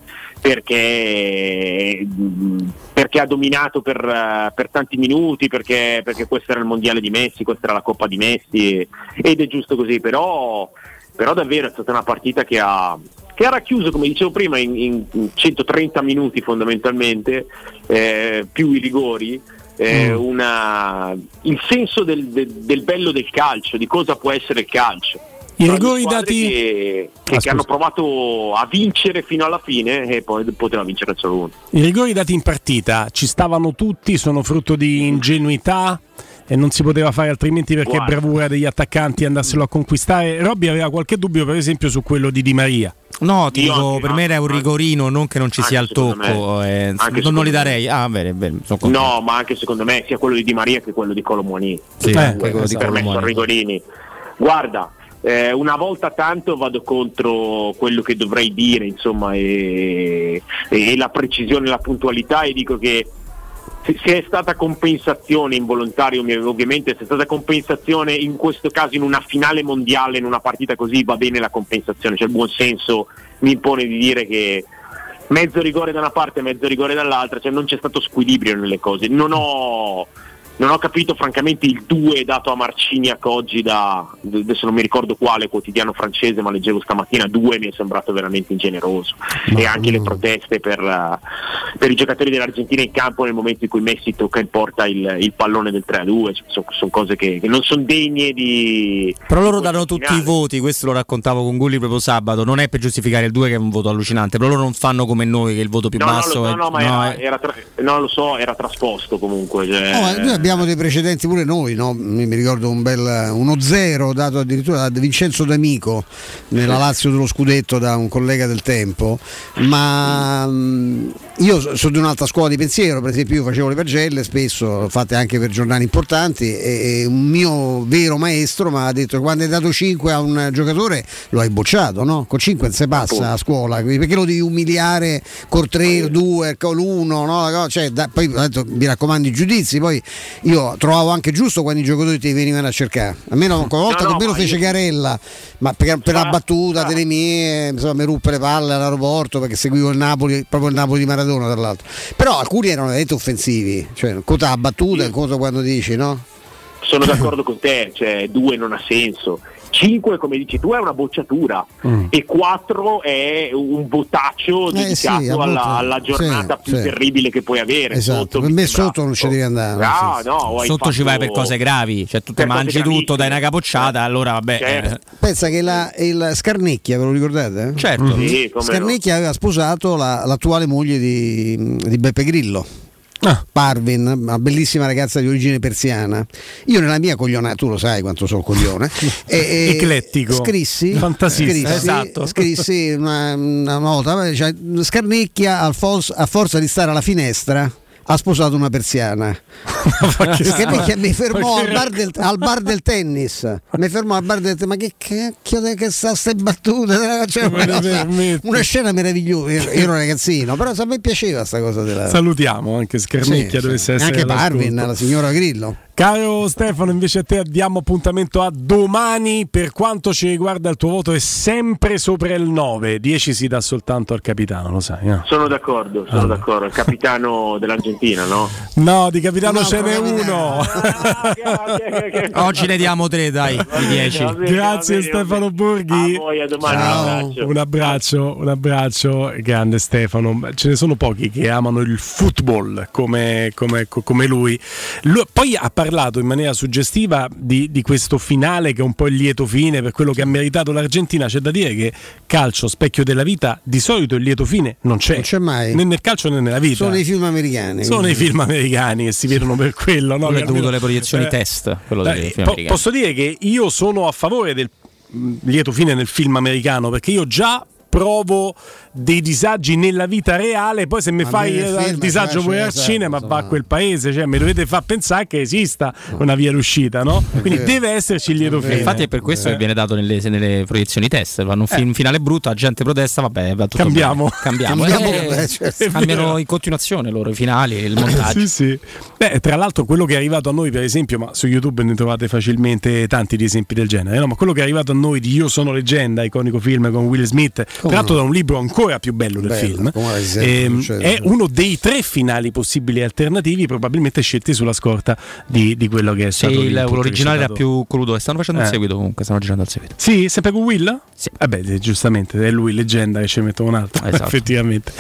perché, perché ha dominato per, per tanti minuti, perché, perché questo era il mondiale di Messi, questa era la Coppa di Messi, ed è giusto così. Però, però davvero è stata una partita che ha, che ha racchiuso, come dicevo prima, in, in centotrenta minuti fondamentalmente, eh, più i rigori, eh, mm. una, il senso del, del, del bello del calcio, di cosa può essere il calcio. I rigori dati che, che, ah, che hanno provato a vincere fino alla fine e poi poteva vincere solo uno. I rigori dati in partita ci stavano tutti, sono frutto di ingenuità e non si poteva fare altrimenti, perché Guarda. bravura degli attaccanti andarselo a conquistare. Robby aveva qualche dubbio per esempio su quello di Di Maria. No, ti dico, per me era un rigorino, non che non ci sia il tocco, eh, non, non li darei. Ah, bene, bene, no, ma anche secondo me sia quello di Di Maria che quello di Colomoni. Sì, eh, eh, quello di per me sono rigorini. Guarda, Eh, una volta tanto vado contro quello che dovrei dire, insomma, e, e la precisione e la puntualità, e dico che se, se è stata compensazione involontaria, ovviamente se è stata compensazione in questo caso in una finale mondiale, in una partita così, va bene la compensazione, cioè il buon senso mi impone di dire che mezzo rigore da una parte e mezzo rigore dall'altra, cioè non c'è stato squilibrio nelle cose. Non ho Non ho capito francamente il due dato a Marcignac oggi da, adesso non mi ricordo quale quotidiano francese, ma leggevo stamattina, due mi è sembrato veramente ingeneroso. No, e anche no. le proteste per, uh, per i giocatori dell'Argentina in campo nel momento in cui Messi tocca in porta il, il pallone del tre a due, cioè, sono, sono cose che, che non sono degne di... Però loro danno tutti finale. I voti, questo lo raccontavo con Gulli proprio sabato, non è per giustificare il due che è un voto allucinante, però loro non fanno come noi che il voto più no, basso no, è... No, no, ma no, era, è... era tra... no, lo so, era trasposto comunque. Cioè... No, noi abbiamo dei precedenti pure noi, no? Mi ricordo un bel uno zero dato addirittura da Vincenzo D'Amico nella Lazio dello scudetto da un collega del Tempo, ma mh, io sono di un'altra scuola di pensiero. Per esempio io facevo le pagelle spesso, fatte anche per giornali importanti, e, e un mio vero maestro mi ha detto che quando hai dato cinque a un giocatore lo hai bocciato, no? Con cinque non si passa a scuola, perché lo devi umiliare col tre, due, con l'uno, no? Cioè, da, poi detto, mi raccomando i giudizi. Poi io trovavo anche giusto quando i giocatori ti venivano a cercare, almeno una volta no, no, che me lo fece io... Garella, ma per, per la battuta delle mie, insomma, mi ruppe le palle all'aeroporto perché seguivo il Napoli, proprio il Napoli di Maradona tra l'altro. Però alcuni erano veramente offensivi, cioè conta la battuta, il conto quando dici, no? Sono d'accordo con te, cioè due non ha senso. cinque, come dici tu, è una bocciatura mm. e quattro è un votaccio eh, dedicato sì, alla, alla giornata sì, più sì. terribile che puoi avere. Esatto, sotto, per me sembra... sotto non ci devi andare. Ah, no, sotto fatto... ci vai per cose gravi, cioè tu te mangi tutto, dai una capocciata, allora vabbè. Certo. Eh. Pensa che la, il Scarnecchia, ve lo ricordate? Certo. Mm-hmm. Sì, come Scarnecchia no. aveva sposato la, l'attuale moglie di, di Beppe Grillo. Ah. Parvin, una bellissima ragazza di origine persiana. Io nella mia cogliona, tu lo sai quanto sono coglione, e, e eclettico, scrissi, fantasista, scrissi, esatto. scrissi una, una nota, cioè, Scarnecchia al fos, a forza di stare alla finestra ha sposato una persiana. Scarnecchia mi fermò al bar, del, al bar del tennis, mi fermò al bar del tennis, ma che cacchio che sta ste battute, cioè, una, cosa, una scena meravigliosa. Io ero ragazzino, però a me piaceva sta cosa della... Salutiamo anche Scarnecchia, sì, dovesse sì. essere anche Parvin, la signora Grillo. Caro Stefano, invece a te diamo appuntamento a domani. Per quanto ci riguarda, il tuo voto è sempre sopra il nove. dieci si dà soltanto al capitano, lo sai, no? Sono d'accordo, sono allora. d'accordo. Il capitano dell'Argentina, no? No, di capitano no, ce n'è uno. Ah, okay, okay, okay. Oggi ne diamo tre, dai, di dieci. Grazie bene, Stefano Borghi. A voi, a domani. Ciao. Un abbraccio, un abbraccio, grande Stefano. Ce ne sono pochi che amano il football come, come, come lui. lui. Poi ha parlato in maniera suggestiva di, di questo finale che è un po' il lieto fine per quello che ha meritato l'Argentina. C'è da dire che calcio, specchio della vita, di solito il lieto fine non c'è, non c'è mai, né nel calcio né nella vita. Sono i film americani, sono i film americani che si vedono per quello, no? È dovuto alle proiezioni eh, test quello dei eh, film po- americani. Posso dire che io sono a favore del lieto fine nel film americano, perché io già provo dei disagi nella vita reale, poi se mi fai il film, disagio poi al cinema va a quel paese, cioè mi dovete far pensare che esista una via d'uscita, no? Quindi deve esserci il lieto fine. Infatti è per questo eh. che viene dato nelle, nelle proiezioni test, fanno un film eh. finale brutto, la gente protesta, vabbè, va tutto cambiamo, bene. cambiamo, cambiamo eh, eh, cambiano in continuazione loro i finali, il montaggio. Sì, sì. Beh, tra l'altro quello che è arrivato a noi, per esempio, ma su YouTube ne trovate facilmente tanti di esempi del genere, no? Ma quello che è arrivato a noi di Io sono leggenda, iconico film con Will Smith, come tratto no? da un libro ancora più bello del Bello, film, ehm, è uno dei tre finali possibili alternativi, probabilmente scelti sulla scorta di, di quello che è stato sì, il l'originale era più crudo e stanno facendo eh. il seguito, comunque stanno girando il seguito. Sì, sempre con Will? Sì. Vabbè, giustamente, è lui leggenda che ci mette un altro, esatto. effettivamente.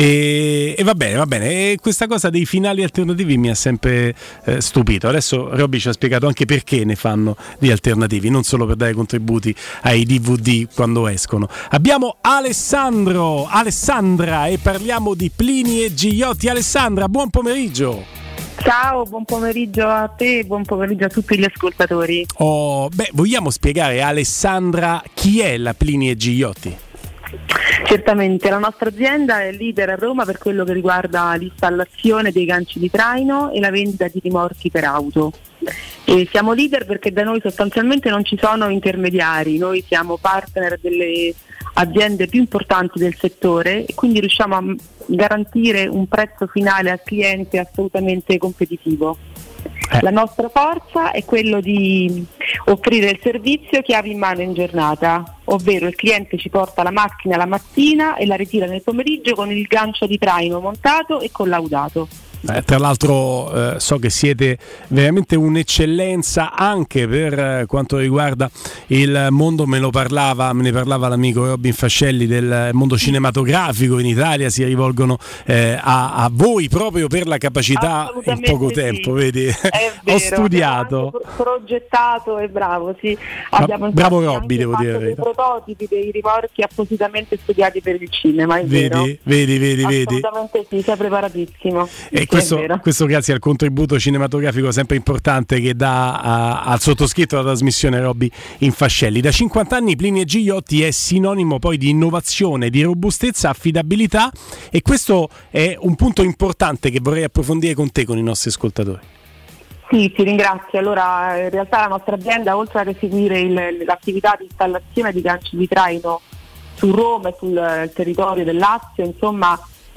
E, e va bene, va bene. E questa cosa dei finali alternativi mi ha sempre eh, stupito. Adesso Robby ci ha spiegato anche perché ne fanno di alternativi, non solo per dare contributi ai D V D quando escono. Abbiamo Alessandro, Alessandra, e parliamo di Plini e Gigliotti. Alessandra, buon pomeriggio. Ciao, buon pomeriggio a te e buon pomeriggio a tutti gli ascoltatori. Oh, beh, vogliamo spiegare, Alessandra, chi è la Plini e Gigliotti? Certamente, la nostra azienda è leader a Roma per quello che riguarda l'installazione dei ganci di traino e la vendita di rimorchi per auto. E siamo leader perché da noi sostanzialmente non ci sono intermediari, noi siamo partner delle aziende più importanti del settore e quindi riusciamo a garantire un prezzo finale al cliente assolutamente competitivo. Eh. La nostra forza è quello di offrire il servizio chiavi in mano in giornata, ovvero il cliente ci porta la macchina la mattina e la ritira nel pomeriggio con il gancio di traino montato e collaudato. Eh, tra l'altro eh, so che siete veramente un'eccellenza anche per eh, quanto riguarda il mondo, me lo parlava, me ne parlava l'amico Robin Fascelli, del mondo cinematografico in Italia, si rivolgono eh, a, a voi proprio per la capacità in poco sì. tempo, vedi? Vero, ho studiato, progettato e bravo, sì. Abbiamo bravo Robby, devo dire dei prototipi dei rimorchi appositamente studiati per il cinema, è vedi, vero? vedi, vedi, vedi. Assolutamente sì, sei preparatissimo. E questo, questo grazie al contributo cinematografico sempre importante che dà a, al sottoscritto la trasmissione Robby in Fascelli. Da cinquanta anni Plini e Gigliotti è sinonimo poi di innovazione, di robustezza, affidabilità, e questo è un punto importante che vorrei approfondire con te, con i nostri ascoltatori. Sì, ti ringrazio. Allora, in realtà la nostra azienda, oltre ad eseguire il, l'attività di installazione di ganci di traino su Roma e sul territorio del Lazio, insomma,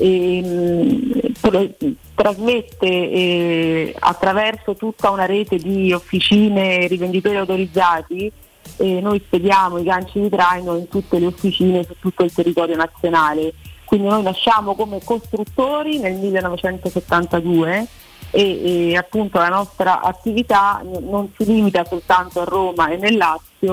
ehm, trasmette eh, attraverso tutta una rete di officine e rivenditori autorizzati, e noi spediamo i ganci di traino in tutte le officine su tutto il territorio nazionale. Quindi noi nasciamo come costruttori nel millenovecentosettantadue e, e appunto la nostra attività non si limita soltanto a Roma e nel Lazio,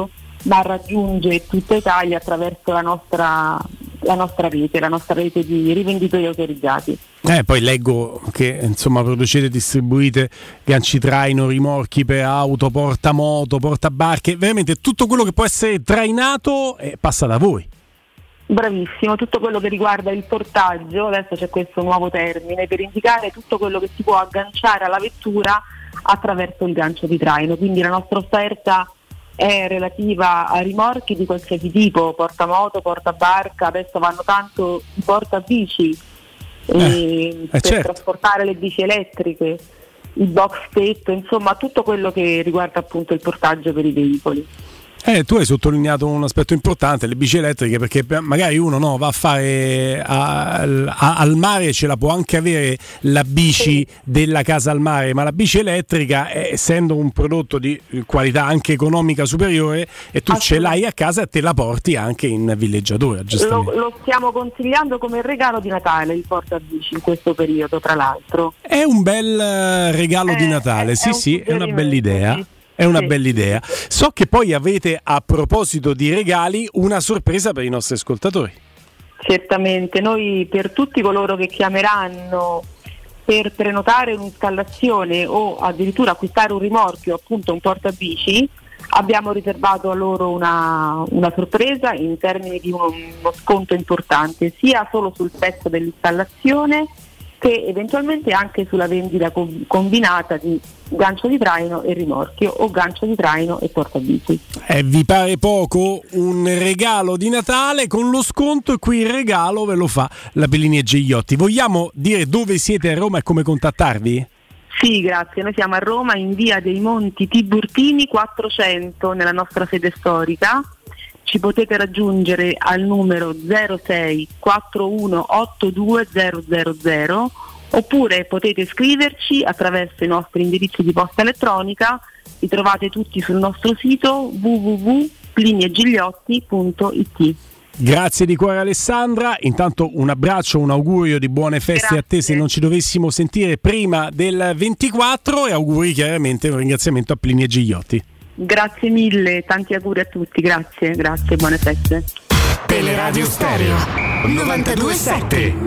ma raggiunge tutta Italia attraverso la nostra, la nostra rete, la nostra rete di rivenditori autorizzati. Eh, poi leggo che insomma producete e distribuite ganci traino, rimorchi per auto, portamoto, portabarche, veramente tutto quello che può essere trainato eh, passa da voi. Bravissimo, tutto quello che riguarda il portaggio, adesso c'è questo nuovo termine per indicare tutto quello che si può agganciare alla vettura attraverso il gancio di traino, quindi la nostra offerta è relativa a rimorchi di qualsiasi tipo, portamoto, portabarca, adesso vanno tanto i portabici eh, eh, per certo. trasportare le bici elettriche, il box tetto, insomma tutto quello che riguarda appunto il portaggio per i veicoli. Eh, tu hai sottolineato un aspetto importante, le bici elettriche, perché magari uno no, va a fare a, a, al mare, ce la può anche avere la bici della casa al mare, ma la bici elettrica, eh, essendo un prodotto di qualità anche economica superiore, e tu ce l'hai a casa e te la porti anche in villeggiatura, giustamente. Lo, lo stiamo consigliando come regalo di Natale, il portabici in questo periodo, tra l'altro. È un bel regalo eh, di Natale, è, sì è sì, è una bella idea. Sì. È una sì. bella idea. So che poi avete, a proposito di regali, una sorpresa per i nostri ascoltatori. Certamente, noi per tutti coloro che chiameranno per prenotare un'installazione o addirittura acquistare un rimorchio, appunto un portabici, abbiamo riservato a loro una, una sorpresa in termini di uno, uno sconto importante, sia solo sul prezzo dell'installazione che eventualmente anche sulla vendita co- combinata di gancio di traino e rimorchio o gancio di traino e portabici. Eh, vi pare poco un regalo di Natale con lo sconto, e qui il regalo ve lo fa la Bellini e Gigliotti. Vogliamo dire dove siete a Roma e come contattarvi? Sì, grazie. Noi siamo a Roma in via dei Monti Tiburtini quattrocento nella nostra sede storica. Ci potete raggiungere al numero zero sei quattortuno ottantadue zero zero zero oppure potete scriverci attraverso i nostri indirizzi di posta elettronica. Li trovate tutti sul nostro sito w w w punto plini e gigliotti punto i t. Grazie di cuore Alessandra, intanto un abbraccio, un augurio di buone feste. Grazie. A te se non ci dovessimo sentire prima del ventiquattro, e auguri chiaramente, un ringraziamento a Plini e Gigliotti. Grazie mille, tanti auguri a tutti, grazie, grazie, buone feste. Teleradio Stereo novantadue sette.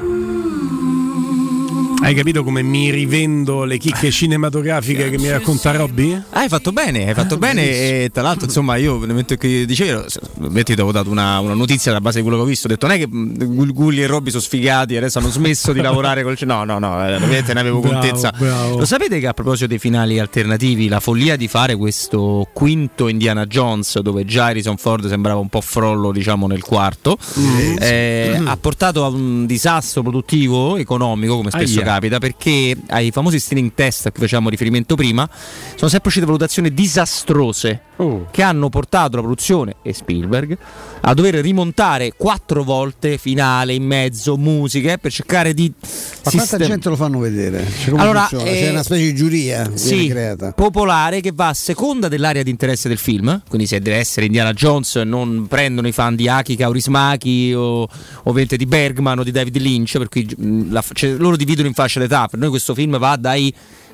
Hai capito come mi rivendo le chicche cinematografiche che mi racconta Robby? Ah, hai fatto bene, hai fatto ah, bene benissimo. E tra l'altro insomma io nel momento che dicevo, ovviamente ti avevo dato una, una notizia alla base di quello che ho visto, ho detto non è che Gulli e Robby sono sfigati e adesso hanno smesso di lavorare col no no no, ovviamente ne avevo bravo, contezza bravo. Lo sapete che a proposito dei finali alternativi, la follia di fare questo quinto Indiana Jones, dove già Harrison Ford sembrava un po' frollo diciamo nel quarto, mm. Eh, mm. ha portato a un disastro produttivo economico, come spesso Aia. capita, perché ai famosi streaming test a cui facevamo riferimento prima sono sempre uscite valutazioni disastrose oh. che hanno portato la produzione e Spielberg a dover rimontare quattro volte finale, in mezzo, musiche per cercare di ma sistem- quanta gente lo fanno vedere? Cioè, allora, eh, c'è una specie di giuria sì, creata. popolare, che va a seconda dell'area di interesse del film, quindi se deve essere Indiana Jones non prendono i fan di Aki Kaurismäki o ovviamente di Bergman o di David Lynch, per cui la, cioè, loro dividono in fascia d'età. Per noi questo film va dai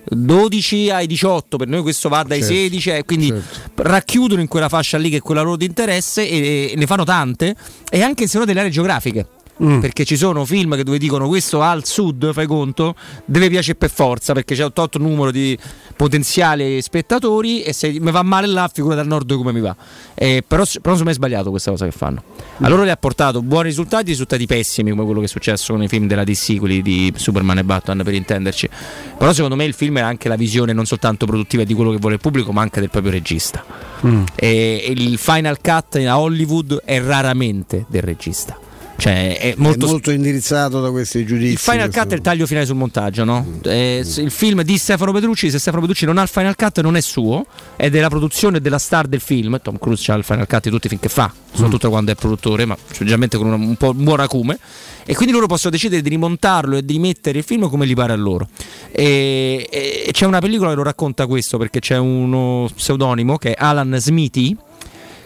dodici ai diciotto, per noi questo va dai certo, sedici, e quindi certo. racchiudono in quella fascia lì che è quella loro di interesse, e, e ne fanno tante, e anche in secondo delle aree geografiche. Mm. Perché ci sono film che dove dicono questo al sud, fai conto, deve piacere per forza perché c'è un tot numero di potenziali spettatori, e se mi va male là figura dal nord come mi va, eh, però, però secondo me è sbagliato questa cosa che fanno. A loro le ha portato buoni risultati, risultati pessimi come quello che è successo con i film della D C, quelli di Superman e Batman per intenderci, però secondo me il film è anche la visione non soltanto produttiva di quello che vuole il pubblico ma anche del proprio regista. mm. e, e il final cut a Hollywood è raramente del regista. Cioè, è, molto, è molto indirizzato da questi giudizi. Il final cut è il taglio finale sul montaggio, no? Mm. Eh, il film di Stefano Petrucci, se Stefano Petrucci non ha il final cut non è suo, è della produzione e della star del film. Tom Cruise ha il final cut di tutti i film che fa, soprattutto mm. quando è produttore, ma specialmente con una, un po' un buon acume, e quindi loro possono decidere di rimontarlo e di mettere il film come gli pare a loro. E, e, e c'è una pellicola che lo racconta questo, perché c'è uno pseudonimo che è Alan Smithy,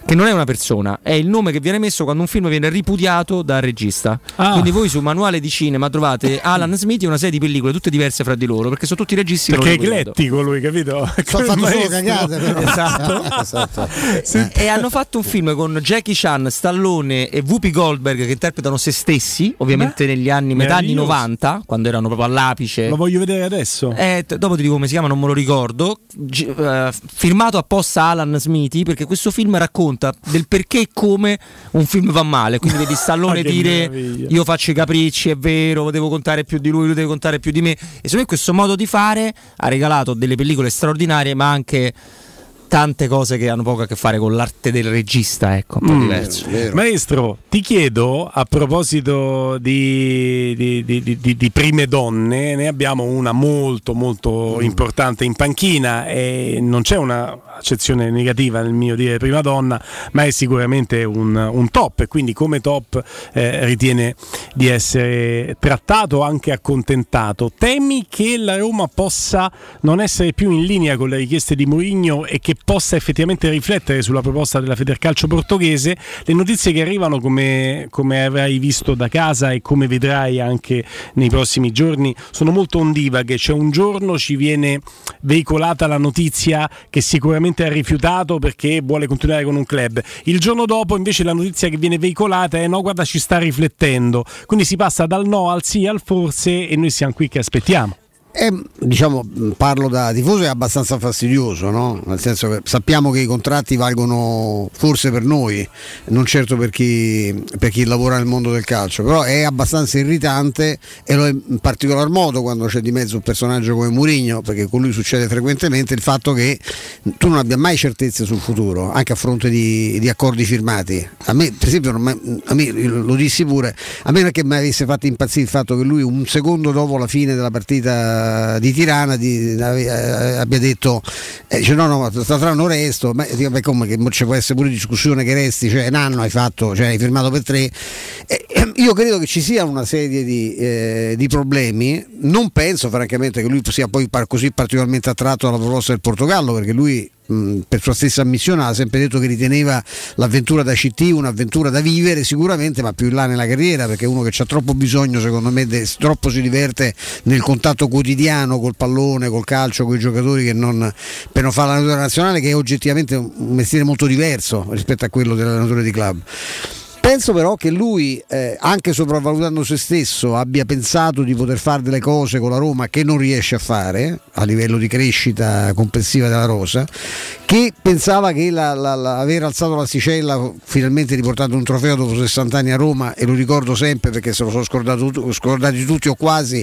che non è una persona, è il nome che viene messo quando un film viene ripudiato dal regista. Ah. Quindi voi su Manuale di Cinema trovate Alan Smith e una serie di pellicole tutte diverse fra di loro, perché sono tutti registi. Perché è eclettico lui, capito? Ho fatto solo cagate, però. Esatto. esatto. E, e hanno fatto un film con Jackie Chan, Stallone e Whoopi Goldberg che interpretano se stessi, ovviamente Beh, negli anni metà anni meraviglioso. novanta, quando erano proprio all'apice. Lo voglio vedere adesso. Eh, t- dopo ti dico come si chiama, non me lo ricordo. G- uh, firmato apposta Alan Smithy, perché questo film racconta del perché e come un film va male. Quindi vedi Stallone Ah, che dire meraviglia. io faccio i capricci, è vero, devo contare più di lui, lui deve contare più di me. E secondo me questo modo di fare ha regalato delle pellicole straordinarie, ma anche tante cose che hanno poco a che fare con l'arte del regista, ecco, un po' Mm. diverso. Maestro, ti chiedo, a proposito di, di, di, di, di prime donne, ne abbiamo una molto molto Mm. importante in panchina e non c'è una accezione negativa nel mio dire prima donna, ma è sicuramente un, un top, e quindi come top eh, ritiene di essere trattato, anche accontentato. Temi che la Roma possa non essere più in linea con le richieste di Mourinho e che possa effettivamente riflettere sulla proposta della Federcalcio portoghese? Le notizie che arrivano, come, come avrai visto da casa e come vedrai anche nei prossimi giorni, sono molto ondivaghe. C'è un giorno ci viene veicolata la notizia che sicuramente ha rifiutato perché vuole continuare con un club, il giorno dopo invece la notizia che viene veicolata è no, guarda, ci sta riflettendo, quindi si passa dal no al sì al forse e noi siamo qui che aspettiamo. È, diciamo, parlo da tifoso, è abbastanza fastidioso, no? Nel senso che sappiamo che i contratti valgono forse per noi, non certo per chi, per chi lavora nel mondo del calcio, però è abbastanza irritante, e lo è in particolar modo quando c'è di mezzo un personaggio come Mourinho, perché con lui succede frequentemente il fatto che tu non abbia mai certezze sul futuro, anche a fronte di, di accordi firmati. A me, per esempio, non mai, a me, lo dissi pure, a me non è che mi avesse fatto impazzire il fatto che lui un secondo dopo la fine della partita di Tirana di, eh, abbia detto eh, dice, no no statranno resto, ma beh, come che ci può essere pure discussione che resti, cioè un anno hai fatto, cioè hai firmato per tre. Eh, io credo che ci sia una serie di, eh, di problemi. Non penso francamente che lui sia poi par- così particolarmente attratto dalla proposta del Portogallo, perché lui mh, per sua stessa ammissione ha sempre detto che riteneva l'avventura da C T un'avventura da vivere sicuramente, ma più in là nella carriera, perché è uno che c'ha troppo bisogno, secondo me, de- troppo si diverte nel contatto quotidiano col pallone, col calcio, con i giocatori, che non per non fare l'allenatore nazionale, che è oggettivamente un mestiere molto diverso rispetto a quello dell'allenatore di club. Penso però che lui, eh, anche sopravvalutando se stesso, abbia pensato di poter fare delle cose con la Roma che non riesce a fare a livello di crescita complessiva della rosa, che pensava che la, la, la, aver alzato l'asticella, finalmente riportato un trofeo dopo sessanta anni a Roma, e lo ricordo sempre perché se lo sono scordato, scordati tutti o quasi,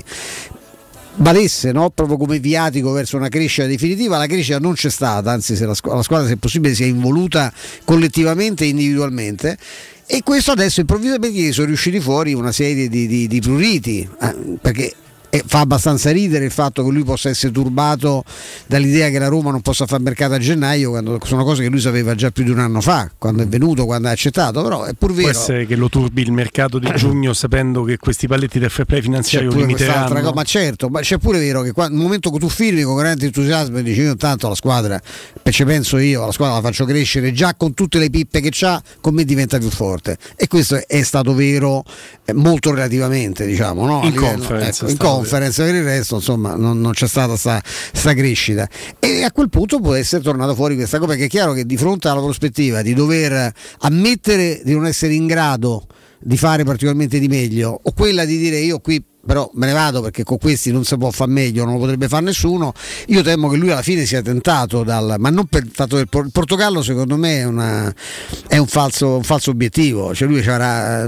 valesse, no? Proprio come viatico verso una crescita definitiva. La crescita non c'è stata, anzi se la, la squadra, se possibile, si è involuta collettivamente e individualmente, e questo adesso improvvisamente gli sono riusciti fuori una serie di, di, di pruriti, eh, perché e fa abbastanza ridere il fatto che lui possa essere turbato dall'idea che la Roma non possa fare mercato a gennaio, quando sono cose che lui sapeva già più di un anno fa, quando è venuto, quando ha accettato. Però è pur vero. Può essere che lo turbi il mercato di giugno sapendo che questi paletti del fair play finanziario limiteranno. Cosa, ma certo, ma c'è pure vero che quando, nel momento che tu firmi con grande entusiasmo e dici io tanto la squadra, ci penso io, la squadra la faccio crescere, già con tutte le pippe che c'ha, con me diventa più forte, e questo è stato vero eh, molto relativamente, diciamo, no? In livello, conference, ecco, in conference per il resto, insomma, non, non c'è stata sta, sta crescita, e a quel punto può essere tornato fuori questa cosa, perché è chiaro che di fronte alla prospettiva di dover ammettere di non essere in grado di fare particolarmente di meglio, o quella di dire io qui però me ne vado perché con questi non si può far meglio, non lo potrebbe fare nessuno, io temo che lui alla fine sia tentato dal, ma non per il fatto del il Portogallo, secondo me è, una, è un, falso, un falso obiettivo, cioè lui c'era,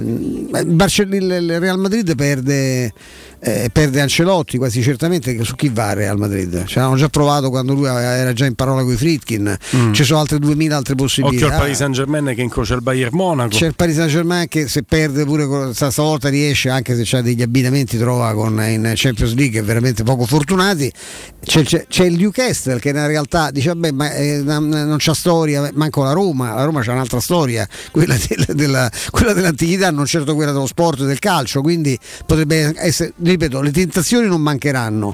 il Real Madrid perde Eh, perde Ancelotti quasi certamente, su chi va Real Madrid? Ci avevano già provato quando lui era già in parola con i Friedkin, mm. ci sono altre duemila altre possibilità. Occhio al Paris Saint-Germain che incrocia il Bayern Monaco. C'è il Paris Saint-Germain che se perde pure stavolta riesce, anche se c'ha degli abbinamenti trova con in Champions League, veramente poco fortunati. C'è, c'è, c'è il Newcastle che in realtà dice vabbè, ma eh, non c'ha storia, manco la Roma, la Roma c'ha un'altra storia, quella, del, della, quella dell'antichità, non certo quella dello sport e del calcio, quindi potrebbe essere, ripeto, le tentazioni non mancheranno,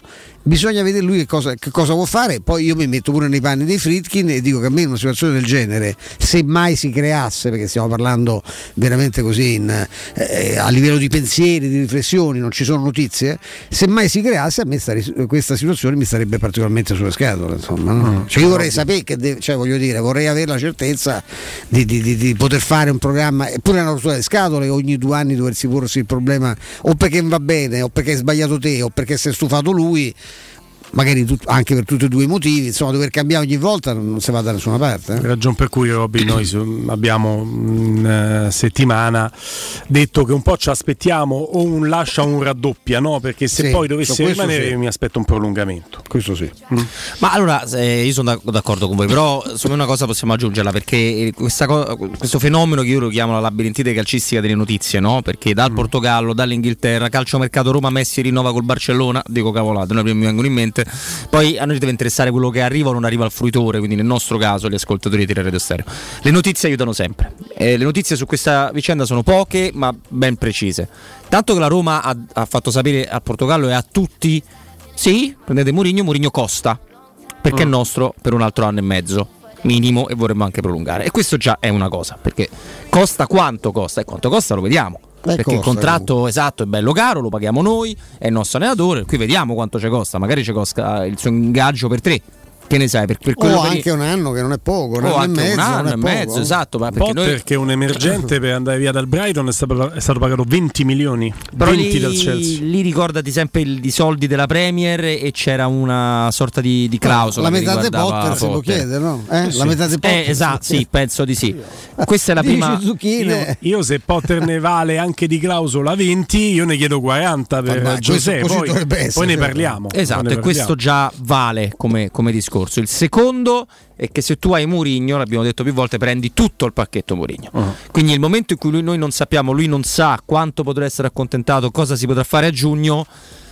bisogna vedere lui che cosa, che cosa può fare. Poi io mi metto pure nei panni dei Friedkin e dico che a me in una situazione del genere, se mai si creasse, perché stiamo parlando veramente così in, eh, a livello di pensieri, di riflessioni, non ci sono notizie, se mai si creasse a me sta, questa situazione mi starebbe particolarmente sulle scatole, insomma, no? mm, cioè io vorrei sapere che deve, cioè voglio dire, vorrei avere la certezza di, di, di, di poter fare un programma, eppure è una rottura di scatole ogni due anni doversi porsi il problema o perché va bene o perché hai sbagliato te o perché si è stufato lui, magari tut- anche per tutti e due i motivi, insomma dover cambiare ogni volta non, non si va da nessuna parte, eh? Ragione per cui Robby noi su, abbiamo in uh, settimana detto che un po' ci aspettiamo o un lascia o un raddoppia, no? Perché se sì, poi dovesse rimanere sì. mi aspetto un prolungamento. Questo sì. Mm. Ma allora eh, io sono d'accordo con voi, però secondo me una cosa possiamo aggiungerla, perché questa co- questo fenomeno che io lo chiamo la labirintite calcistica delle notizie, no? Perché dal mm. Portogallo, dall'Inghilterra, calciomercato Roma, Messi rinova col Barcellona, dico cavolate, noi prima mi vengono in mente. Poi a noi deve interessare quello che arriva o non arriva al fruitore, quindi nel nostro caso gli ascoltatori di Radio Stereo. Le notizie aiutano sempre, eh, le notizie su questa vicenda sono poche ma ben precise, tanto che la Roma ha, ha fatto sapere al Portogallo e a tutti: sì, prendete Mourinho, Mourinho costa perché mm. è nostro per un altro anno e mezzo minimo e vorremmo anche prolungare, e questo già è una cosa, perché costa quanto costa e quanto costa lo vediamo. Beh, perché costa, il contratto comunque. esatto è bello caro, lo paghiamo noi, è il nostro allenatore, qui vediamo quanto ci costa, magari ci costa il suo ingaggio per tre, che ne sai, per, per quello o che anche un anno che non è poco, un o anno anche e mezzo, un anno non e è mezzo, poco. esatto, ma Un perché po' noi perché un emergente per andare via dal Brighton è stato, è stato pagato venti milioni, però venti lì, dal Chelsea. lì ricordati sempre il, i soldi della Premier e c'era una sorta di, di clausola. La che metà di riguardava Potter si può chiedere, no? Eh? Sì. La metà di Potter eh, esatto, sì, penso di sì. Questa è la prima. Io, io se Potter ne vale anche di clausola venti, io ne chiedo quaranta per Vabbè, Giuseppe, così poi, dovrebbe essere, poi ne certo. parliamo. Esatto, poi ne e questo già vale come, come discorso. Il secondo è che se tu hai Mourinho, l'abbiamo detto più volte, prendi tutto il pacchetto Mourinho. Uh-huh. Quindi il momento in cui lui, noi non sappiamo, lui non sa quanto potrà essere accontentato, cosa si potrà fare a giugno,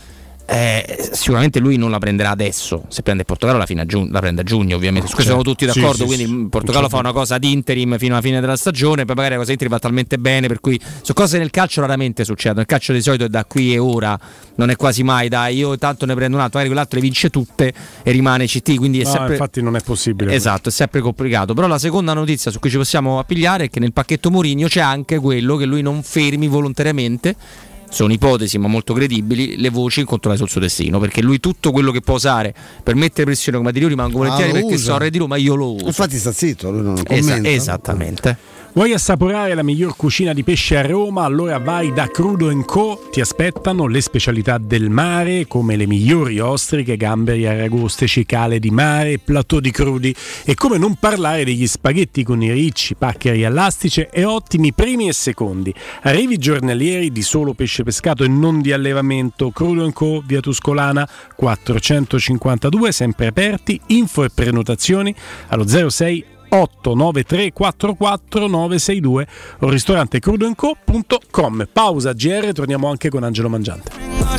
eh, sicuramente lui non la prenderà adesso. Se prende il Portogallo la, fine a giugno, la prende a giugno, ovviamente. Su questo certo. siamo tutti d'accordo, sì, quindi sì, il Portogallo certo. fa una cosa ad interim fino alla fine della stagione, poi magari la cosa interim va talmente bene per cui su cose nel calcio raramente succedono. Nel calcio di solito è da qui e ora, non è quasi mai dai io tanto ne prendo un altro, magari quell'altro le vince tutte e rimane C T, quindi è no, sempre infatti non è possibile. Esatto, è sempre complicato. Però la seconda notizia su cui ci possiamo appigliare è che nel pacchetto Mourinho c'è anche quello che lui non fermi volontariamente. Sono ipotesi ma molto credibili le voci controllate sul suo destino, perché lui tutto quello che può usare per mettere pressione, come dire io rimango volentieri ah, perché usa. so re di Roma, io lo uso. Infatti sta zitto, lui non Esa- commenta. Esattamente. Vuoi assaporare la miglior cucina di pesce a Roma? Allora vai da Crudo and Co. Ti aspettano le specialità del mare come le migliori ostriche, gamberi, aragoste, cicale di mare, plateau di crudi, e come non parlare degli spaghetti con i ricci, paccheri all'astice e ottimi primi e secondi. Arrivi giornalieri di solo pesce pescato e non di allevamento. Crudo and Co. via Tuscolana quattrocentocinquantadue, sempre aperti. Info e prenotazioni allo zero sei otto nove tre quattro quattro nove sei due o ristorante crudo and co punto com. Pausa G R, torniamo anche con Angelo Mangiante.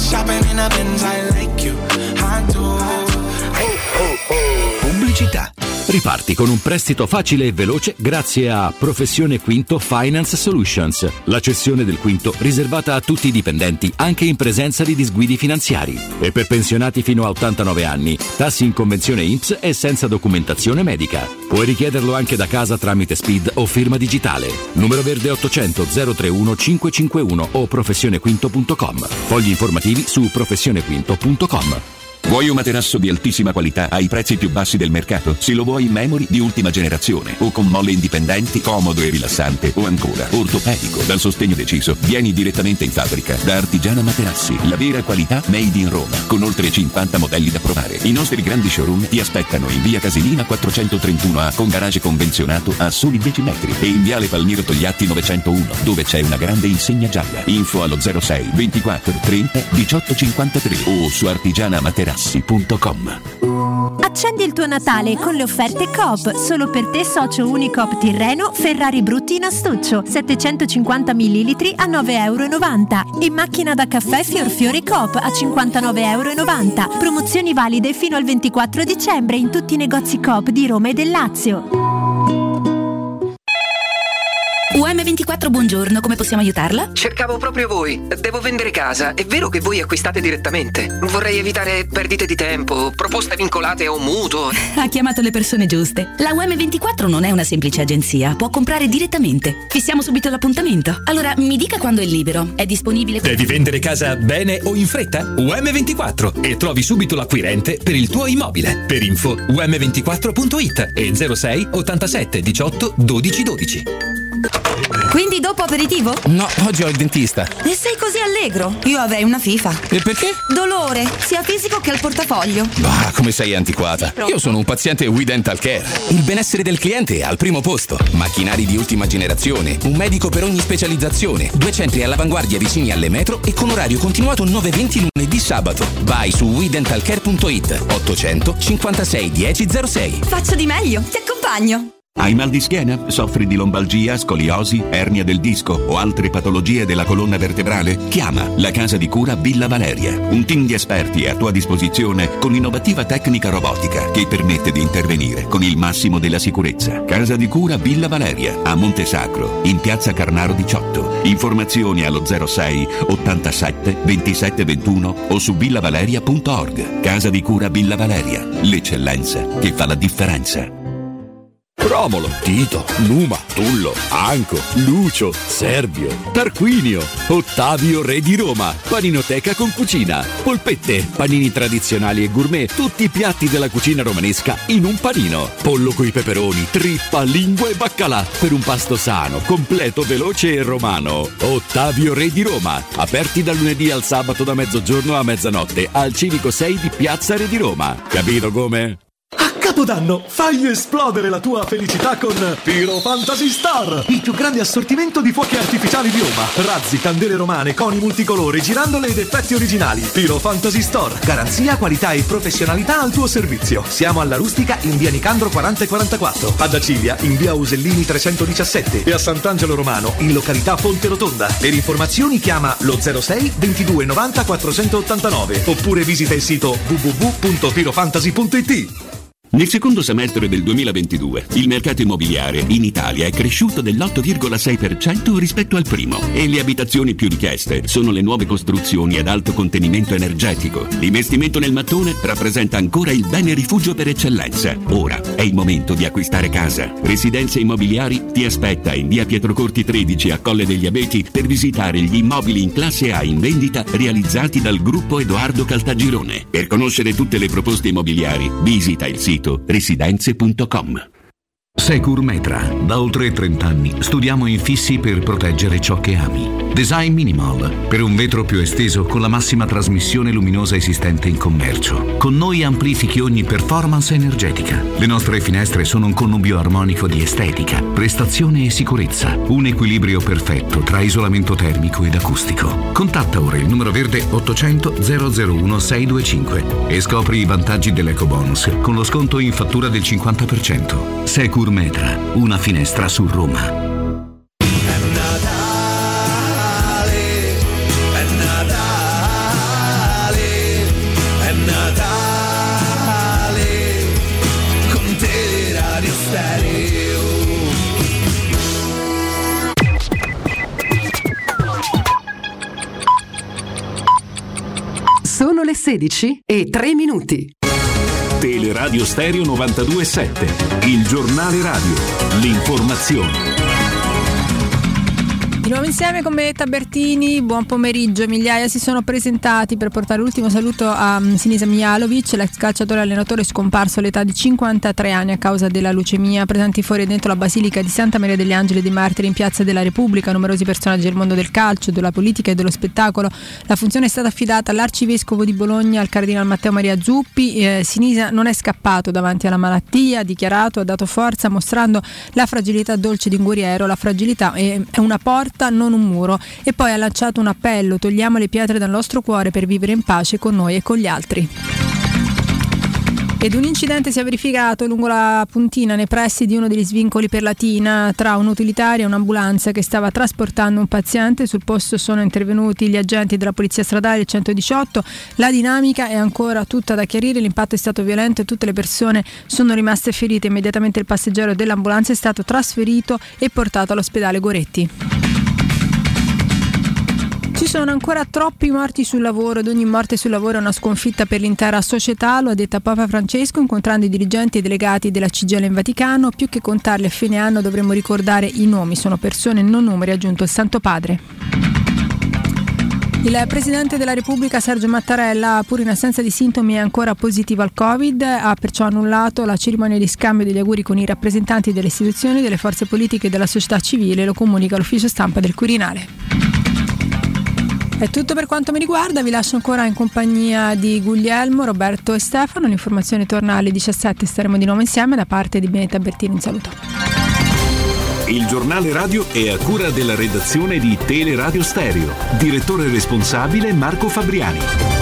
Pubblicità. Riparti con un prestito facile e veloce grazie a Professione Quinto Finance Solutions, la cessione del quinto riservata a tutti i dipendenti anche in presenza di disguidi finanziari, e per pensionati fino a ottantanove anni, tassi in convenzione I N P S e senza documentazione medica. Puoi richiederlo anche da casa tramite S P I D o firma digitale. Numero verde ottocento zero trentuno cinquecentocinquantuno o professione quinto punto com. Fogli informativi su professione quinto punto com. Vuoi un materasso di altissima qualità ai prezzi più bassi del mercato? Se lo vuoi in memory di ultima generazione o con molle indipendenti, comodo e rilassante, o ancora ortopedico dal sostegno deciso, vieni direttamente in fabbrica da Artigiana Materassi, la vera qualità made in Roma, con oltre cinquanta modelli da provare. I nostri grandi showroom ti aspettano in via Casilina quattrocentotrentuno A con garage convenzionato a soli dieci metri e in viale Palmiro Togliatti novecentouno dove c'è una grande insegna gialla. Info allo zero sei ventiquattro trenta diciotto cinquantatré o su artigiana materassi punto com. Accendi il tuo Natale con le offerte Coop. Solo per te socio Unicoop Tirreno Ferrari Brutti in astuccio settecentocinquanta millilitri a nove virgola novanta euro e macchina da caffè Fiorfiore Coop a cinquantanove virgola novanta euro. Promozioni valide fino al ventiquattro dicembre in tutti i negozi Coop di Roma e del Lazio. U M emme ventiquattro, buongiorno, come possiamo aiutarla? Cercavo proprio voi. Devo vendere casa. È vero che voi acquistate direttamente? Vorrei evitare perdite di tempo, proposte vincolate a un mutuo. Ha chiamato le persone giuste. La U emme ventiquattro non è una semplice agenzia, può comprare direttamente. Fissiamo subito l'appuntamento. Allora, mi dica quando è libero. È disponibile? Devi vendere casa bene o in fretta? U emme ventiquattro e trovi subito l'acquirente per il tuo immobile. Per info u emme ventiquattro punto it e zero sei ottantasette diciotto dodici dodici. Quindi dopo aperitivo? No, oggi ho il dentista. E sei così allegro? Io avrei una FIFA. E perché? Dolore, sia fisico che al portafoglio. Bah, come sei antiquata. Io sono un paziente We Dental Care. Il benessere del cliente è al primo posto. Macchinari di ultima generazione, un medico per ogni specializzazione, due centri all'avanguardia vicini alle metro e con orario continuato nove venti lunedì sabato. Vai su we dental care punto it ottocento cinquantasei dieci zero sei. Faccio di meglio, ti accompagno. Hai mal di schiena? Soffri di lombalgia, scoliosi, ernia del disco o altre patologie della colonna vertebrale? Chiama la Casa di Cura Villa Valeria. Un team di esperti è a tua disposizione con l'innovativa tecnica robotica che permette di intervenire con il massimo della sicurezza. Casa di Cura Villa Valeria a Montesacro, in piazza Carnaro diciotto. Informazioni allo zero sei ottantasette ventisette ventuno o su villavaleria punto org. Casa di Cura Villa Valeria, l'eccellenza che fa la differenza. Romolo, Tito, Numa, Tullo, Anco, Lucio, Servio, Tarquinio, Ottavio Re di Roma, paninoteca con cucina, polpette, panini tradizionali e gourmet, tutti i piatti della cucina romanesca in un panino, pollo coi peperoni, trippa, lingua e baccalà, per un pasto sano, completo, veloce e romano. Ottavio Re di Roma, aperti dal lunedì al sabato da mezzogiorno a mezzanotte al Civico sei di Piazza Re di Roma. Capito come? Capodanno, fai esplodere la tua felicità con Pyro Fantasy Star, il più grande assortimento di fuochi artificiali di Roma. Razzi, candele romane, coni multicolori, girandole ed effetti originali. Pyro Fantasy Store, garanzia, qualità e professionalità al tuo servizio. Siamo alla Rustica in via Nicandro quaranta e quarantaquattro, ad Acilia in via Usellini trecentodiciassette e a Sant'Angelo Romano in località Fonte Rotonda. Per informazioni chiama lo zero sei ventidue novanta quattrocentottantanove oppure visita il sito w w w punto pyrofantasy punto it. Nel secondo semestre del duemilaventidue il mercato immobiliare in Italia è cresciuto dell'otto virgola sei per cento rispetto al primo e le abitazioni più richieste sono le nuove costruzioni ad alto contenimento energetico. L'investimento nel mattone rappresenta ancora il bene rifugio per eccellenza. Ora è il momento di acquistare casa. Residenze Immobiliari ti aspetta in via Pietrocorti tredici a Colle degli Abeti per visitare gli immobili in classe A in vendita realizzati dal gruppo Edoardo Caltagirone. Per conoscere tutte le proposte immobiliari visita il sito residenze punto com. Securmetra. Da oltre trenta anni studiamo infissi per proteggere ciò che ami. Design Minimal, per un vetro più esteso con la massima trasmissione luminosa esistente in commercio. Con noi amplifichi ogni performance energetica. Le nostre finestre sono un connubio armonico di estetica, prestazione e sicurezza. Un equilibrio perfetto tra isolamento termico ed acustico. Contatta ora il numero verde ottocento zero zero uno sei due cinque e scopri i vantaggi dell'ecobonus con lo sconto in fattura del cinquanta per cento. Securmetra, una finestra su Roma. Sono le sedici e tre minuti. Teleradio Stereo novantadue virgola sette, il giornale radio, l'informazione. Di nuovo insieme con Benedetta Bertini, buon pomeriggio. Migliaia si sono presentati per portare l'ultimo saluto a Sinisa Mijalovic, l'ex calciatore allenatore scomparso all'età di cinquantatré anni a causa della leucemia. Presenti fuori e dentro la Basilica di Santa Maria degli Angeli dei Martiri in Piazza della Repubblica numerosi personaggi del mondo del calcio, della politica e dello spettacolo. La funzione è stata affidata all'arcivescovo di Bologna, al cardinal Matteo Maria Zuppi. eh, Sinisa non è scappato davanti alla malattia, ha dichiarato, ha dato forza mostrando la fragilità dolce di un guerriero. La fragilità è una porta, non un muro, e poi ha lanciato un appello: togliamo le pietre dal nostro cuore per vivere in pace con noi e con gli altri. Ed un incidente si è verificato lungo la Puntina nei pressi di uno degli svincoli per Latina tra un'utilitaria e un'ambulanza che stava trasportando un paziente. Sul posto sono intervenuti gli agenti della polizia stradale del centodiciotto. La dinamica è ancora tutta da chiarire, l'impatto è stato violento e tutte le persone sono rimaste ferite. Immediatamente il passeggero dell'ambulanza è stato trasferito e portato all'ospedale Goretti. Ci sono ancora troppi morti sul lavoro ed ogni morte sul lavoro è una sconfitta per l'intera società, lo ha detto Papa Francesco incontrando i dirigenti e delegati della C G I L in Vaticano. Più che contarli a fine anno dovremmo ricordare i nomi, sono persone non numeri, ha aggiunto il Santo Padre. Il Presidente della Repubblica Sergio Mattarella, pur in assenza di sintomi, è ancora positivo al Covid, ha perciò annullato la cerimonia di scambio degli auguri con i rappresentanti delle istituzioni, delle forze politiche e della società civile, lo comunica l'ufficio stampa del Quirinale. È tutto per quanto mi riguarda, vi lascio ancora in compagnia di Guglielmo, Roberto e Stefano. L'informazione torna alle diciassette, staremo di nuovo insieme. Da parte di Benetta Bertini un saluto. Il giornale radio è a cura della redazione di Teleradio Stereo. Direttore responsabile Marco Fabriani.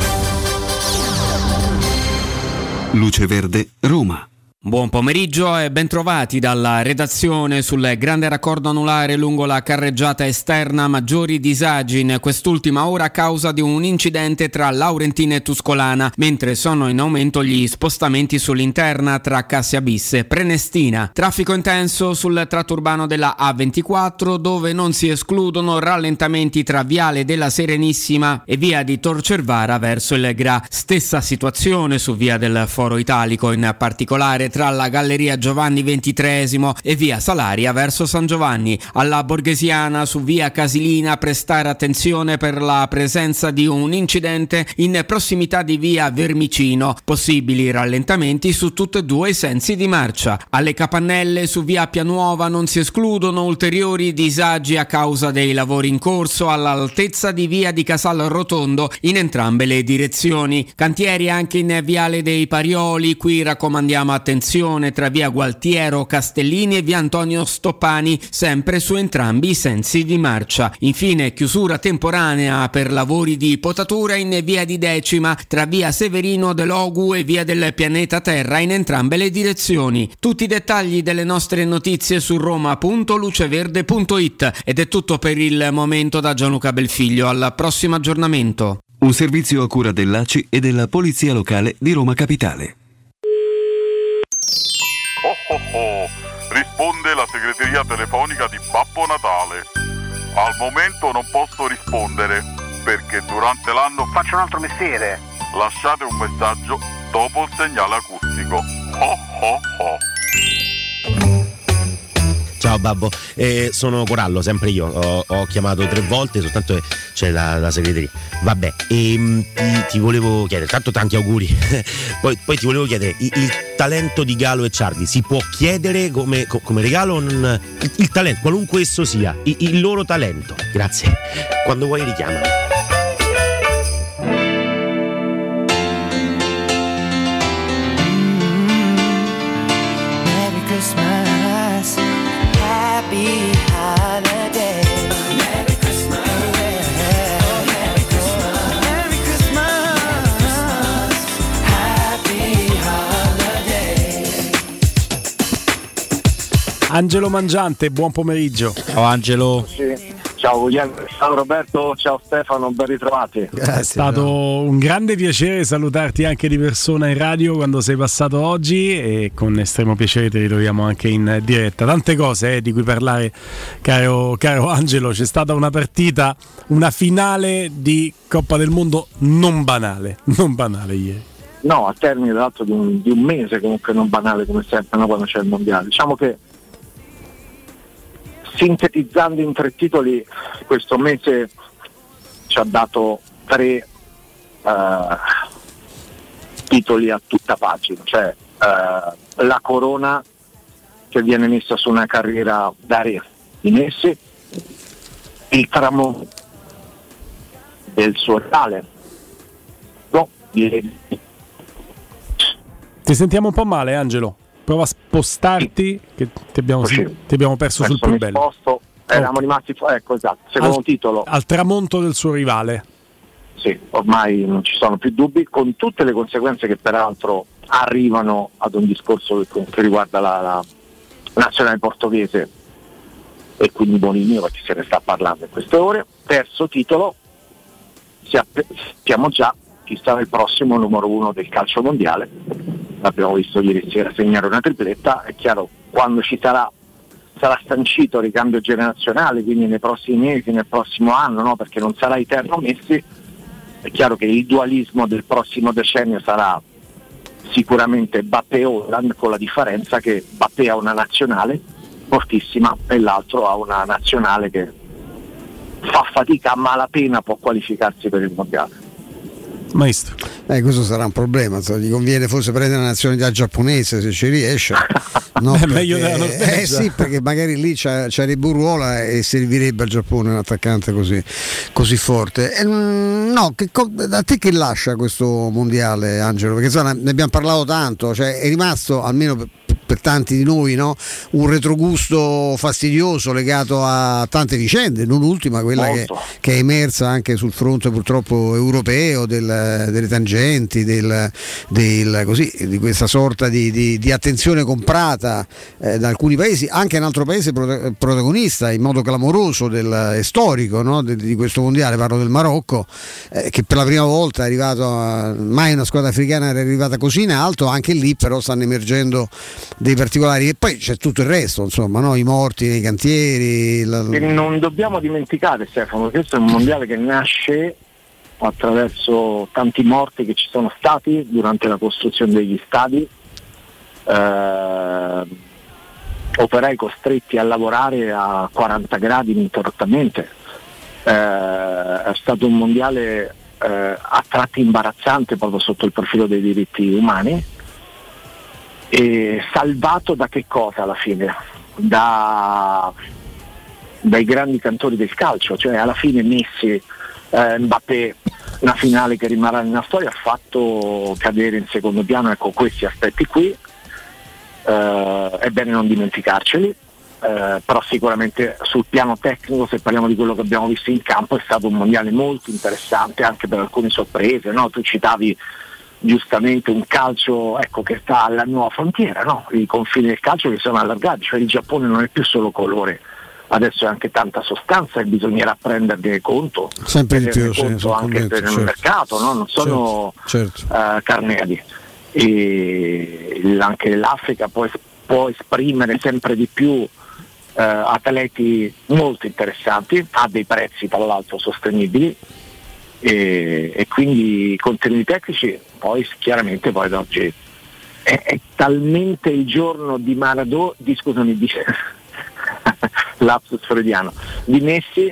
Luce Verde, Roma. Buon pomeriggio e bentrovati dalla redazione. Sul grande raccordo anulare lungo la carreggiata esterna, maggiori disagi in quest'ultima ora a causa di un incidente tra Laurentina e Tuscolana, mentre sono in aumento gli spostamenti sull'interna tra Cassia Bis e Prenestina. Traffico intenso sul tratto urbano della A ventiquattro, dove non si escludono rallentamenti tra Viale della Serenissima e via di Tor Cervara verso il Gra. Stessa situazione su via del Foro Italico, in particolare tra la Galleria Giovanni ventitreesimo e via Salaria verso San Giovanni. Alla Borghesiana su via Casilina prestare attenzione per la presenza di un incidente in prossimità di via Vermicino, possibili rallentamenti su tutti e due i sensi di marcia. Alle Capannelle su via Pianuova non si escludono ulteriori disagi a causa dei lavori in corso all'altezza di via di Casal Rotondo in entrambe le direzioni. Cantieri anche in viale dei Parioli, qui raccomandiamo attenzione tra via Gualtiero Castellini e via Antonio Stoppani, sempre su entrambi i sensi di marcia. Infine chiusura temporanea per lavori di potatura in via di Decima tra via Severino dell'Ogu e via del Pianeta Terra in entrambe le direzioni. Tutti i dettagli delle nostre notizie su roma punto luceverde punto it. Ed è tutto per il momento da Gianluca Belfiglio, al prossimo aggiornamento. Un servizio a cura dell'A C I e della Polizia Locale di Roma Capitale. Oh oh oh, risponde la segreteria telefonica di Babbo Natale. Al momento non posso rispondere perché durante l'anno faccio un altro mestiere. Lasciate un messaggio dopo il segnale acustico. Oh oh oh. Ciao Babbo, eh, sono Corallo, sempre io, ho, ho chiamato tre volte, soltanto che c'è la, la segreteria. Vabbè, e, ti, ti volevo chiedere, tanto tanti auguri, poi, poi ti volevo chiedere, il, il talento di Galo e Ciardi si può chiedere come, come regalo? Non, il, il talento, qualunque esso sia, il, il loro talento, grazie, quando vuoi richiamami. Merry Christmas. Happy holiday. Merry Christmas. Merry Christmas. Merry Christmas. Happy holiday. Angelo Mangiante, buon pomeriggio. Ciao Angelo. Sì. Ciao Guglielmo, ciao Roberto, ciao Stefano, ben ritrovati. È stato un grande piacere salutarti anche di persona in radio quando sei passato oggi e con estremo piacere ti ritroviamo anche in diretta. Tante cose eh, di cui parlare, caro, caro Angelo. C'è stata una partita, una finale di Coppa del Mondo non banale, non banale ieri. No, a termine tra l'altro di un, di un mese comunque non banale come sempre, no, quando c'è il mondiale. Diciamo che sintetizzando in tre titoli, questo mese ci ha dato tre uh, titoli a tutta pagina, cioè uh, la corona che viene messa su una carriera da re di Messi, il tramonto del suo reale, no, di... Ti sentiamo un po' male, Angelo? Prova a spostarti, che ti abbiamo, sì. ti abbiamo perso sul più bello. Sposto, eravamo oh. rimasti fu- ecco esatto, secondo al, titolo. Al tramonto del suo rivale. Sì, ormai non ci sono più dubbi, con tutte le conseguenze che peraltro arrivano ad un discorso che, che riguarda la, la nazionale portoghese e quindi Bonini, perché se ne sta parlando in queste ore. Terzo titolo, sappiamo già chi sarà il prossimo numero uno del calcio mondiale, l'abbiamo visto ieri sera segnare una tripletta. È chiaro, quando ci sarà sarà sancito il ricambio generazionale, quindi nei prossimi mesi, nel prossimo anno, no? Perché non sarà eterno Messi, è chiaro che il dualismo del prossimo decennio sarà sicuramente Mbappé o Haaland, con la differenza che Mbappé ha una nazionale fortissima e l'altro ha una nazionale che fa fatica, a malapena può qualificarsi per il mondiale. Maestro. Eh, questo sarà un problema, insomma, gli conviene forse prendere la nazionalità giapponese se ci riesce. No, Beh, perché, meglio della Norvegia. Eh sì, perché magari lì c'ha, c'arebbe un ruolo e servirebbe al Giappone un attaccante così, così forte. Eh, no, che, a te che lascia questo mondiale, Angelo? Perché insomma, ne abbiamo parlato tanto, cioè è rimasto almeno per, per tanti di noi, no? Un retrogusto fastidioso legato a tante vicende, non ultima quella che, che è emersa anche sul fronte purtroppo europeo del, delle tangenti, del, del, così, di questa sorta di, di, di attenzione comprata eh, da alcuni paesi, anche un altro paese prot- protagonista in modo clamoroso del, e storico, no? de, di questo mondiale, parlo del Marocco, eh, che per la prima volta è arrivato a, mai una squadra africana era arrivata così in alto. Anche lì però stanno emergendo dei particolari, e poi c'è tutto il resto, insomma, no? I morti nei cantieri, la... E non dobbiamo dimenticare, Stefano, che questo è un mondiale che nasce attraverso tanti morti che ci sono stati durante la costruzione degli stadi, eh, operai costretti a lavorare a quaranta gradi ininterrottamente. Eh, è stato un mondiale eh, a tratti imbarazzante proprio sotto il profilo dei diritti umani, e salvato da che cosa alla fine? Da, dai grandi cantori del calcio, cioè alla fine Messi, eh, Mbappé, una finale che rimarrà nella storia, ha fatto cadere in secondo piano, ecco, questi aspetti qui. Eh, è bene non dimenticarceli, eh, però sicuramente sul piano tecnico, se parliamo di quello che abbiamo visto in campo, è stato un mondiale molto interessante anche per alcune sorprese, no? Tu citavi giustamente un calcio, ecco, che sta alla nuova frontiera, no? I confini del calcio che sono allargati, cioè il Giappone non è più solo colore, adesso è anche tanta sostanza e bisognerà prenderne conto, sempre di più, sì, conto anche per certo. il mercato, no? Non sono certo, certo. Uh, carnevali. E anche l'Africa può, può esprimere sempre di più uh, atleti molto interessanti a dei prezzi tra l'altro sostenibili, e, e quindi i contenuti tecnici poi chiaramente poi da oggi è, è talmente il giorno di Maradona, di scusami di lapsus freudiano, di Messi,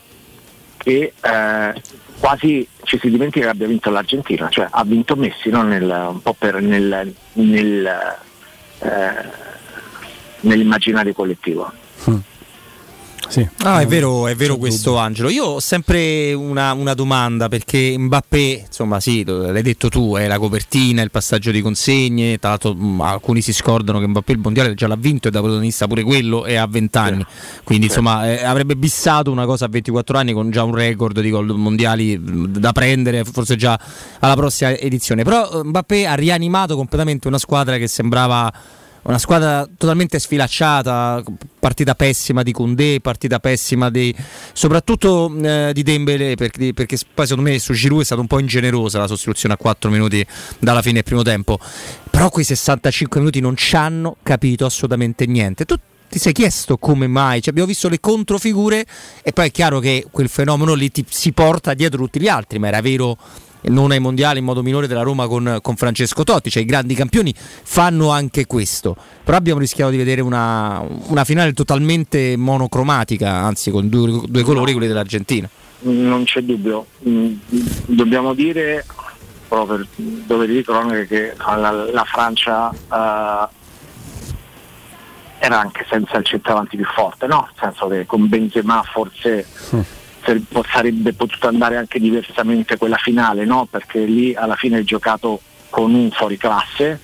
che eh, quasi ci si dimentica che abbia vinto l'Argentina, cioè ha vinto Messi, no? nel, un po' per nel, nel, eh, nell'immaginario collettivo. Mm. Sì. Ah, è vero, è vero questo, Angelo. Io ho sempre una, una domanda, perché Mbappé, insomma, sì, l'hai detto tu, è la copertina, il passaggio di consegne. Tra l'altro mh, alcuni si scordano che Mbappé il mondiale già l'ha vinto e da protagonista pure quello, e ha venti anni. Quindi insomma eh, avrebbe bissato una cosa a ventiquattro anni con già un record di gol mondiali da prendere, forse già alla prossima edizione. Però Mbappé ha rianimato completamente una squadra che sembrava una squadra totalmente sfilacciata, partita pessima di Koundé, partita pessima di, soprattutto eh, di Dembélé, perché, perché poi secondo me su Giroud è stata un po' ingenerosa la sostituzione a quattro minuti dalla fine del primo tempo. Però quei sessantacinque minuti non ci hanno capito assolutamente niente. Tu ti sei chiesto come mai? Cioè, abbiamo visto le controfigure e poi è chiaro che quel fenomeno lì ti, si porta dietro tutti gli altri, ma era vero non ai mondiali in modo minore della Roma con, con Francesco Totti, cioè i grandi campioni fanno anche questo, però abbiamo rischiato di vedere una, una finale totalmente monocromatica, anzi con due, due colori, quelli dell'Argentina. Non c'è dubbio, mm, dobbiamo dire proprio per dovere di cronaca che la, la Francia uh, era anche senza il centravanti più forte, no? Nel senso che con Benzema forse mm. sarebbe potuto andare anche diversamente quella finale, no? Perché lì alla fine hai giocato con un fuoriclasse,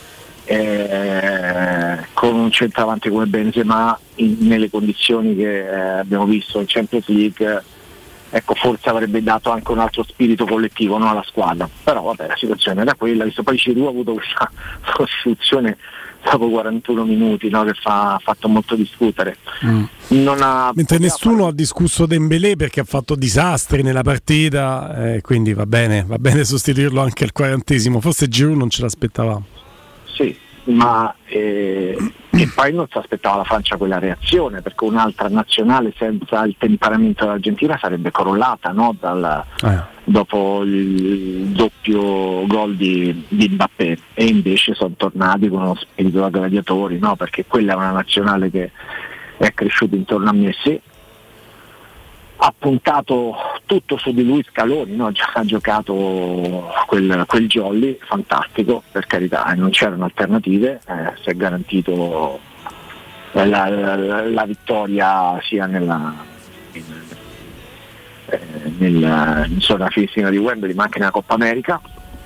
eh, con un centravanti come Benzema in, nelle condizioni che eh, abbiamo visto in Champions League, ecco, forse avrebbe dato anche un altro spirito collettivo, no, alla squadra. Però vabbè, la situazione era quella, visto poi Giroud ha avuto questa sostituzione dopo quarantuno minuti, no, che fa, ha fatto molto discutere. Mm. Non ha, Mentre nessuno fare... ha discusso Dembélé perché ha fatto disastri nella partita, eh, quindi va bene, va bene sostituirlo anche al quarantesimo. Forse Giroud non ce l'aspettavamo. Sì, ma eh, e poi non si aspettava la Francia quella reazione, perché un'altra nazionale senza il temperamento dell'Argentina sarebbe crollata, no? Dal, eh. dopo il doppio gol di, di Mbappé, e invece sono tornati con uno spirito da gladiatori, no? Perché quella è una nazionale che è cresciuta intorno a Messi, ha puntato tutto su di lui Scaloni, no? Ha giocato quel, quel jolly fantastico, per carità, non c'erano alternative, eh, si è garantito la, la, la vittoria sia nella, in, eh, nel, in zona fisica di Wembley ma anche nella Coppa America.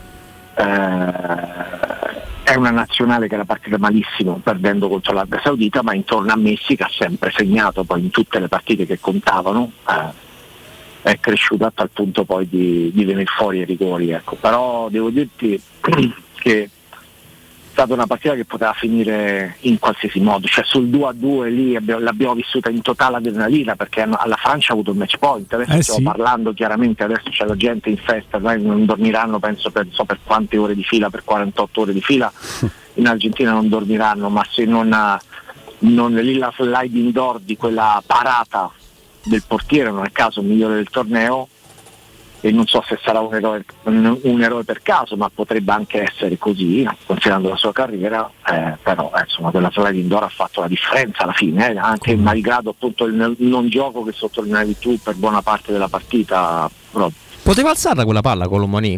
Eh, è una nazionale che era partita malissimo perdendo contro l'Arabia Saudita, ma intorno a Messi, che ha sempre segnato poi in tutte le partite che contavano, eh, è cresciuta a tal punto poi di, di venire fuori ai rigori, ecco. Però devo dirti che è stata una partita che poteva finire in qualsiasi modo, cioè sul due a due lì abbiamo, l'abbiamo vissuta in totale adrenalina, perché alla Francia ha avuto un match point. Adesso eh, stiamo sì. parlando chiaramente, adesso c'è la gente in festa, dai, non dormiranno penso per, so per quante ore di fila, per quarantotto ore di fila in Argentina non dormiranno, ma se non, non lì la sliding door di quella parata del portiere, non è caso migliore del torneo, e non so se sarà un eroe, un, un eroe per caso, ma potrebbe anche essere così considerando la sua carriera, eh, però eh, insomma quella sliding door ha fatto la differenza alla fine, eh, anche mm. malgrado appunto il non gioco che sottolineavi tu per buona parte della partita. Però... poteva alzarla quella palla Colomani?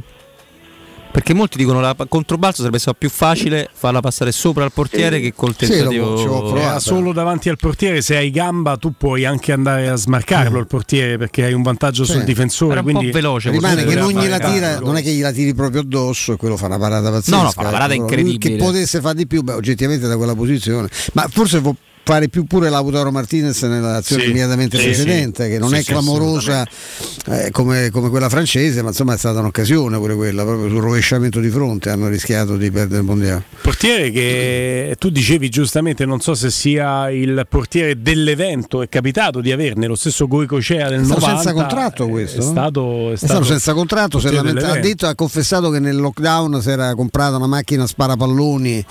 Perché molti dicono la controbalzo sarebbe stato più facile farla passare sopra al portiere sì. che col tentativo. Sì, lo solo davanti al portiere, se hai gamba tu puoi anche andare a smarcarlo mm. il portiere, perché hai un vantaggio sì. sul difensore. Era un quindi po' veloce. Rimane che non gliela tira, non è che gliela tiri proprio addosso e quello fa una parata pazzesca. No, no, fa una parata incredibile. Che potesse fare di più, beh, oggettivamente da quella posizione. Ma forse può fare più pure Lautaro Martinez nell'azione sì, immediatamente sì, precedente, sì. che non sì, è clamorosa eh, come, come quella francese, ma insomma è stata un'occasione pure quella, proprio sul rovesciamento di fronte hanno rischiato di perdere il mondiale. Portiere che tu dicevi giustamente, non so se sia il portiere dell'evento, è capitato di averne lo stesso Goicoechea del novanta. Senza contratto questo? È stato, è è stato senza contratto, se lamenta, ha detto, ha confessato che nel lockdown si era comprata una macchina sparapalloni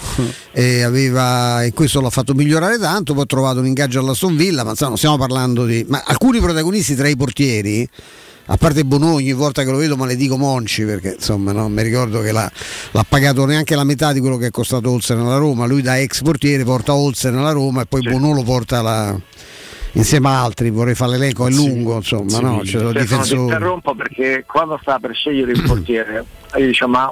e aveva, e questo l'ha fatto migliorare tanto. Poi ha trovato un ingaggio all'Aston Villa, ma insomma, non stiamo parlando di. Ma alcuni protagonisti tra i portieri, a parte Bono, ogni volta che lo vedo maledico Monci, perché insomma no, mi ricordo che l'ha, l'ha pagato neanche la metà di quello che è costato Olsen alla Roma. Lui da ex portiere porta Olsen alla Roma e poi sì. Bono lo porta alla. Insieme a altri, vorrei fare l'elenco, è lungo, insomma, sì, no? C'è lo difensore. Non ti interrompo perché quando sta per scegliere il portiere, io dico, ma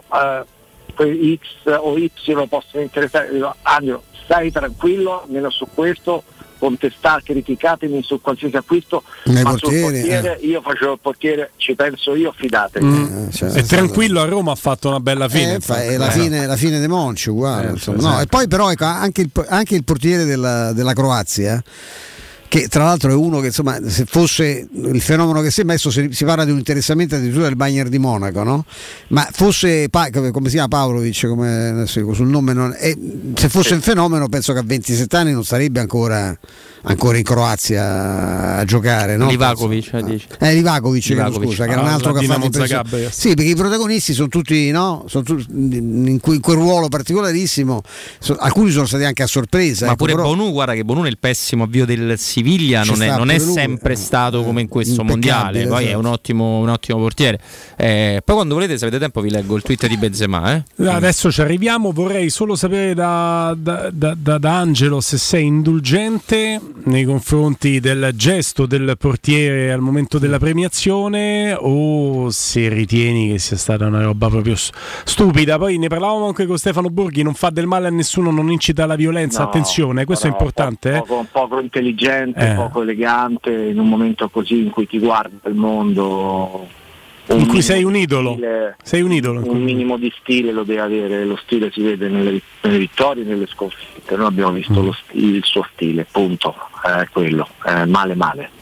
uh, X o Y possono interessare, dico, Angelo, stai tranquillo, almeno su questo, contestare, criticatemi su qualsiasi acquisto, Nei ma portieri, sul portiere eh. io facevo il portiere, ci penso io, fidatevi. Mm. Eh, cioè, e tranquillo, a Roma ha fatto una bella fine. Eh, fa, è la, eh. fine, la fine dei Monci, uguale. Eh, insomma. No, e poi però ecco, anche, il, anche il portiere della, della Croazia, che tra l'altro è uno che insomma, se fosse il fenomeno che sembra, adesso si, si parla di un interessamento addirittura del Bayern di Monaco, no? Ma fosse come si chiama Pavlovic, come adesso dico sul nome, non, è, se fosse un fenomeno penso che a ventisette anni non sarebbe ancora ancora in Croazia a giocare, no? Livakovic, eh, dici. Eh, Livakovic, Livakovic. Scusa, che era un altro che ha fatto impressione. Sì, perché i protagonisti sono tutti, no? Sono tutti in, quel, in quel ruolo particolarissimo. So, alcuni sono stati anche a sorpresa. Ma ecco, pure però... Bonu, guarda che Bonu nel pessimo avvio del Siviglia non è, non è sempre stato come in questo mondiale. Poi esatto. è un ottimo, un ottimo portiere. Eh, poi quando volete, se avete tempo, vi leggo il tweet di Benzema. Eh? Adesso ci arriviamo. Vorrei solo sapere da, da, da, da, da Angelo se sei indulgente nei confronti del gesto del portiere al momento della premiazione o se ritieni che sia stata una roba proprio stupida. Poi ne parlavamo anche con Stefano Borghi, non fa del male a nessuno, non incita alla violenza, no, attenzione, questo è importante. Poco, eh? poco, poco intelligente, eh. poco elegante in un momento così in cui ti guarda il mondo, in cui sei un idolo, stile, sei un idolo. Un minimo di stile lo deve avere, lo stile si vede nelle, nelle vittorie e nelle sconfitte. Noi abbiamo visto mm. lo stile, il suo stile, punto, è eh, quello, eh, male male.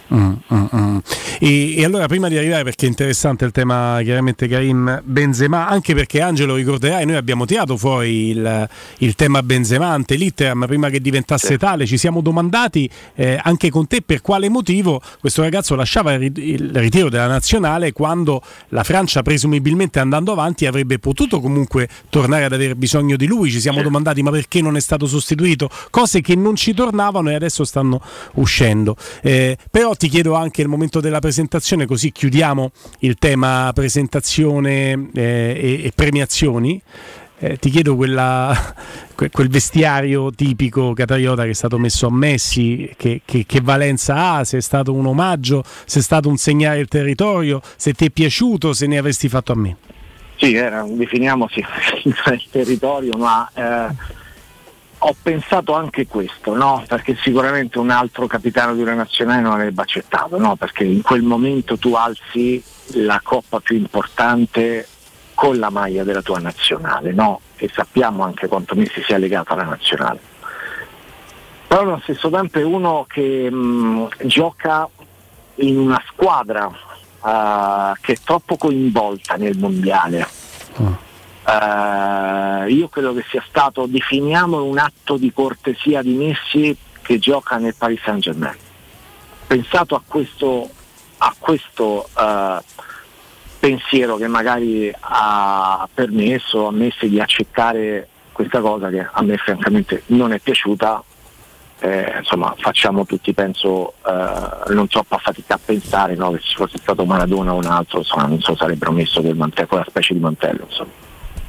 Mm, mm, mm. E, e allora prima di arrivare, perché è interessante il tema chiaramente Karim Benzema, anche perché Angelo ricorderai noi abbiamo tirato fuori il, il tema Benzema ante litteram prima che diventasse sì. tale, ci siamo domandati eh, anche con te per quale motivo questo ragazzo lasciava il, il ritiro della nazionale quando la Francia presumibilmente andando avanti avrebbe potuto comunque tornare ad aver bisogno di lui. Ci siamo sì. domandati ma perché non è stato sostituito, cose che non ci tornavano e adesso stanno uscendo. Eh, però ti chiedo anche il momento della presentazione, così chiudiamo il tema presentazione eh, e, e premiazioni. Eh, ti chiedo quella, quel vestiario tipico qatariota che è stato messo a Messi, che, che, che valenza ha, se è stato un omaggio, se è stato un segnare il territorio, se ti è piaciuto, se ne avresti fatto a me. Sì, era, definiamo sì, il territorio, ma eh, ho pensato anche questo, no? Perché sicuramente un altro capitano di una nazionale non avrebbe accettato, no? Perché in quel momento tu alzi la coppa più importante con la maglia della tua nazionale, no? E sappiamo anche quanto Messi sia legato alla nazionale. Però allo stesso tempo è uno che mh, gioca in una squadra uh, che è troppo coinvolta nel mondiale. Oh. Uh, io credo che sia stato, definiamolo, un atto di cortesia di Messi che gioca nel Paris Saint-Germain. Pensato a questo, a questo uh, pensiero che magari ha permesso a Messi di accettare questa cosa che a me francamente non è piaciuta. Eh, insomma, facciamo tutti, penso, uh, non troppa fatica a pensare, no, che se fosse stato Maradona o un altro, insomma, non so, sarebbero messo quel mantello, quella specie di mantello, insomma.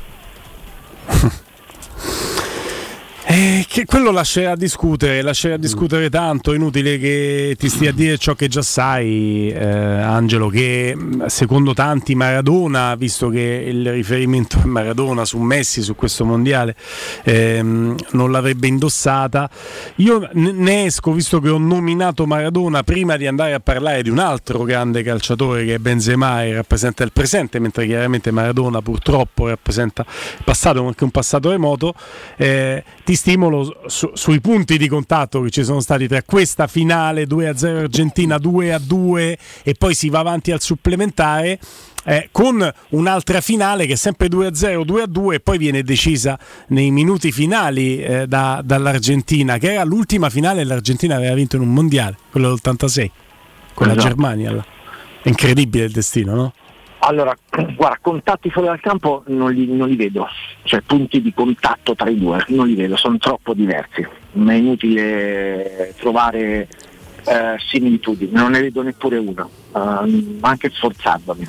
Eh, che quello lascerà discutere, lascerà discutere tanto. È inutile che ti stia a dire ciò che già sai, eh, Angelo, che secondo tanti Maradona, visto che il riferimento è Maradona su Messi su questo mondiale, ehm, non l'avrebbe indossata. Io ne esco, visto che ho nominato Maradona, prima di andare a parlare di un altro grande calciatore che è Benzema e rappresenta il presente, mentre chiaramente Maradona purtroppo rappresenta il passato, anche un passato remoto. eh, ti stimolo su, sui punti di contatto che ci sono stati tra questa finale due a zero Argentina, due a due e poi si va avanti al supplementare, eh, con un'altra finale che è sempre due a zero, due a due e poi viene decisa nei minuti finali eh, da, dall'Argentina, che era l'ultima finale l'Argentina aveva vinto in un mondiale, quello dell'ottantasei con esatto. la Germania. È incredibile il destino, no? Allora, guarda, contatti fuori dal campo non li, non li vedo, cioè punti di contatto tra i due non li vedo, sono troppo diversi, ma è inutile trovare eh, similitudini, non ne vedo neppure uno, uh, anche sforzandomi.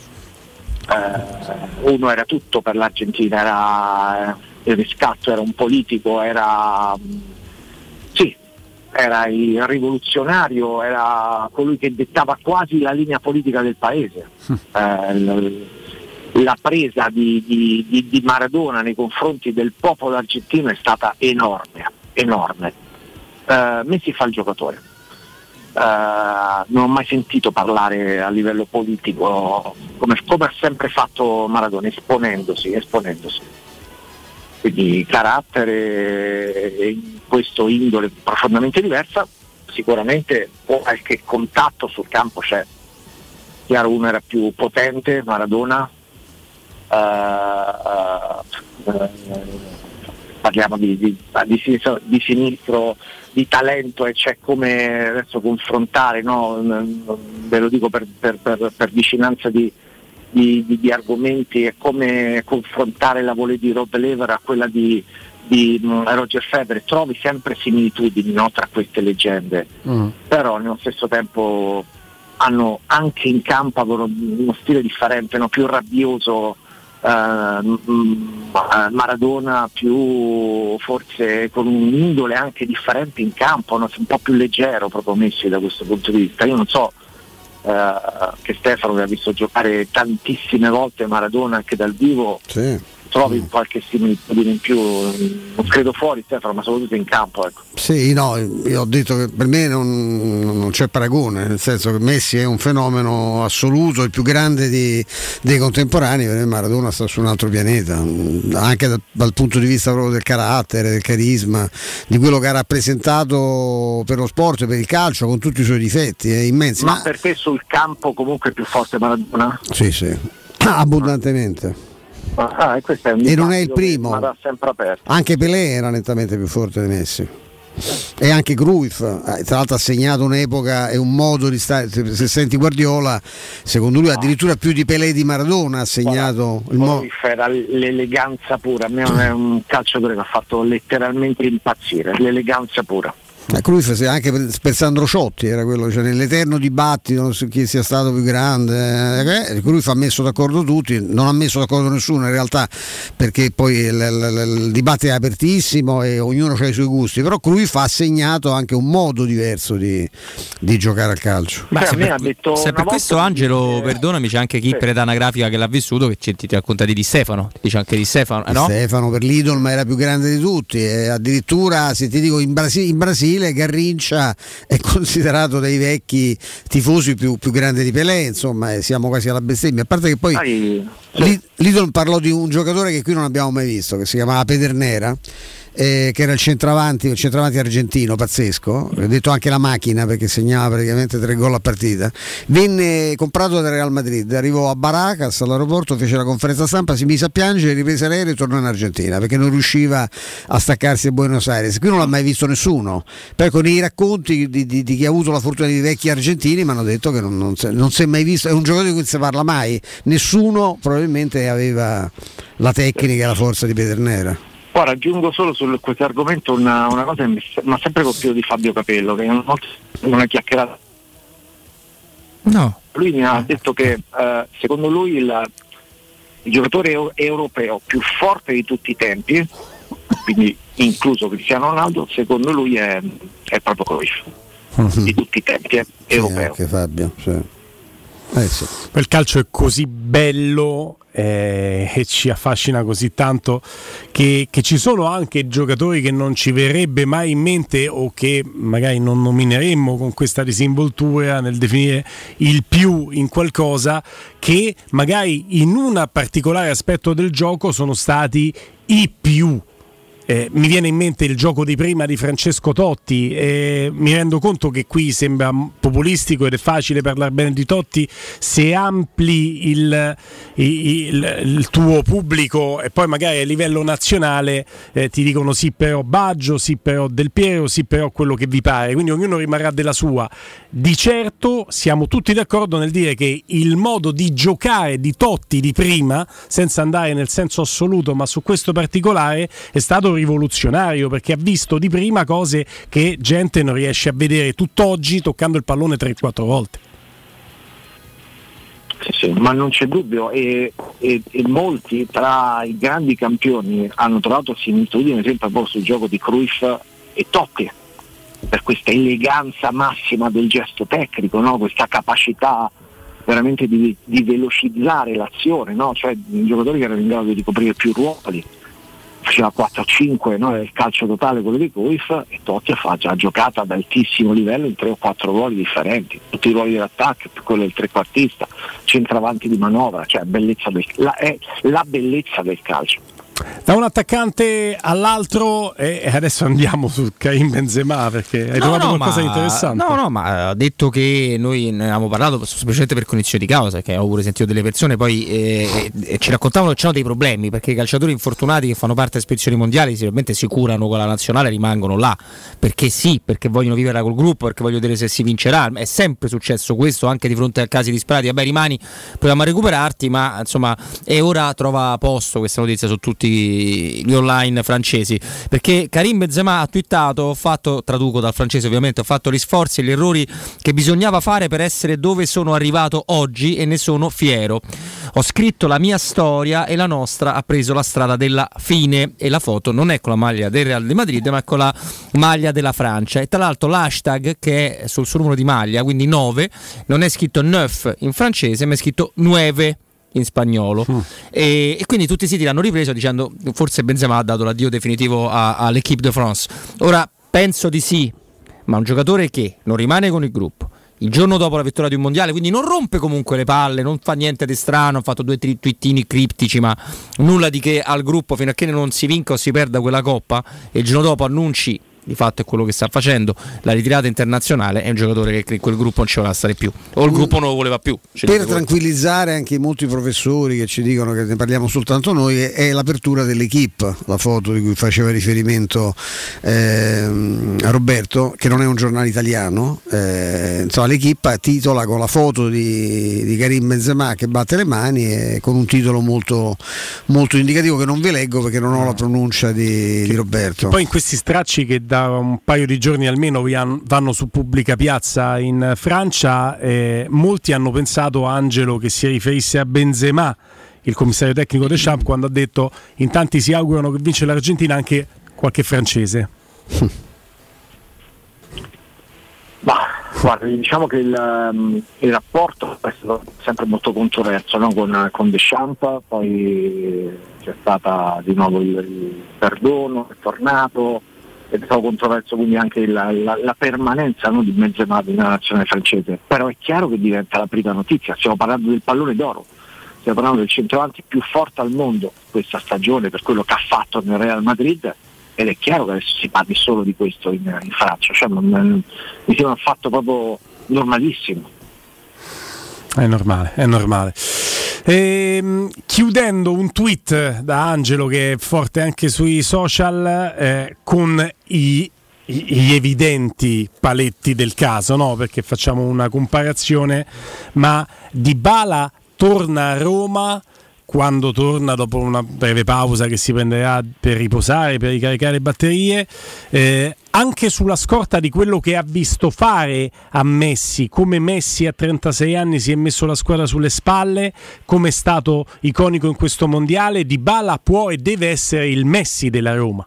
Uh, uno era tutto per l'Argentina, era il riscatto, era un politico, era sì, era il rivoluzionario, era colui che dettava quasi la linea politica del paese. Eh, la presa di, di, di, di Maradona nei confronti del popolo argentino è stata enorme, enorme. Eh, Messi fa il giocatore. Eh, non ho mai sentito parlare a livello politico come, come ha sempre fatto Maradona, esponendosi, esponendosi. Quindi carattere in questo indole profondamente diversa, sicuramente qualche contatto sul campo c'è. Chiaro, uno era più potente, Maradona, uh, uh, parliamo di, di, di, sinistro, di sinistro, di talento, e c'è come adesso confrontare, no? Ve lo dico per, per, per, per vicinanza di Di, di, di argomenti, è come confrontare la volée di Rod Laver a quella di, di um, Roger Federer. Trovi sempre similitudini, no, tra queste leggende, mm. però nello stesso tempo hanno anche in campo uno stile differente, no? Più rabbioso uh, Maradona, più forse con un'indole anche differente in campo, no? Un po' più leggero proprio Messi da questo punto di vista. Io non so Uh, che Stefano, che ha visto giocare tantissime volte Maradona anche dal vivo, sì. Non trovi qualche similitudine in più, non credo fuori Stefano, ma soprattutto in campo, ecco. Sì, no, io ho detto che per me non, non c'è paragone, nel senso che Messi è un fenomeno assoluto, il più grande di, dei contemporanei, per me Maradona sta su un altro pianeta, anche dal, dal punto di vista proprio del carattere, del carisma, di quello che ha rappresentato per lo sport, per il calcio, con tutti i suoi difetti, è immenso. Ma, ma per te sul campo comunque è più forte Maradona? Sì, sì, abbondantemente. Ah, e questo è un e non è il primo, ma sempre aperto. Anche Pelé era nettamente più forte di Messi, e anche Cruyff, tra l'altro ha segnato un'epoca e un modo di stare. Se senti Guardiola, secondo lui addirittura più di Pelé e di Maradona ha segnato il modo. Cruyff era l'eleganza pura, a me non è un calciatore che ha fatto letteralmente impazzire, l'eleganza pura. Eh, Cruyff anche per, per Sandro Ciotti era quello, cioè nell'eterno dibattito su chi sia stato più grande, eh, Cruyff ha messo d'accordo tutti, non ha messo d'accordo nessuno in realtà, perché poi il, il, il dibattito è apertissimo e ognuno ha i suoi gusti, però Cruyff ha segnato anche un modo diverso di, di giocare al calcio. Beh, se per, ha detto se per questo Angelo, che... perdonami, c'è anche chi sì. per età anagrafica che l'ha vissuto, che ci, ti racconta di Di Stefano, dice anche di Stefano, eh, no? Stefano per l'Idol, ma era più grande di tutti, e addirittura se ti dico in Brasile, in Brasile Garrincha è considerato dai vecchi tifosi più, più grande di Pelé, insomma, eh, siamo quasi alla bestemmia, a parte che poi Ai, sì. Lidl parlò di un giocatore che qui non abbiamo mai visto, che si chiamava Pedernera, eh, che era il centravanti, il centravanti argentino pazzesco, ho detto anche la macchina perché segnava praticamente tre gol a partita. Venne comprato dal Real Madrid, arrivò a Baracas all'aeroporto, fece la conferenza stampa, si mise a piangere, riprese l'aereo e tornò in Argentina perché non riusciva a staccarsi a Buenos Aires. Qui non l'ha mai visto nessuno, poi con i racconti di, di, di chi ha avuto la fortuna di vecchi argentini mi hanno detto che non, non, si, non si è mai visto, è un giocatore di cui non si parla mai, nessuno probabilmente aveva la tecnica e la forza di Pedernera. Ora aggiungo solo su questo argomento una, una cosa che mi ha sempre colpito di Fabio Capello, che non una chiacchierata. No. Lui mi ha detto che eh, secondo lui il, il giocatore europeo più forte di tutti i tempi, quindi incluso Cristiano Ronaldo, secondo lui è, è proprio Cruyff, mm-hmm. di tutti i tempi, è sì, europeo. Anche Fabio, sì. Eh sì. Il calcio è così bello eh, e ci affascina così tanto che, che ci sono anche giocatori che non ci verrebbe mai in mente o che magari non nomineremmo con questa disinvoltura nel definire il più in qualcosa, che magari in un particolare aspetto del gioco sono stati i più. Eh, mi viene in mente il gioco di prima di Francesco Totti, eh, mi rendo conto che qui sembra populistico ed è facile parlare bene di Totti se ampli il, il, il tuo pubblico e poi magari a livello nazionale eh, ti dicono sì però Baggio, sì però Del Piero, sì però quello che vi pare, quindi ognuno rimarrà della sua. Di certo siamo tutti d'accordo nel dire che il modo di giocare di Totti di prima, senza andare nel senso assoluto ma su questo particolare, è stato rivoluzionario, perché ha visto di prima cose che gente non riesce a vedere tutt'oggi toccando il pallone tre quattro volte. Sì, sì, ma non c'è dubbio, e, e, e molti tra i grandi campioni hanno trovato similitudini, ad esempio proprio sul gioco di Cruyff e Totti, per questa eleganza massima del gesto tecnico, no? Questa capacità veramente di, di velocizzare l'azione, no? Cioè un giocatore che era in grado di ricoprire più ruoli, faceva quattro cinque, no? Il calcio totale quello di Cruyff, e Totti ha già giocato ad altissimo livello in tre o quattro ruoli differenti, tutti i ruoli dell'attacco, quello del trequartista, centravanti di manovra, cioè bellezza del, la, è la bellezza del calcio. Da un attaccante all'altro, e adesso andiamo su Karim Benzema, perché hai no, trovato no, qualcosa ma, di interessante. No, no, ma ha detto che noi ne avevamo parlato semplicemente per cognizione di causa, che ho pure sentito delle persone poi eh, eh, ci raccontavano che c'erano dei problemi, perché i calciatori infortunati che fanno parte delle spedizioni mondiali sicuramente si curano con la nazionale, rimangono là perché sì, perché vogliono vivere col gruppo, perché vogliono vedere se si vincerà. È sempre successo questo, anche di fronte a casi disparati. Vabbè, rimani, proviamo a recuperarti, ma insomma, e ora trova posto questa notizia su tutti gli online francesi, perché Karim Benzema ha twittato: ho fatto, traduco dal francese ovviamente, ho fatto gli sforzi e gli errori che bisognava fare per essere dove sono arrivato oggi e ne sono fiero. Ho scritto la mia storia e la nostra ha preso la strada della fine, e la foto non è con la maglia del Real di Madrid ma con la maglia della Francia, e tra l'altro l'hashtag che è sul suo numero di maglia, quindi nove, non è scritto neuf in francese ma è scritto nueve in spagnolo mm. e, e quindi tutti i siti l'hanno ripreso dicendo forse Benzema ha dato l'addio definitivo a, all'Équipe de France. Ora penso di sì, ma un giocatore che non rimane con il gruppo il giorno dopo la vittoria di un mondiale, quindi non rompe comunque le palle, non fa niente di strano, ha fatto due tri- twittini criptici ma nulla di che al gruppo fino a che non si vinca o si perda quella coppa, e il giorno dopo annunci, di fatto è quello che sta facendo, la ritirata internazionale, è un giocatore che in quel gruppo non ci voleva stare più, o il gruppo non lo voleva più. Per tranquillizzare anche molti professori che ci dicono che ne parliamo soltanto noi, è l'apertura dell'Equipe, la foto di cui faceva riferimento eh, Roberto, che non è un giornale italiano, eh, insomma l'Equipe titola con la foto di, di Karim Benzema che batte le mani e con un titolo molto, molto indicativo che non vi leggo perché non ho la pronuncia di, di Roberto. Poi in questi stracci che da un paio di giorni almeno vanno su Pubblica Piazza in Francia, eh, molti hanno pensato, Angelo, che si riferisse a Benzema, il commissario tecnico Deschamps, quando ha detto in tanti si augurano che vince l'Argentina, anche qualche francese. Ma guarda, diciamo che il, il rapporto è stato sempre molto controverso, no? con, con Deschamps, poi c'è stata di nuovo il, il perdono, è tornato, è stato controverso quindi anche la, la, la permanenza, no, di Benzema nella nazione francese. Però è chiaro che diventa la prima notizia, stiamo parlando del pallone d'oro, stiamo parlando del centravanti più forte al mondo questa stagione per quello che ha fatto nel Real Madrid, ed è chiaro che adesso si parli solo di questo in, in Francia, cioè non, non, mi sembra un fatto proprio normalissimo. È normale, è normale. E, chiudendo un tweet da Angelo che è forte anche sui social, eh, con i, i, gli evidenti paletti del caso, no? Perché facciamo una comparazione, ma Dybala torna a Roma quando torna dopo una breve pausa che si prenderà per riposare, per ricaricare batterie, eh, anche sulla scorta di quello che ha visto fare a Messi, come Messi a trentasei anni si è messo la squadra sulle spalle, come è stato iconico in questo mondiale. Dybala può e deve essere il Messi della Roma.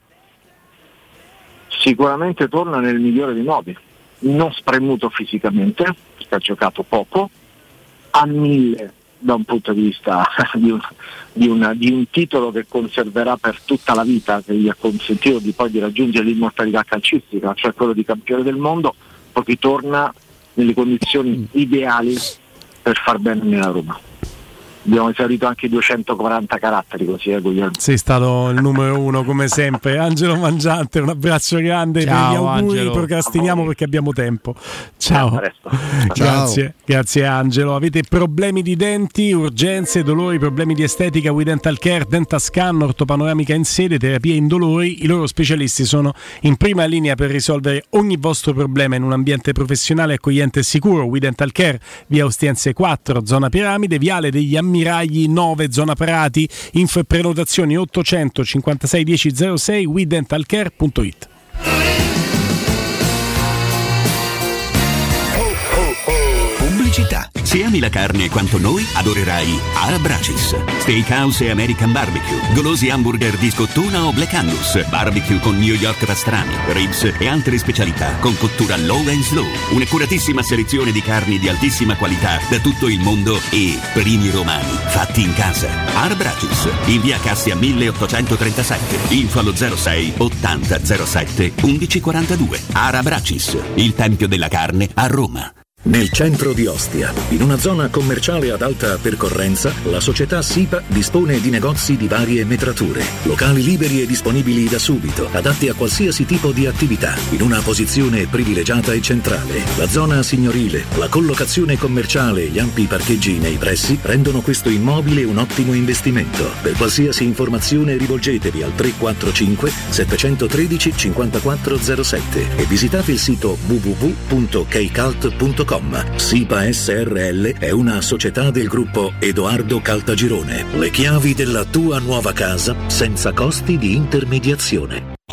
Sicuramente torna nel migliore dei modi, non spremuto fisicamente, ha giocato poco, a mille da un punto di vista di un, di, una, di un titolo che conserverà per tutta la vita, che gli ha consentito di poi di raggiungere l'immortalità calcistica, cioè quello di campione del mondo, poi ritorna nelle condizioni ideali per far bene nella Roma. Abbiamo esaurito anche duecentoquaranta caratteri così, eh, Guglielmo. Sei stato il numero uno come sempre. Angelo Mangiante, un abbraccio grande. Ciao, per gli auguri, Angelo. Procrastiniamo perché abbiamo tempo. Ciao. Ciao. Grazie, grazie Angelo. Avete problemi di denti, urgenze, dolori, problemi di estetica? We Dental Care, Dentascan, ortopanoramica in sede, terapia indolori. I loro specialisti sono in prima linea per risolvere ogni vostro problema in un ambiente professionale, accogliente e sicuro. We Dental Care, via Ostiense quattro, zona Piramide, viale degli Ammiragli nove, zona Prati. Info e prenotazioni ottocento cinquantasei dieci zero sei, we dental care punto it. Pubblicità. Se ami la carne quanto noi, adorerai Arabracis. Steakhouse e American Barbecue. Golosi hamburger di scottuna o Black Angus. Barbecue con New York pastrami, ribs e altre specialità con cottura low and slow. Un'accuratissima selezione di carni di altissima qualità da tutto il mondo e primi romani fatti in casa. Arabracis. In via Cassia milleottocentotrentasette. Info allo zero sei ottanta zero sette undici quarantadue. Arabracis. Il tempio della carne a Roma. Nel centro di Ostia, in una zona commerciale ad alta percorrenza, la società SIPA dispone di negozi di varie metrature, locali liberi e disponibili da subito, adatti a qualsiasi tipo di attività, in una posizione privilegiata e centrale. La zona signorile, la collocazione commerciale e gli ampi parcheggi nei pressi rendono questo immobile un ottimo investimento. Per qualsiasi informazione rivolgetevi al tre quattro cinque sette uno tre cinque zero sette e visitate il sito w w w punto keycult punto com. SIPA S R L è una società del gruppo Edoardo Caltagirone. Le chiavi della tua nuova casa senza costi di intermediazione.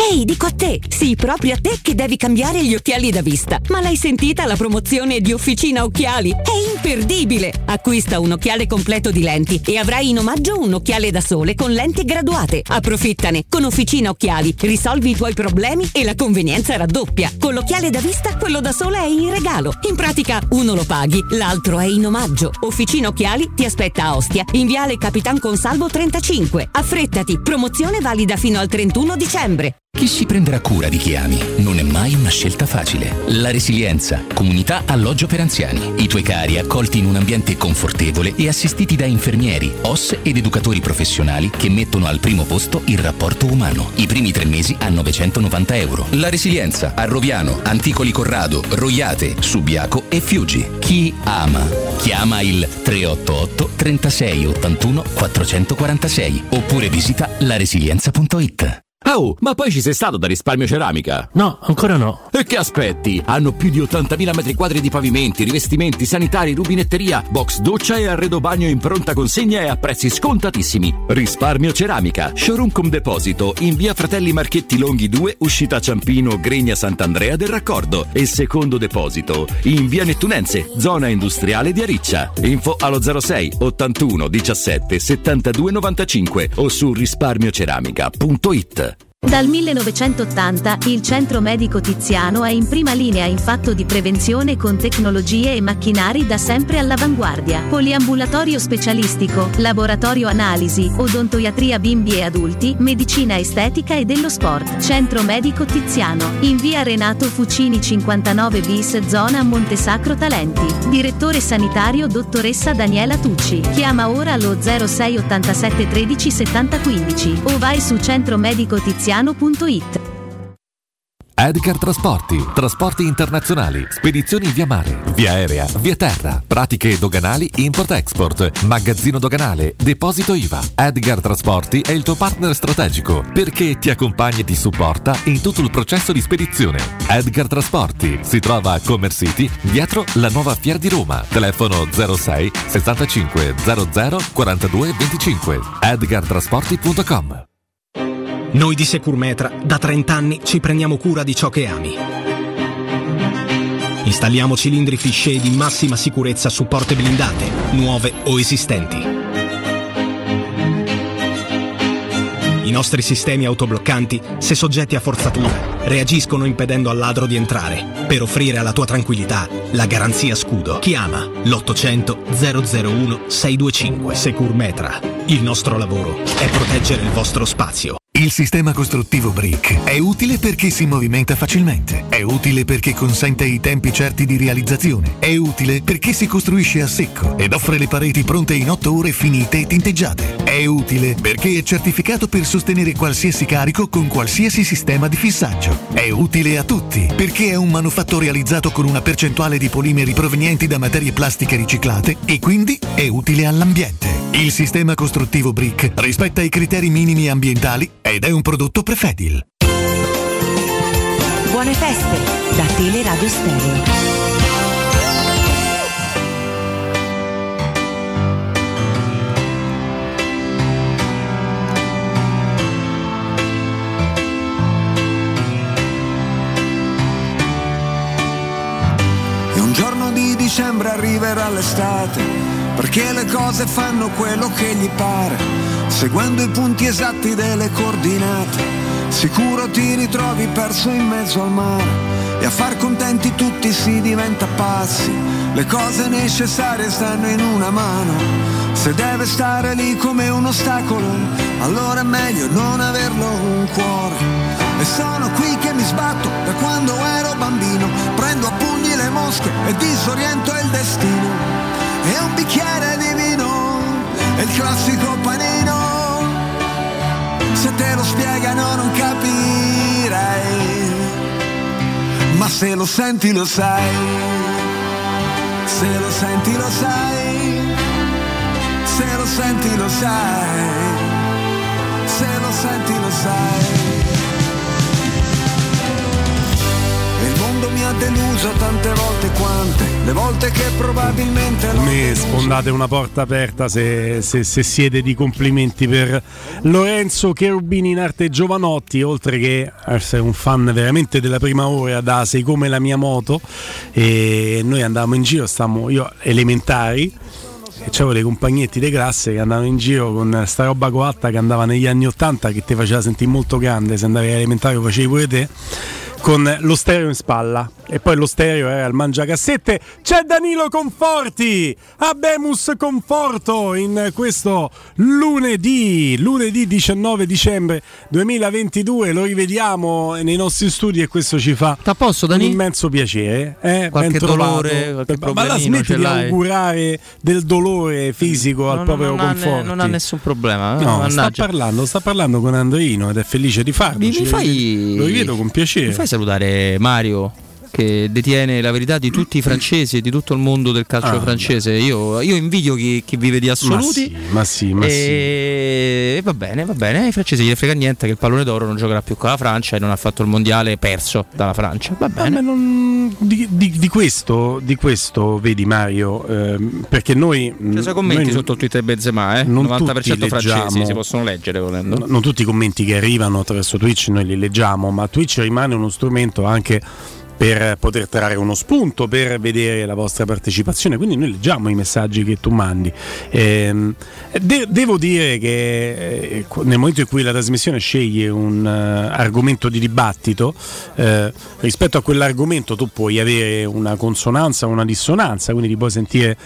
Ehi, dico a te, sì, proprio a te che devi cambiare gli occhiali da vista. Ma l'hai sentita la promozione di Officina Occhiali? È imperdibile! Acquista un occhiale completo di lenti e avrai in omaggio un occhiale da sole con lenti graduate. Approfittane! Con Officina Occhiali risolvi i tuoi problemi e la convenienza raddoppia. Con l'occhiale da vista, quello da sole è in regalo. In pratica, uno lo paghi, l'altro è in omaggio. Officina Occhiali ti aspetta a Ostia, in viale Capitan Consalvo trentacinque. Affrettati, promozione valida fino al trentuno dicembre. Chi si prenderà cura di chi ami non è mai una scelta facile. La Resilienza, comunità alloggio per anziani. I tuoi cari accolti in un ambiente confortevole e assistiti da infermieri, O S ed educatori professionali che mettono al primo posto il rapporto umano. I primi tre mesi a novecentonovanta euro. La Resilienza a Roviano, Anticoli Corrado, Roiate, Subiaco e Fiuggi. Chi ama? Chiama il tre otto otto trentasei ottantuno quattrocentoquarantasei oppure visita la resilienza punto it. Oh, ma poi ci sei stato da Risparmio Ceramica? No, ancora no. E che aspetti? Hanno più di ottantamila metri quadri di pavimenti, rivestimenti, sanitari, rubinetteria, box doccia e arredo bagno in pronta consegna e a prezzi scontatissimi. Risparmio Ceramica, showroom con deposito in via Fratelli Marchetti Longhi due, uscita Ciampino, Gregna Sant'Andrea del Raccordo, e secondo deposito in via Nettunense, zona industriale di Ariccia. Info allo zero sei ottantuno diciassette settantadue novantacinque o su risparmioceramica punto it. Dal millenovecentottanta il Centro Medico Tiziano è in prima linea in fatto di prevenzione con tecnologie e macchinari da sempre all'avanguardia. Poliambulatorio specialistico, laboratorio analisi, odontoiatria bimbi e adulti, medicina estetica e dello sport. Centro Medico Tiziano, in via Renato Fucini cinquantanove bis, zona Montesacro Talenti. Direttore sanitario dottoressa Daniela Tucci. Chiama ora allo zero sei ottantasette tredici settanta quindici o vai su centromedicotiziano punto it. Edgar Trasporti, trasporti internazionali, spedizioni via mare, via aerea, via terra, pratiche doganali import-export, magazzino doganale, deposito I V A. Edgar Trasporti è il tuo partner strategico perché ti accompagna e ti supporta in tutto il processo di spedizione. Edgar Trasporti si trova a Commerce City, dietro la nuova Fiera di Roma. Telefono zero sei sessantacinque zero zero quarantadue venticinque. edgar trasporti punto com. Noi di Securmetra da trenta anni ci prendiamo cura di ciò che ami. Installiamo cilindri Fichet di massima sicurezza su porte blindate, nuove o esistenti. I nostri sistemi autobloccanti, se soggetti a forzatura, reagiscono impedendo al ladro di entrare, per offrire alla tua tranquillità la garanzia scudo. Chiama l'ottocento zero zero uno sei due cinque. Securmetra. Il nostro lavoro è proteggere il vostro spazio. Il sistema costruttivo Brick è utile perché si movimenta facilmente, è utile perché consente i tempi certi di realizzazione, è utile perché si costruisce a secco ed offre le pareti pronte in otto ore finite e tinteggiate, è utile perché è certificato per sostenere qualsiasi carico con qualsiasi sistema di fissaggio, è utile a tutti perché è un manufatto realizzato con una percentuale di polimeri provenienti da materie plastiche riciclate e quindi è utile all'ambiente. Il sistema costruttivo Brick rispetta i criteri minimi ambientali ed è un prodotto Prefedil. Buone feste da Teleradio Stereo. E un giorno di dicembre arriverà l'estate, perché le cose fanno quello che gli pare, seguendo i punti esatti delle coordinate. Sicuro ti ritrovi perso in mezzo al mare e a far contenti tutti si diventa pazzi. Le cose necessarie stanno in una mano, se deve stare lì come un ostacolo, allora è meglio non averlo un cuore. E sono qui che mi sbatto da quando ero bambino, prendo a pugni le mosche e disoriento il destino. E un bicchiere di vino e il classico panino, se te lo spiegano non capirai, ma se lo senti lo sai, se lo senti lo sai, se lo senti lo sai, se lo senti lo sai. E il mondo mi ha deluso tante volte quante, le volte che probabilmente l'ho Me sfondate una porta aperta se, se, se siete di complimenti per Lorenzo Cherubini in arte Giovanotti, oltre che essere un fan veramente della prima ora da Sei come la mia moto. E noi andavamo in giro, stavamo io elementari e c'avevo dei compagnetti di classe che andavano in giro con sta roba coatta che andava negli anni ottanta, che ti faceva sentire molto grande, se andavi all'elementare lo facevi pure te, con lo stereo in spalla, e poi lo stereo era il mangiacassette. C'è Danilo Conforti, Abemus Conforto, in questo lunedì lunedì diciannove dicembre duemilaventidue. Lo rivediamo nei nostri studi e questo ci fa un immenso piacere, eh? Qualche Ben dolore, qualche ma la smetti di l'hai? augurare del dolore fisico No, al no, proprio non ha ne- Conforti? non ha nessun problema, eh, no, sta mannaggia. parlando sta parlando con Andreino ed è felice di farlo. Mi, Ci- mi fai, lo rivedo con piacere. Mi fai salutare Mario, che detiene la verità di tutti i francesi e di tutto il mondo del calcio Ah, francese. Io, io invidio chi, chi vive di assoluti. Ma sì, ma sì, ma e... e va bene, va bene. Ai francesi gli frega niente che il pallone d'oro non giocherà più con la Francia e non ha fatto il mondiale perso dalla Francia. Va bene. Ma non- di, di- di questo, di questo vedi Mario, ehm, perché noi Ci sono commenti noi- sotto il Twitter di Benzema, eh? non novanta per cento tutti francesi leggiamo- si possono leggere volendo. No, non tutti i commenti che arrivano attraverso Twitch noi li leggiamo, ma Twitch rimane uno strumento anche per poter trarre uno spunto, per vedere la vostra partecipazione, quindi noi leggiamo i messaggi che tu mandi. Ehm, de- devo dire che eh, nel momento in cui la trasmissione sceglie un eh, argomento di dibattito, eh, rispetto a quell'argomento tu puoi avere una consonanza o una dissonanza, quindi ti puoi sentire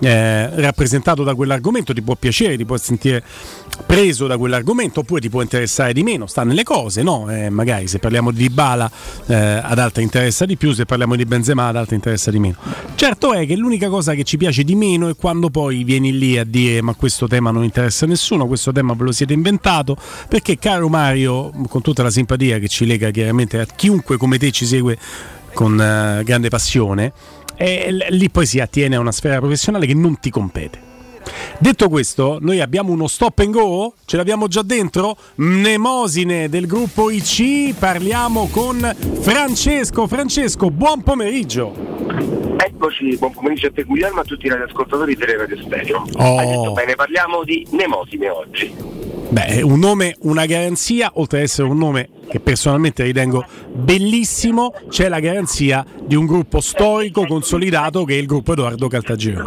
eh, rappresentato da quell'argomento, ti può piacere, ti puoi sentire preso da quell'argomento, oppure ti può interessare di meno, sta nelle cose, no? Eh, magari se parliamo di Dybala eh, ad altri interessa di più, se parliamo di Benzema ad altri interessa di meno. Certo è che l'unica cosa che ci piace di meno è quando poi vieni lì a dire ma questo tema non interessa a nessuno, questo tema ve lo siete inventato, perché caro Mario, con tutta la simpatia che ci lega chiaramente a chiunque come te ci segue con eh, grande passione, e l- lì poi si attiene a una sfera professionale che non ti compete. Detto questo, noi abbiamo uno stop and go, ce l'abbiamo già dentro, Mnemosine del gruppo I C, parliamo con Francesco. Francesco, buon pomeriggio. Eccoci, buon pomeriggio a te Guglielmo, a tutti i radioascoltatori delle Radio Stereo. Oh. Hai detto bene, parliamo di Mnemosine oggi. Beh, un nome, una garanzia, oltre ad essere un nome che personalmente ritengo bellissimo, c'è la garanzia di un gruppo storico consolidato che è il gruppo Edoardo Caltagirone.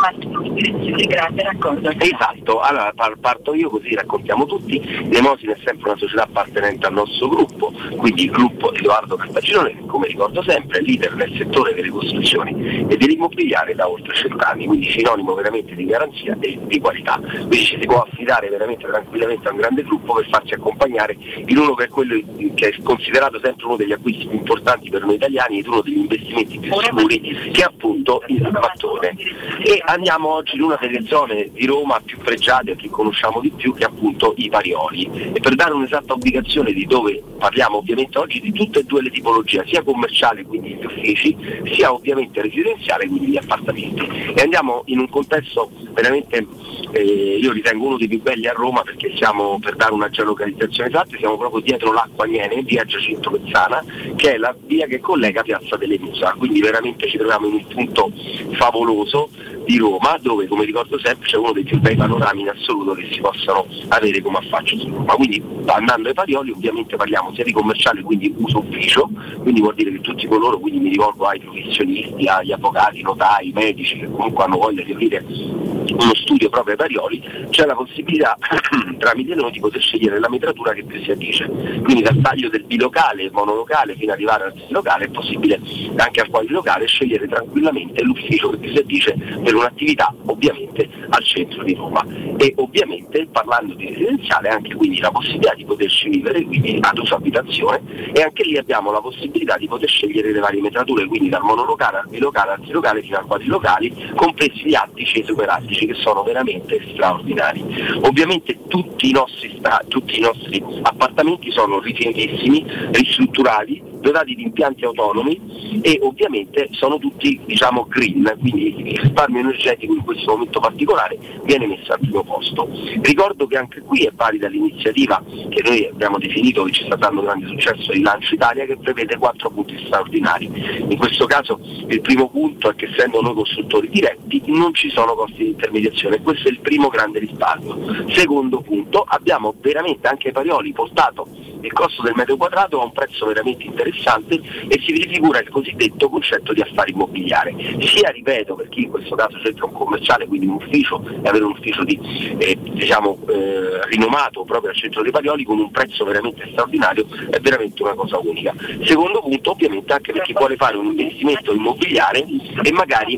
Grazie, racconto. Esatto, allora par- parto io così raccontiamo tutti. Mnemosine è sempre una società appartenente al nostro gruppo, quindi il gruppo Edoardo Caltagirone, che come ricordo sempre è leader nel settore delle costruzioni e dell'immobiliare da oltre cent'anni, quindi sinonimo veramente di garanzia e di qualità. Quindi ci si può affidare veramente tranquillamente a un grande gruppo per farci accompagnare in uno per quello che è considerato sempre uno degli acquisti più importanti per noi italiani ed uno degli investimenti più sicuri, che è appunto il mattone. E andiamo oggi in una delle zone di Roma più pregiate e che conosciamo di più, che è appunto i Parioli, e per dare un'esatta ubicazione di dove parliamo ovviamente oggi di tutte e due le tipologie, sia commerciale quindi gli uffici, sia ovviamente residenziale quindi gli appartamenti, e andiamo in un contesto veramente eh, io ritengo uno dei più belli a Roma, perché siamo, per dare una geolocalizzazione esatta, siamo proprio dietro l'acqua Aniene, via Giacinto Pezzana, che è la via che collega Piazza delle Musa, quindi veramente ci troviamo in un punto favoloso di Roma, dove come ricordo sempre c'è uno dei più bei panorami in assoluto che si possano avere come affaccio su Roma. Quindi andando ai Parioli ovviamente parliamo sia di commerciale, quindi uso ufficio, quindi vuol dire che tutti coloro, quindi mi rivolgo ai professionisti, agli avvocati, notai, medici che comunque hanno voglia di aprire uno studio proprio ai Parioli, c'è la possibilità tramite noi di poter scegliere la metratura che più si addice, quindi dal taglio del bilocale, monolocale fino ad arrivare al trilocale è possibile anche al quadrilocale scegliere tranquillamente l'ufficio che più si addice per un'attività ovviamente al centro di Roma. E ovviamente parlando di residenziale anche quindi la possibilità di poterci vivere quindi ad uso abitazione, e anche lì abbiamo la possibilità di poter scegliere le varie metrature, quindi dal monolocale al bilocale al trilocale fino a quadrilocali, compresi gli attici e i superattici, che sono veramente straordinari. Ovviamente tutti i nostri, sta- tutti i nostri appartamenti sono rifinitissimi, ristrutturati, dotati di impianti autonomi e ovviamente sono tutti, diciamo, green, quindi il risparmio energetico in questo momento particolare viene messo al primo posto. Ricordo che anche qui è valida l'iniziativa che noi abbiamo definito, che ci sta dando grande successo, di Lancio Italia, che prevede quattro punti straordinari. In questo caso il primo punto è che, essendo noi costruttori diretti, non ci sono costi di intermediazione, questo è il primo grande risparmio. Secondo punto, abbiamo veramente anche ai Parioli portato il costo del metro quadrato a un prezzo veramente interessante e si rifigura il cosiddetto concetto di affari immobiliare, sia, ripeto, per chi in questo caso cerca un commerciale, quindi un ufficio, e avere un ufficio di, eh, diciamo, eh, rinomato proprio al centro dei Parioli con un prezzo veramente straordinario, è veramente una cosa unica. Secondo punto, ovviamente anche per chi vuole fare un investimento immobiliare e magari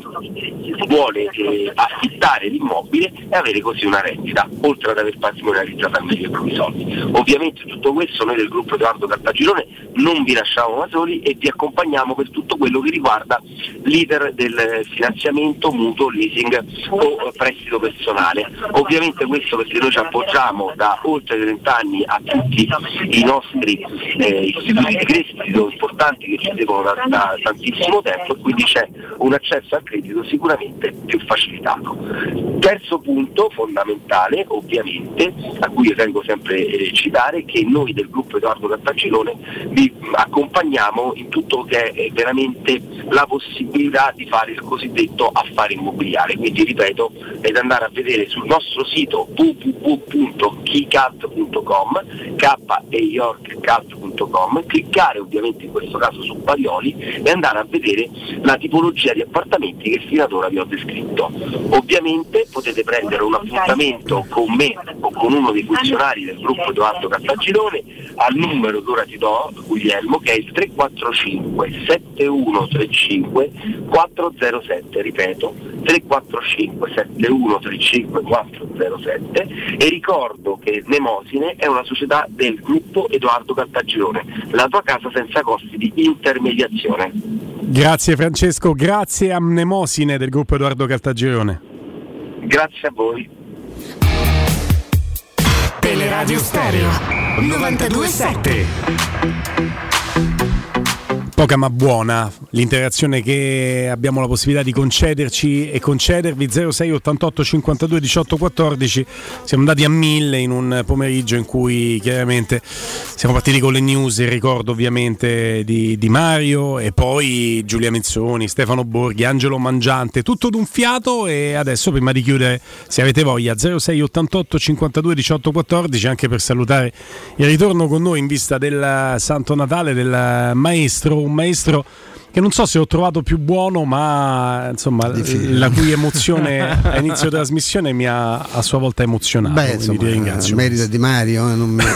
vuole eh, affittare l'immobile e avere così una rendita, oltre ad aver patrimonializzato al meglio i propri soldi. Ovviamente tutto questo noi del gruppo Edoardo Caltagirone non vi lasciamo da soli e vi accompagniamo per tutto quello che riguarda l'iter del finanziamento, mutuo, leasing o prestito personale. Ovviamente questo perché noi ci appoggiamo da oltre trenta anni a tutti i nostri eh, istituti di credito importanti che ci seguono da, da tantissimo tempo, e quindi c'è un accesso al credito sicuramente più facilitato. Terzo punto fondamentale, ovviamente, a cui io tengo sempre eh, citare, che noi del gruppo Edoardo Caltagirone vi accompagniamo in tutto che è veramente la possibilità di fare il cosiddetto affare immobiliare. Quindi, ripeto, ed andare a vedere sul nostro sito w w w punto keycat punto com, k e york cat punto com, cliccare ovviamente in questo caso su Parioli e andare a vedere la tipologia di appartamenti che fino ad ora vi ho descritto. Ovviamente potete prendere un appuntamento con me o con uno dei funzionari del gruppo Edoardo Caltagirone al numero che ora ti do, Guglielmo, che è il tre quattro cinque sette uno tre cinque quattro zero sette, ripeto tre quattro cinque sette uno tre cinque quattro zero sette, e ricordo che Nemosine è una società del gruppo Edoardo Caltagirone, la tua casa senza costi di intermediazione. Grazie Francesco, grazie a Nemosine del gruppo Edoardo Caltagirone. Grazie a voi. Teleradio Stereo novantadue sette. Poca ma buona l'interazione che abbiamo la possibilità di concederci e concedervi. Zero sei ottantotto cinquantadue diciotto quattordici. Siamo andati a mille in un pomeriggio in cui chiaramente siamo partiti con le news, il ricordo ovviamente di, di Mario, e poi Giulia Mezzoni, Stefano Borghi, Angelo Mangiante, tutto d'un fiato. E adesso, prima di chiudere, se avete voglia, zero sei ottantotto cinquantadue diciotto quattordici, anche per salutare il ritorno con noi in vista del Santo Natale del maestro, un maestro che non so se ho trovato più buono, ma insomma la cui emozione a inizio trasmissione mi ha a sua volta emozionato. Beh, insomma, ti ringrazio. Il merito di Mario, eh, non mi...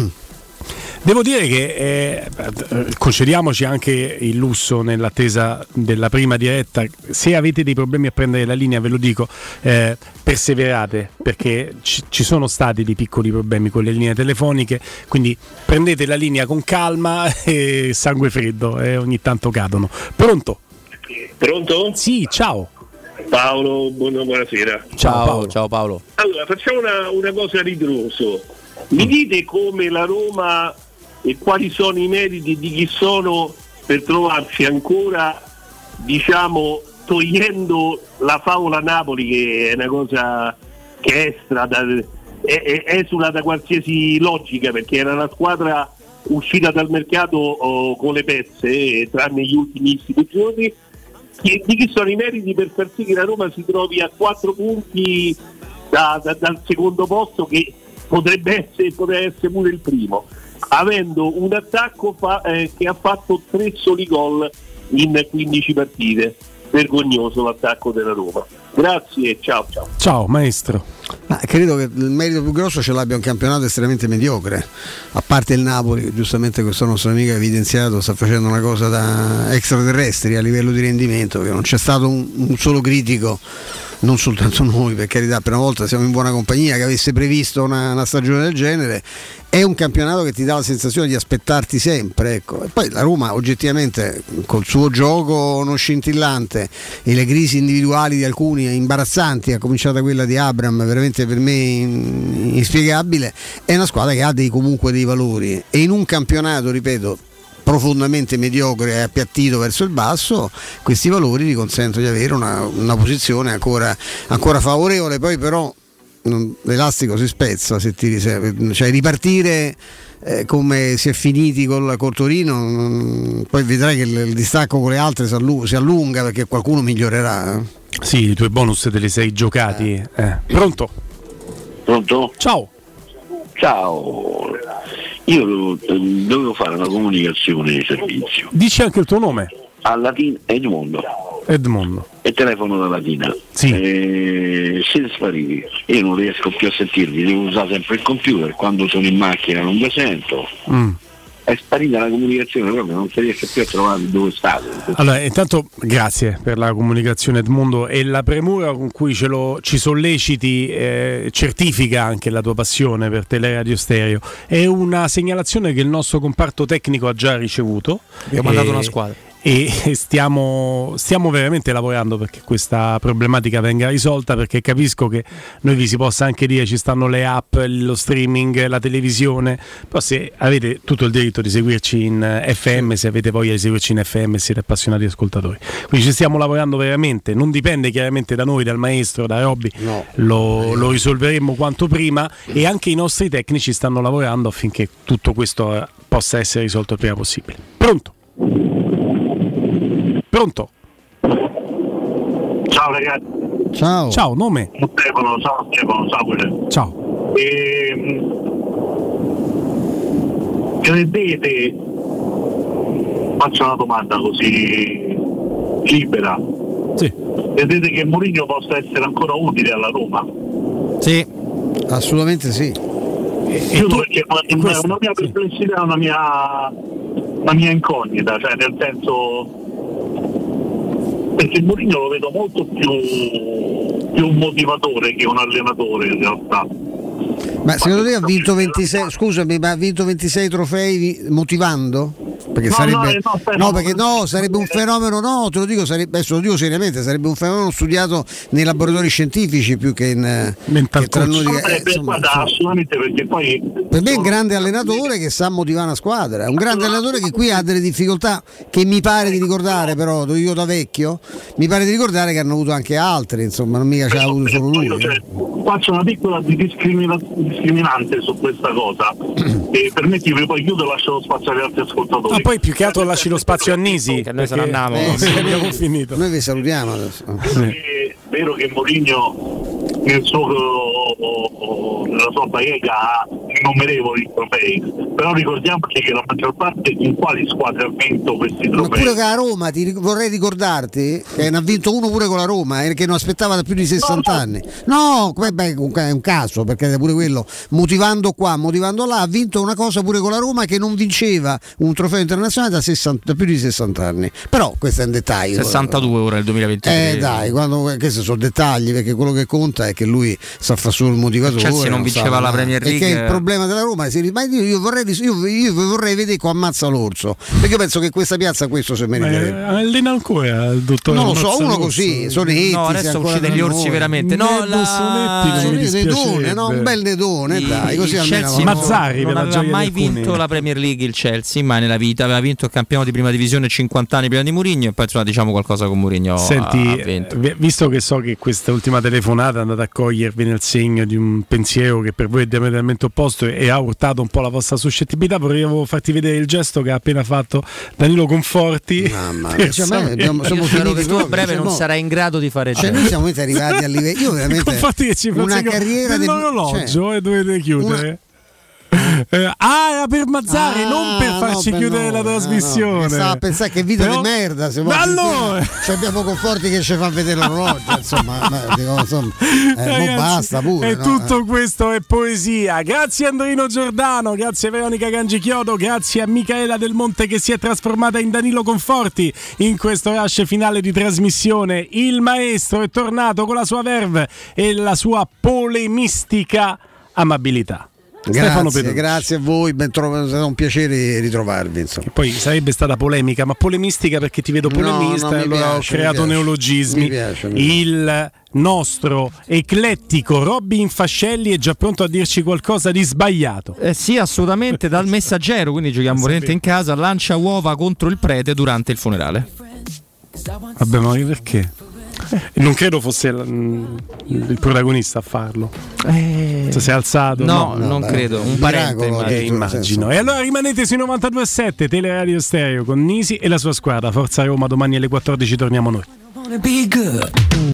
Devo dire che eh, concediamoci anche il lusso, nell'attesa della prima diretta, se avete dei problemi a prendere la linea, ve lo dico, eh, perseverate, perché ci, ci sono stati dei piccoli problemi con le linee telefoniche, quindi prendete la linea con calma e sangue freddo, e eh, ogni tanto cadono. Pronto? Pronto? Sì, ciao. Paolo, buona, buonasera. Ciao Paolo. Ciao Paolo. Allora, facciamo una, una cosa a ritroso. Mi dite come la Roma e quali sono i meriti di chi sono per trovarsi ancora, diciamo, togliendo la favola Napoli, che è una cosa che estra da, è, è, esula da qualsiasi logica, perché era una squadra uscita dal mercato oh, con le pezze, eh, tranne gli ultimissimi giorni. Di chi sono i meriti per far sì che la Roma si trovi a quattro punti da, da, dal secondo posto, che potrebbe essere, potrebbe essere pure il primo, avendo un attacco fa, eh, che ha fatto tre soli gol in quindici partite. Vergognoso l'attacco della Roma. Grazie e ciao ciao. Ciao maestro. Ma credo che il merito più grosso ce l'abbia un campionato estremamente mediocre, a parte il Napoli, che giustamente questo nostro amico ha evidenziato, sta facendo una cosa da extraterrestri a livello di rendimento, che non c'è stato un, un solo critico, non soltanto noi, per carità, per una volta siamo in buona compagnia, che avesse previsto una, una stagione del genere. È un campionato che ti dà la sensazione di aspettarti sempre, ecco. E poi la Roma oggettivamente, col suo gioco non scintillante e le crisi individuali di alcuni imbarazzanti, a cominciare da quella di Abraham, veramente per me inspiegabile, è una squadra che ha dei, comunque dei valori, e in un campionato, ripeto, profondamente mediocre e appiattito verso il basso, questi valori ti consentono di avere una, una posizione ancora, ancora favorevole. Poi però non, l'elastico si spezza se ti riservi, cioè ripartire eh, come si è finiti col, col Torino, mh, poi vedrai che il, il distacco con le altre si allunga, si allunga perché qualcuno migliorerà. Eh. Sì, i tuoi bonus te li sei giocati. Eh. Eh. Pronto? Pronto? Ciao. Ciao. Io dovevo fare una comunicazione di servizio. Dici anche il tuo nome? A Latina Edmondo. Edmondo. E telefono da Latina. Sì. Eh, siete spariti. Io non riesco più a sentirvi, devo usare sempre il computer. Quando sono in macchina non vi sento. Mm. È sparita la comunicazione proprio, non si riesce più a trovare dove state. Allora, intanto grazie per la comunicazione Edmondo, e la premura con cui ce lo, ci solleciti eh, certifica anche la tua passione per Teleradio Stereo. È una segnalazione che il nostro comparto tecnico ha già ricevuto. Abbiamo mandato una squadra. E stiamo, stiamo veramente lavorando perché questa problematica venga risolta, perché capisco che noi vi si possa anche dire ci stanno le app, lo streaming, la televisione, però se avete tutto il diritto di seguirci in F M, se avete voglia di seguirci in F M e siete appassionati ascoltatori, quindi ci stiamo lavorando veramente, non dipende chiaramente da noi, dal maestro, da Robby, no. lo, lo risolveremo quanto prima, e anche i nostri tecnici stanno lavorando affinché tutto questo possa essere risolto il prima possibile. Pronto? Pronto? Ciao ragazzi. Ciao. Ciao, nome? Stefano, ciao Stefano, ciao. Ciao. E, credete, faccio una domanda così libera. Sì. Credete che Mourinho possa essere ancora utile alla Roma? Sì. Assolutamente sì. E, Io tu, perché è una, questo, una mia perplessità, una mia, una mia incognita, cioè nel senso, perché Mourinho lo vedo molto più, più un motivatore che un allenatore in realtà. Ma secondo te ha vinto ventisei, scusami, ma ha vinto ventisei trofei motivando? Perché No, sarebbe no, no, no, perché no, sarebbe un fenomeno, no, te lo dico, sarebbe, adesso lo dico seriamente, sarebbe un fenomeno studiato nei laboratori scientifici più che in che tra noi, No, eh, beh, insomma, guarda, insomma. assolutamente, perché poi Per me è un grande allenatore che sa motivare una squadra, è un grande allenatore che qui ha delle difficoltà che mi pare di ricordare, però lo dico da vecchio, mi pare di ricordare che hanno avuto anche altri, insomma, non mica ce l'ha avuto solo lui. Io, cioè, faccio una piccola discrimina- discriminante su questa cosa e permettimi, poi chiudo e lascio lo spazio agli altri ascoltatori. Ah, poi più che altro lasci lo spazio a Nisi, che noi se ne perché- andiamo. Eh, sì, abbiamo finito. Noi vi salutiamo adesso. È vero che Mourinho nel suo, nella sua bacheca ha innumerevoli trofei, però ricordiamoci che la maggior parte in quali squadre ha vinto questi Ma trofei. pure che la Roma, ti ric- vorrei ricordarti che ne ha vinto uno pure con la Roma e che non aspettava da più di sessanta anni. No, beh, beh, comunque è un caso, perché pure quello, motivando qua, motivando là, ha vinto una cosa pure con la Roma che non vinceva un trofeo internazionale da, sessanta, da più di sessanta anni. Però questo è un dettaglio. sessantadue ora nel duemilaventitré. Eh dai, quando, questi sono dettagli, perché quello che conta è che lui sa fare solo il motivatore. Chelsea non non vinceva sa- la Premier E che League. il problema della Roma è se- ma io, io vorrei io, io vorrei vedere qua ammazza l'orso, perché io penso che questa piazza questo si Ma meriterebbe. eh, allena ancora il dottore? Non lo so, Ammazza uno l'orso? così, Sonetti. No, se adesso ancora uccide gli tra orsi noi. veramente. No, Neddo la... Sonetti non mi Sì, dispiacerebbe. nedone, no, un bel nedone, Il- dai, così il almeno Chelsea va- Mazzarri non per la aveva gioia mai di alcuni. vinto la Premier League il Chelsea, mai nella vita. Aveva vinto il campionato di prima divisione cinquanta anni prima di Mourinho, e poi insomma diciamo qualcosa con Mourinho. Senti, ha vinto. vi- visto che so che questa ultima telefonata è andata a cogliervi nel segno di un pensiero che per voi è diametralmente opposto e ha urtato un po' la vostra suscettibilità, volevo farti vedere il gesto che ha appena fatto Danilo Conforti. Mamma mia, per cioè, ma sapere- abbiamo- siamo Io spero finiti che tu a proprio, breve cioè, non mo- sarai in grado di fare Cioè, ciò. noi siamo arrivati a livelli. Io veramente Conforti che ci una pensa che- carriera dell'orologio cioè, e dovete chiudere. Eh, ah, era per Mazzari, Ah, non per farci no, chiudere no, la no, trasmissione. no, stava a pensare che vita Però- di merda. Se Ma allora! Cioè, abbiamo Conforti che ci fa vedere l'orologio. Insomma, beh, dico, insomma, eh, mo Ragazzi, basta pure. e no? tutto questo è poesia. Grazie Andrino Giordano, grazie Veronica Gangichiodo, grazie a Michaela Del Monte che si è trasformata in Danilo Conforti in questo rush finale di trasmissione. Il maestro è tornato con la sua verve e la sua polemistica amabilità. Stefano Grazie, Petrucci. grazie a voi, ben trovato, è stato un piacere ritrovarvi. Insomma. Poi sarebbe stata polemica, ma polemistica perché ti vedo polemista, No, no, mi e allora piace, ho creato mi piace. neologismi. Mi piace, mi piace. Il nostro eclettico Robby Fascelli è già pronto a dirci qualcosa di sbagliato. Eh sì, assolutamente, dal Messaggero, quindi giochiamo volente in casa, lancia uova contro il prete durante il funerale. Vabbè, ma perché? Non credo fosse il, il protagonista a farlo. Eh... Se si è alzato, No, no, non beh, credo, un un parente, miracolo, immagino. eh, immagino. E allora rimanete sui novantadue virgola sette Teleradio Stereo con Nisi e la sua squadra. Forza Roma, domani alle quattordici torniamo noi.